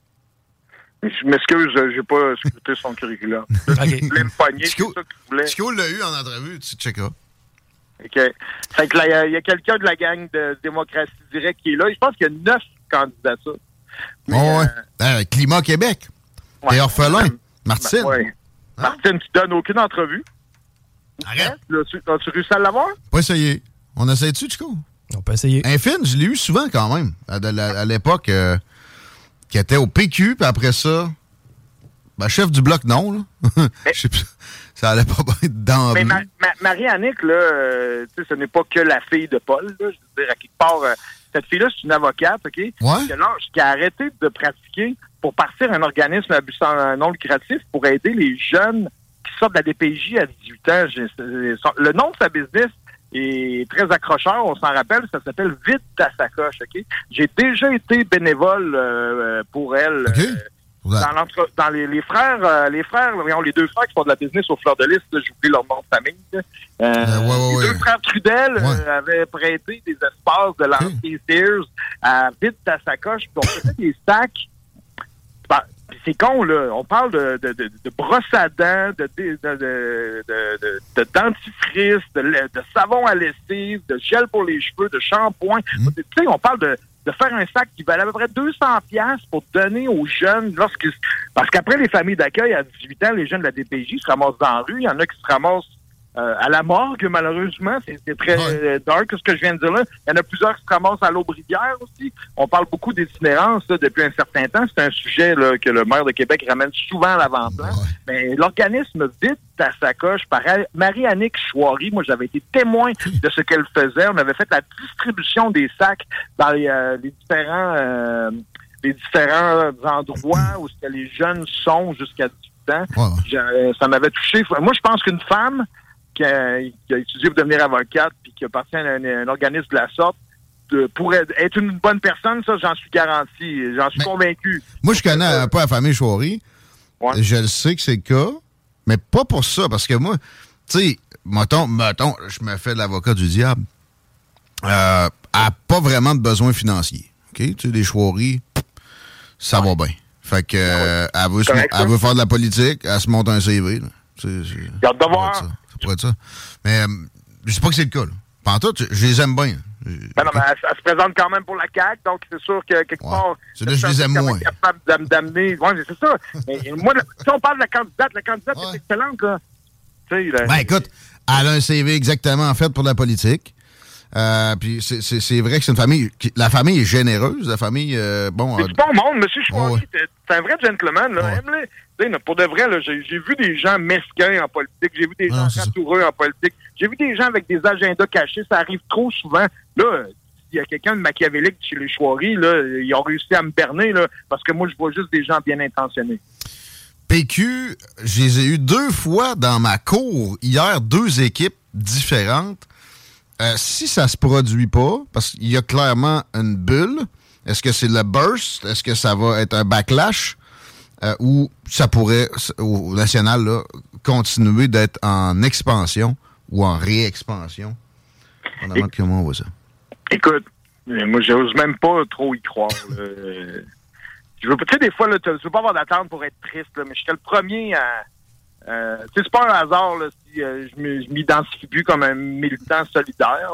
Je m'excuse, j'ai pas écouté son curriculum. Okay. voulais me pogner, c'est ça qu'il voulait. Chico l'a eu en entrevue, tu checkeras. OK. Fait que là, il y a quelqu'un de la gang de Démocratie Directe qui est là. Je pense qu'il y a 9 candidatures. Mais, Climat Québec. T'es orphelin. Martine. Martine, tu donnes aucune entrevue. Arrête. As-tu réussi à l'avoir? Pas essayé. On essaie-tu, Chico? On peut essayer. Infine, je l'ai eu souvent quand même. À l'époque... qui était au PQ, puis après ça, chef du bloc, non, là. Je sais plus, ça allait pas être dans. Mais Marie-Annick, là, ce n'est pas que la fille de Paul, là. Je veux dire, à quelque part, cette fille-là, c'est une avocate, OK? Qui a arrêté de pratiquer pour partir un organisme à but non lucratif pour aider les jeunes qui sortent de la DPJ à 18 ans. Le nom de sa business est très accrocheur, on s'en rappelle, ça s'appelle Vide ta sacoche, OK? J'ai déjà été bénévole pour elle. Okay. Dans les frères, les 2 frères qui font de la business au Fleur de Lys, j'oublie leur nom de famille. Les 2 frères Trudel avaient prêté des espaces de l'ancien Sears à Vide ta sacoche, puis on faisait des sacs. C'est con, là. On parle de brosse à dents, de dentifrice, de savon à lessive, de gel pour les cheveux, de shampoing. Tu sais, on parle de faire un sac qui valait à peu près 200$ pour donner aux jeunes parce qu'après les familles d'accueil à 18 ans, les jeunes de la DPJ se ramassent dans la rue. Il y en a qui se ramassent à la morgue, malheureusement. C'est très dark, ce que je viens de dire là. Il y en a plusieurs qui se ramassent à l'Aubrivière aussi. On parle beaucoup d'itinérance depuis un certain temps. C'est un sujet là, que le maire de Québec ramène souvent à l'avant-plan. Mais l'organisme Vide ta sacoche par Marie-Annick Chouari, moi j'avais été témoin de ce qu'elle faisait. On avait fait la distribution des sacs dans les différents les différents endroits où les jeunes sont jusqu'à 18 ans. Ça m'avait touché. Moi, je pense qu'une femme qui a étudié pour devenir avocate puis qui appartient à un organisme de la sorte, pour être une bonne personne, ça, j'en suis garanti. J'en suis convaincu. Moi, je connais un peu la famille Chouari. Ouais. Je le sais que c'est le cas, mais pas pour ça, parce que moi, tu sais, mettons, je me fais de l'avocat du diable. Elle n'a pas vraiment de besoins financiers. OK? Tu sais, les Chouari, ça va bien. Fait que elle veut faire de la politique, elle se monte un CV. Garde de voir. Ça pourrait être ça. Mais je sais pas que c'est le cas, là. Pantoute, je les aime bien. Ben non, mais elle se présente quand même pour la CAQ, donc c'est sûr que quelque part... C'est là que je les aime moins. Capable d'amener... Oui, c'est ça. Mais moi, si on parle de la candidate est excellente, là. Ben écoute, elle a un CV exactement fait pour la politique. Puis c'est vrai que c'est une famille... La famille est généreuse, la famille... c'est du bon monde, M. Chouari. C'est un vrai gentleman, là. Aime-le. Pour de vrai, là, j'ai vu des gens mesquins en politique, j'ai vu des gens ratoureux en politique, j'ai vu des gens avec des agendas cachés, ça arrive trop souvent. Là, il y a quelqu'un de machiavélique chez les Chouari, là, ils ont réussi à me berner, là, parce que moi, je vois juste des gens bien intentionnés. PQ, je les ai eu 2 fois dans ma cour, hier, 2 équipes différentes. Si ça se produit pas, parce qu'il y a clairement une bulle, est-ce que c'est le burst? Est-ce que ça va être un backlash? Ou ça pourrait, au national, là, continuer d'être en expansion ou en réexpansion? Comment on voit ça? Écoute, moi, j'ose même pas trop y croire. Tu sais, des fois, tu veux pas avoir d'attente pour être triste, là, mais j'étais le premier à... tu sais, c'est pas un hasard là, si je m'identifie plus comme un militant solidaire.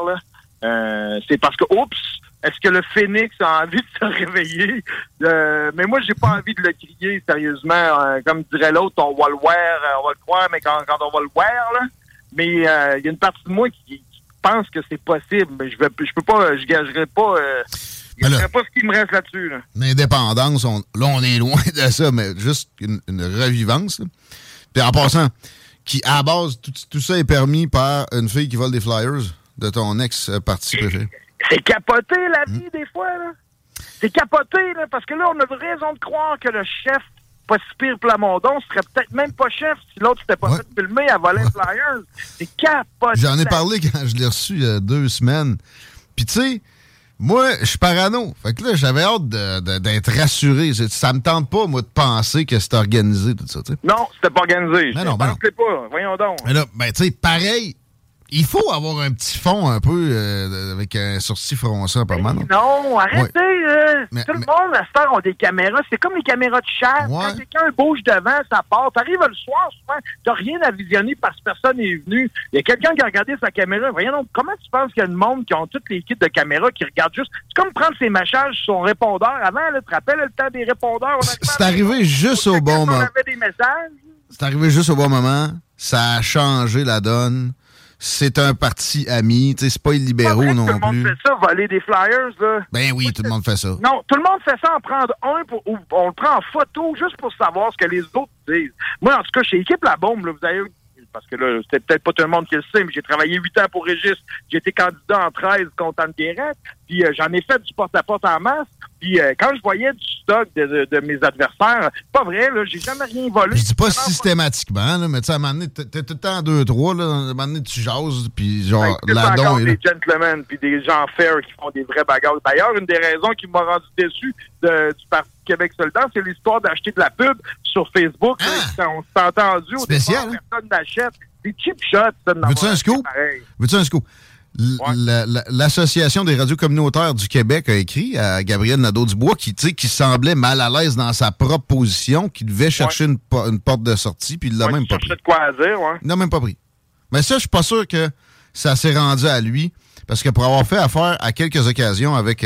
Là. C'est parce que, est-ce que le phénix a envie de se réveiller? Mais moi, j'ai pas envie de le crier, sérieusement. Comme dirait l'autre, on va le voir, on va le croire, mais quand on va le voir, là. Mais il y a une partie de moi qui pense que c'est possible. Mais je peux pas, je gagerai pas... je ne sais pas ce qu'il me reste là-dessus. Là. L'indépendance, on est loin de ça, mais juste une revivance. Là. Puis en passant, à la base, tout ça est permis par une fille qui vole des flyers de ton ex-parti préféré. C'est capoté, la vie, des fois, là. C'est capoté, là, parce que là, on a raison de croire que le chef, pas si pire Plamondon, serait peut-être même pas chef si l'autre s'était pas fait filmer à voler les flyers. C'est capoté. J'en ai parlé quand je l'ai reçu il y a 2 semaines. Puis tu sais, moi, je suis parano. Fait que là, j'avais hâte d'être rassuré. Ça me tente pas, moi, de penser que c'était organisé, tout ça, tu sais. Non, c'était pas organisé. Mais non, pas. Voyons donc. Mais là, ben, tu sais, pareil, il faut avoir un petit fond un peu avec un sourcil froncé pas mal. Non, arrêtez. Tout le monde, à cette heure, ont des caméras. C'est comme les caméras de chasse. Quand quelqu'un bouge devant, ça part. T'arrives le soir, souvent, t'as rien à visionner parce que personne n'est venu. Il y a quelqu'un qui a regardé sa caméra. Voyons donc, comment tu penses qu'il y a du monde qui ont toutes les kits de caméra qui regardent juste... C'est comme prendre ses messages sur son répondeur. Avant, là, tu te rappelles le temps des répondeurs? C'est arrivé juste au bon moment. On avait des messages. C'est arrivé juste au bon moment. Ça a changé la donne. C'est un parti ami, tu sais, c'est pas les libéraux non plus. Tout le monde fait ça, voler des flyers, là. Ben oui, tout le monde fait ça. Non, tout le monde fait ça en prendre un, ou on le prend en photo juste pour savoir ce que les autres disent. Moi, en tout cas, chez Équipe La Bombe, là, vous avez... Parce que là, c'était peut-être pas tout le monde qui le sait, mais j'ai travaillé 8 ans pour Régis. J'ai été candidat en 13 contre Anne Guérette. Puis j'en ai fait du porte-à-porte en masse. Puis quand je voyais du stock de mes adversaires, pas vrai, là, j'ai jamais rien volé. Je dis pas systématiquement, là, mais tu sais, à un moment donné, t'es tout le temps en 2-3, là, à un moment donné, tu jases, puis genre, l'adon est là. Des gentlemen, puis des gens fair qui font des vrais bagarres. D'ailleurs, une des raisons qui m'a rendu déçu du Parti Québec solidaire, c'est l'histoire d'acheter de la pub sur Facebook. On s'est entendu au départ, personne n'achète. Des cheap shots. Veux-tu un scoop? Veux-tu un scoop? L'Association des radios communautaires du Québec a écrit à Gabriel Nadeau-Dubois qui semblait mal à l'aise dans sa propre position, qui devait chercher une porte de sortie, puis il l'a même pas pris. De quoi à dire, Il l'a même pas pris. Mais ça, je suis pas sûr que ça s'est rendu à lui, parce que pour avoir fait affaire à quelques occasions avec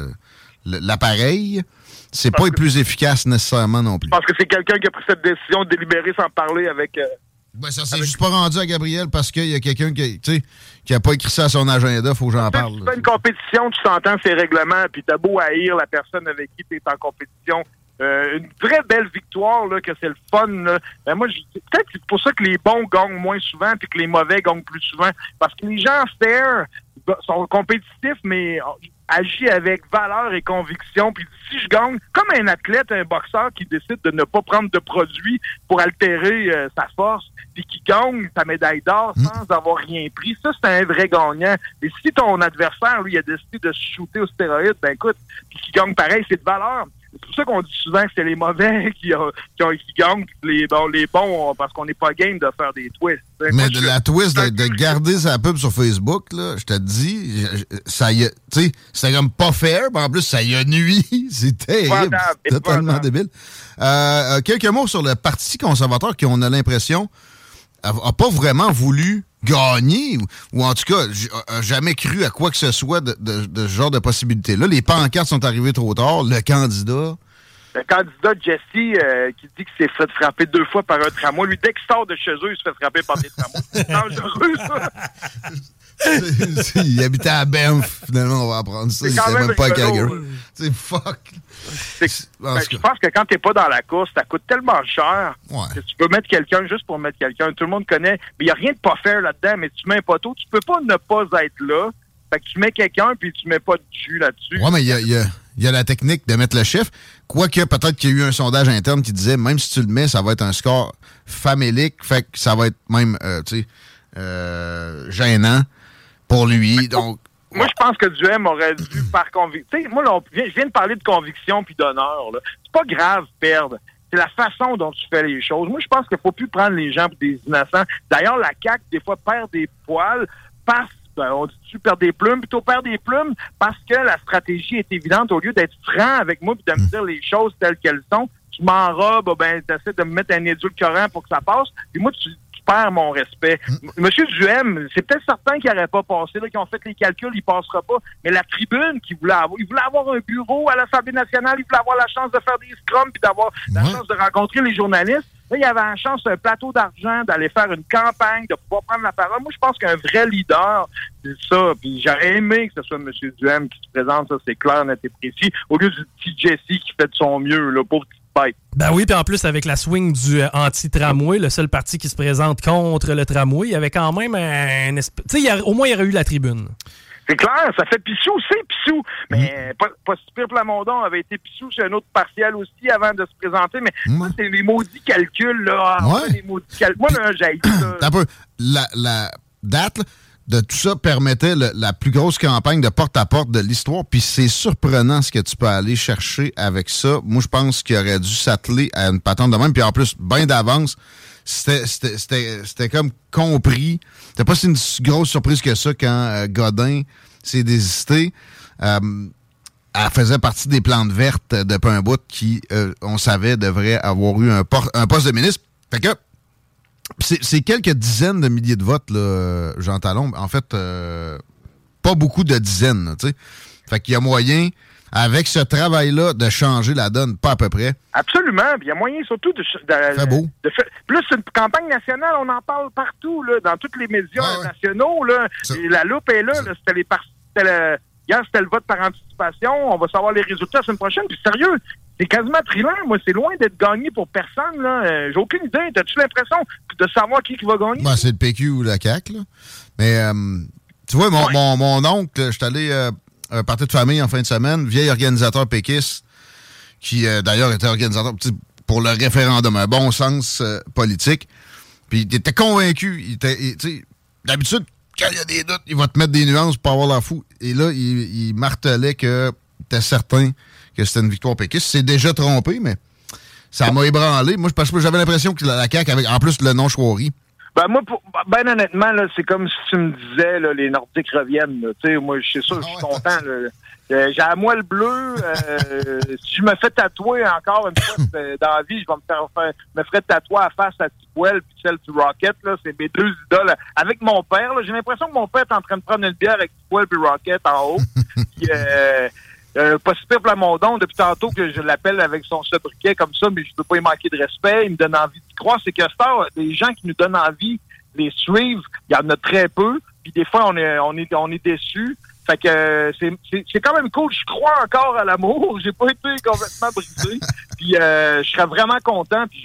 l'appareil, c'est pas le plus efficace nécessairement non plus. Parce que c'est quelqu'un qui a pris cette décision de délibérer sans parler avec... Ben, ça s'est juste pas rendu à Gabriel parce qu'il y a quelqu'un qui a pas écrit ça à son agenda, faut que j'en parle. Si tu fais une compétition, tu s'entends ses règlements, puis t'as beau haïr la personne avec qui t'es en compétition. Une vraie belle victoire, là, que c'est le fun. Là. Ben moi, peut-être que c'est pour ça que les bons gagnent moins souvent, puis que les mauvais gagnent plus souvent. Parce que les gens fair sont compétitifs, mais agit avec valeur et conviction, puis si je gagne, comme un athlète, un boxeur qui décide de ne pas prendre de produits pour altérer sa force, puis qui gagne sa médaille d'or sans avoir rien pris, ça, c'est un vrai gagnant. Et si ton adversaire, lui, a décidé de se shooter aux stéroïdes, ben écoute, puis qui gagne pareil, c'est de valeur. C'est pour ça qu'on dit souvent que c'est les mauvais qui gagnent, les bons, parce qu'on n'est pas game de faire des twists. Mais de la twist, de garder sa pub sur Facebook, là, je te dis, ça y a, tu sais, c'est comme pas fair, mais en plus, ça y a nuit. C'est terrible. C'est totalement débile. Quelques mots sur le Parti conservateur qui, on a l'impression, a pas vraiment voulu gagner, ou en tout cas, a jamais cru à quoi que ce soit de ce genre de possibilité-là. Les pancartes sont arrivées trop tard. Le candidat Jesse, qui dit qu'il s'est fait frapper 2 fois par un tramway. Lui, dès qu'il sort de chez eux, il se fait frapper par des tramways. C'est dangereux, ça. Il habitait à Banff, finalement, on va apprendre ça. Il était même pas à Calgary. C'est fuck. Je pense que quand t'es pas dans la course, ça coûte tellement cher que tu peux mettre quelqu'un juste pour mettre quelqu'un. Tout le monde connaît, mais il n'y a rien de pas faire là-dedans, mais tu mets un poteau, tu peux pas ne pas être là. Fait que tu mets quelqu'un puis tu mets pas de jus là-dessus. Ouais, mais il y a la technique de mettre le chiffre. Quoique, peut-être qu'il y a eu un sondage interne qui disait, même si tu le mets, ça va être un score famélique. Fait que ça va être même, gênant pour lui. Donc, moi, je pense que Duhem aurait dû par conviction. Tu sais, moi, là, je viens de parler de conviction puis d'honneur. Là. C'est pas grave perdre. C'est la façon dont tu fais les choses. Moi, je pense qu'il faut plus prendre les gens pour des innocents. D'ailleurs, la CAQ, des fois, perd des poils parce on dit-tu perd des plumes? Plutôt perd des plumes parce que la stratégie est évidente. Au lieu d'être franc avec moi et de me dire les choses telles qu'elles sont, tu m'enrobes, ben, tu essaies de me mettre un édulcorant pour que ça passe. Puis moi, tu perds mon respect. Monsieur Duhem, c'est peut-être certains qui n'auraient pas passé, là, qui ont fait les calculs, il passera pas. Mais la tribune qu'il voulait avoir, il voulait avoir un bureau à l'Assemblée nationale, il voulait avoir la chance de faire des scrums puis d'avoir la chance de rencontrer les journalistes. Là, il y avait la chance, un plateau d'argent, d'aller faire une campagne, de pouvoir prendre la parole. Moi, je pense qu'un vrai leader, c'est ça. Puis j'aurais aimé que ce soit M. Duhem qui se présente, ça, c'est clair, net et précis, au lieu du petit Jesse qui fait de son mieux, là, pauvre petite bête. Ben oui, puis en plus, avec la swing du anti-tramway, le seul parti qui se présente contre le tramway, il y avait quand même un espèce... Tu sais, au moins, il y aurait eu la tribune. C'est clair, ça fait pissou, c'est pissou. Mais pas si pire Plamondon avait été pissou sur un autre partiel aussi avant de se présenter. Mais moi, c'est les maudits calculs, là. Les maudits calculs. Moi, là, j'ai un peu. La date là, de tout ça permettait la plus grosse campagne de porte-à-porte de l'histoire. Puis c'est surprenant ce que tu peux aller chercher avec ça. Moi, je pense qu'il aurait dû s'atteler à une patente de même. Puis en plus, bien d'avance, c'était comme compris. C'était pas si une grosse surprise que ça quand Godin s'est désisté. Elle faisait partie des plantes vertes de peu un bout qui, on savait, devrait avoir eu un poste de ministre. Fait que c'est quelques dizaines de milliers de votes, là, Jean Talon. En fait, pas beaucoup de dizaines, tu sais. Fait qu'il y a moyen, avec ce travail-là, de changer la donne, pas à peu près. Absolument. Puis il y a moyen surtout de beau. Plus une campagne nationale, on en parle partout, là, dans tous les médias nationaux. Là. La loupe est là. Hier, c'était le vote par anticipation. On va savoir les résultats la semaine prochaine. Puis sérieux, c'est quasiment trillant. Moi, c'est loin d'être gagné pour personne. Là. J'ai aucune idée. T'as-tu l'impression de savoir qui va gagner? Ben, c'est le PQ ou la CAQ. Là. Mais tu vois, mon oncle, je suis allé un party de famille en fin de semaine, vieil organisateur péquiste, qui d'ailleurs était organisateur pour le référendum, un bon sens politique. Puis il était convaincu. D'habitude, quand il y a des doutes, il va te mettre des nuances pour avoir l'air fou. Et là, il martelait que t'es certain que c'était une victoire péquiste. C'est déjà trompé, mais ça m'a ébranlé. Moi, parce que j'avais l'impression que la CAQ, avec en plus le nom Chouari. Ben moi, ben honnêtement, là, c'est comme si tu me disais, là, les Nordiques reviennent. Tu sais, moi, je suis sûr, je suis content. Là. J'ai à moi le bleu. Si je me fais tatouer encore une fois dans la vie, je vais me ferais tatouer à face à Tipwell puis celle du Rocket. Là, c'est mes deux idoles. Avec mon père, là, j'ai l'impression que mon père est en train de prendre une bière avec Tipwell puis Rocket en haut. Puis, pas si pire Plamondon, depuis tantôt que je l'appelle avec son sobriquet comme ça, mais je peux pas y manquer de respect. Il me donne envie d'y croire. C'est que des gens qui nous donnent envie de les suivre, il y en a très peu. Puis des fois, on est déçus. Fait que c'est quand même cool. Je crois encore à l'amour. J'ai pas été complètement brisé. Puis je serais vraiment content. Puis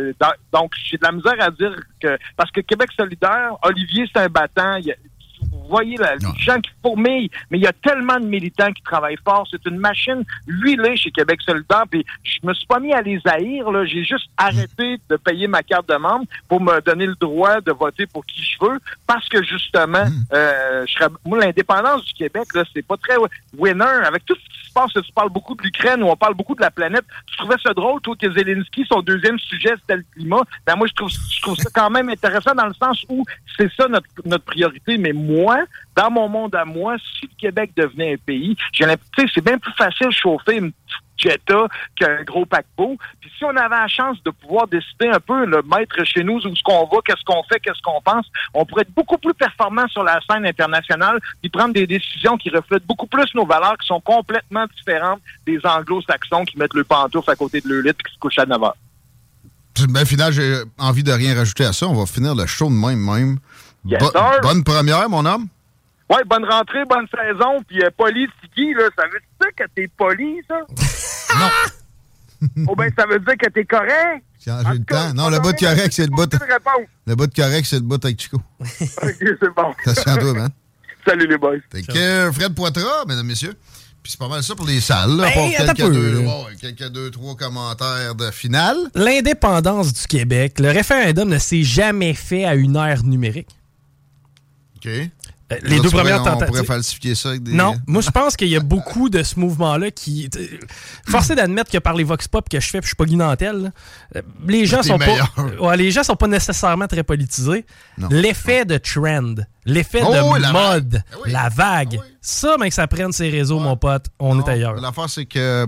donc j'ai de la misère à dire que parce que Québec solidaire, Olivier c'est un battant. voyez les gens qui fourmillent, mais il y a tellement de militants qui travaillent fort. C'est une machine huilée chez Québec solidaire, puis je me suis pas mis à les haïr, là. J'ai juste arrêté de payer ma carte de membre pour me donner le droit de voter pour qui je veux, parce que justement, moi, l'indépendance du Québec, là, c'est pas très winner. Avec tout ce qui se passe, tu parles beaucoup de l'Ukraine, ou on parle beaucoup de la planète. Tu trouvais ça drôle, toi, que Zelensky, son deuxième sujet, c'était le climat. Ben, moi, je trouve ça quand même intéressant dans le sens où c'est ça notre priorité. Mais moi, dans mon monde à moi, si le Québec devenait un pays, j'ai l'impression que c'est bien plus facile de chauffer une petite Jetta qu'un gros paquebot. Puis si on avait la chance de pouvoir décider un peu, le mettre chez nous, où ce qu'on va, qu'est-ce qu'on fait, qu'est-ce qu'on pense, on pourrait être beaucoup plus performant sur la scène internationale, puis prendre des décisions qui reflètent beaucoup plus nos valeurs, qui sont complètement différentes des anglo-saxons qui mettent le pantoufle à côté de leur lit et qui se couchent à 9 heures. Ben, finalement, j'ai envie de rien rajouter à ça. On va finir le show de même. Yes, bonne première, mon homme. Ouais, bonne rentrée, bonne saison, puis poli, Tiki, là, ça veut dire que t'es poli, ça? Non. Oh, ben, ça veut dire que t'es correct? Changer le temps. Non, le bout de correct, c'est le bout. Le bout de correct, c'est le bout avec Chico. OK, c'est bon. Attention à toi, man. Salut, les boys. T'es que Fred Poitras, mesdames, messieurs. Puis c'est pas mal ça pour les salles, là, Ben, pour quelques deux, trois commentaires de finale. L'indépendance du Québec, le référendum ne s'est jamais fait à une ère numérique. OK. Les deux premières tentatives. On pourrait falsifier ça avec des... Non, moi je pense qu'il y a beaucoup de ce mouvement-là qui... Forcé d'admettre que par les vox pop que je fais, puis je suis pas Guy Nantel, les gens sont pas... les gens sont pas nécessairement très politisés. L'effet de trend, l'effet de mode, la vague, ça, mais que ça prenne ses réseaux, mon pote, on est ailleurs. L'affaire, c'est que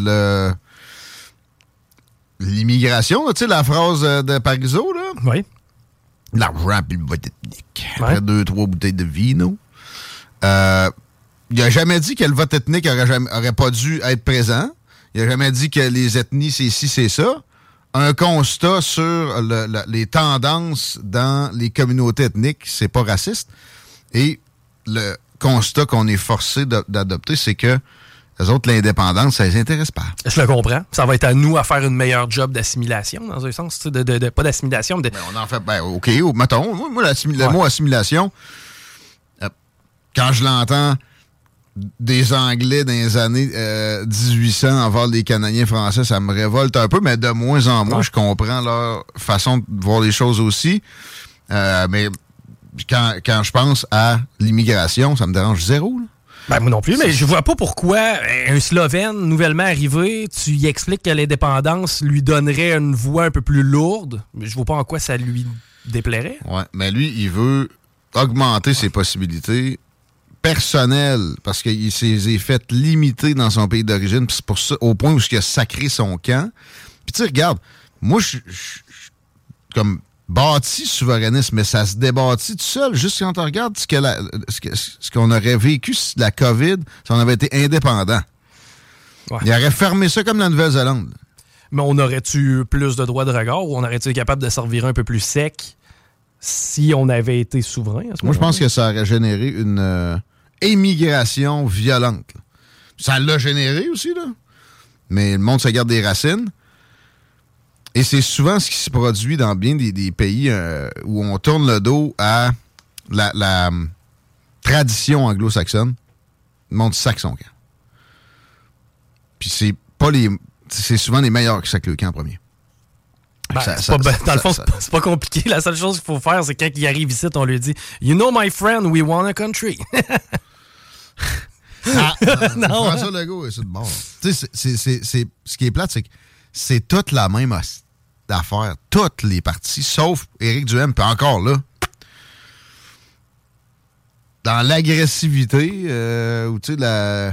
l'immigration, tu sais, la phrase de Parizeau, là... Oui. L'argent puis le vote ethnique. Après 2-3 bouteilles de vino. Il n'a jamais dit que le vote ethnique aurait pas dû être présent. Il n'a jamais dit que les ethnies, c'est ci, c'est ça. Un constat sur les tendances dans les communautés ethniques, c'est pas raciste. Et le constat qu'on est forcé d'adopter, c'est que les autres, l'indépendance, ça les intéresse pas. Je le comprends. Ça va être à nous à faire une meilleure job d'assimilation, dans un sens. Pas d'assimilation, mais on en fait... Ben, OK, mettons. Moi le mot assimilation, quand je l'entends des Anglais dans les années 1800 envers les Canadiens français, ça me révolte un peu, mais de moins en moins, je comprends leur façon de voir les choses aussi. Mais quand je pense à l'immigration, ça me dérange zéro, là. Ben, moi non plus, mais je vois pas pourquoi un Slovène nouvellement arrivé, tu y expliques que l'indépendance lui donnerait une voix un peu plus lourde. Je vois pas en quoi ça lui déplairait. Ouais, mais lui, il veut augmenter ses possibilités personnelles parce qu'il s'est fait limiter dans son pays d'origine, puis c'est pour ça, au point où il a sacré son camp. Puis tu sais, regarde, moi, je comme bâti souverainisme, mais ça se débâtit tout seul. Juste quand on regarde ce qu'on aurait vécu la COVID, si on avait été indépendant. Ouais. Il aurait fermé ça comme la Nouvelle-Zélande. Mais on aurait-tu plus de droits de regard ou on aurait-tu été capable de servir un peu plus sec si on avait été souverain à ce moment-là? Moi, je pense que ça aurait généré une émigration violente. Là. Ça l'a généré aussi, là. Mais le monde se garde des racines. Et c'est souvent ce qui se produit dans bien des pays où on tourne le dos à la tradition anglo-saxonne. Le monde sac son camp. Puis c'est souvent les meilleurs qui sacent le camp en premier. Ben, dans le fond, c'est pas compliqué. La seule chose qu'il faut faire, c'est quand il arrive ici, on lui dit « You know, my friend, we want a country. » Non. François Legault, c'est de bord. Tu sais, ce qui est plate, c'est que c'est toute la même affaire. Toutes les partis, sauf Éric Duhaime, puis encore là, dans l'agressivité, ou tu sais,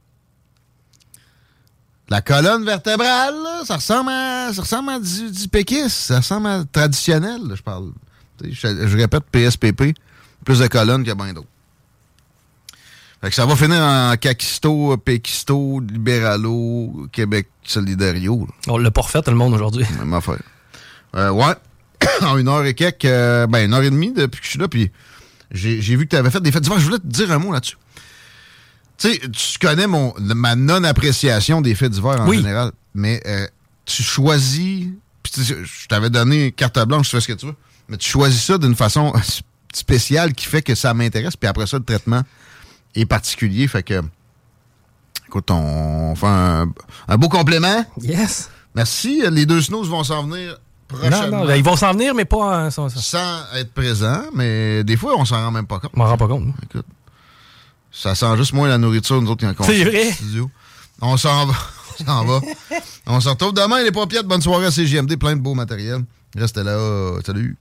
la colonne vertébrale, là, ça ressemble à du péquiste, ça ressemble à traditionnel, là, je parle. Je répète, PSPP, plus de colonnes qu'il y a bien d'autres. Fait que ça va finir en caquisto, péquisto, libéralo, Québec solidario. On l'a pas refait tout le monde aujourd'hui. Même affaire. Ouais, en 1 heure et quelques, 1 heure et demie depuis que je suis là, puis j'ai vu que tu avais fait des fêtes d'hiver. Je voulais te dire un mot là-dessus. Tu sais, tu connais ma non-appréciation des faits d'hiver en général, mais tu choisis, puis je t'avais donné carte blanche, tu fais ce que tu veux, mais tu choisis ça d'une façon spécial qui fait que ça m'intéresse. Puis après ça, le traitement est particulier. Fait que, écoute, on fait un beau complément. Yes. Merci. Les deux snooze vont s'en venir prochainement. Non, ils vont s'en venir, mais pas sans être présents. Mais des fois, on s'en rend même pas compte. Je m'en rends pas compte. Écoute, ça sent juste moins la nourriture, nous autres, quand on c'est vrai. Studio. On s'en va. On se retrouve demain, les paupiètes. Bonne soirée à CJMD. Plein de beau matériel. Restez là. Salut.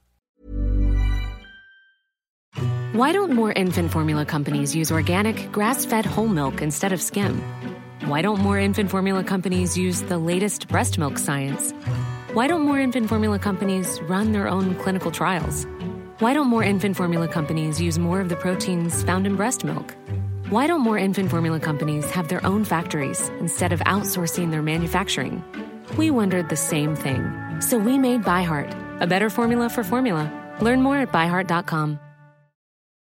Why don't more infant formula companies use organic, grass-fed whole milk instead of skim? Why don't more infant formula companies use the latest breast milk science? Why don't more infant formula companies run their own clinical trials? Why don't more infant formula companies use more of the proteins found in breast milk? Why don't more infant formula companies have their own factories instead of outsourcing their manufacturing? We wondered the same thing. So we made ByHeart, a better formula for formula. Learn more at byheart.com.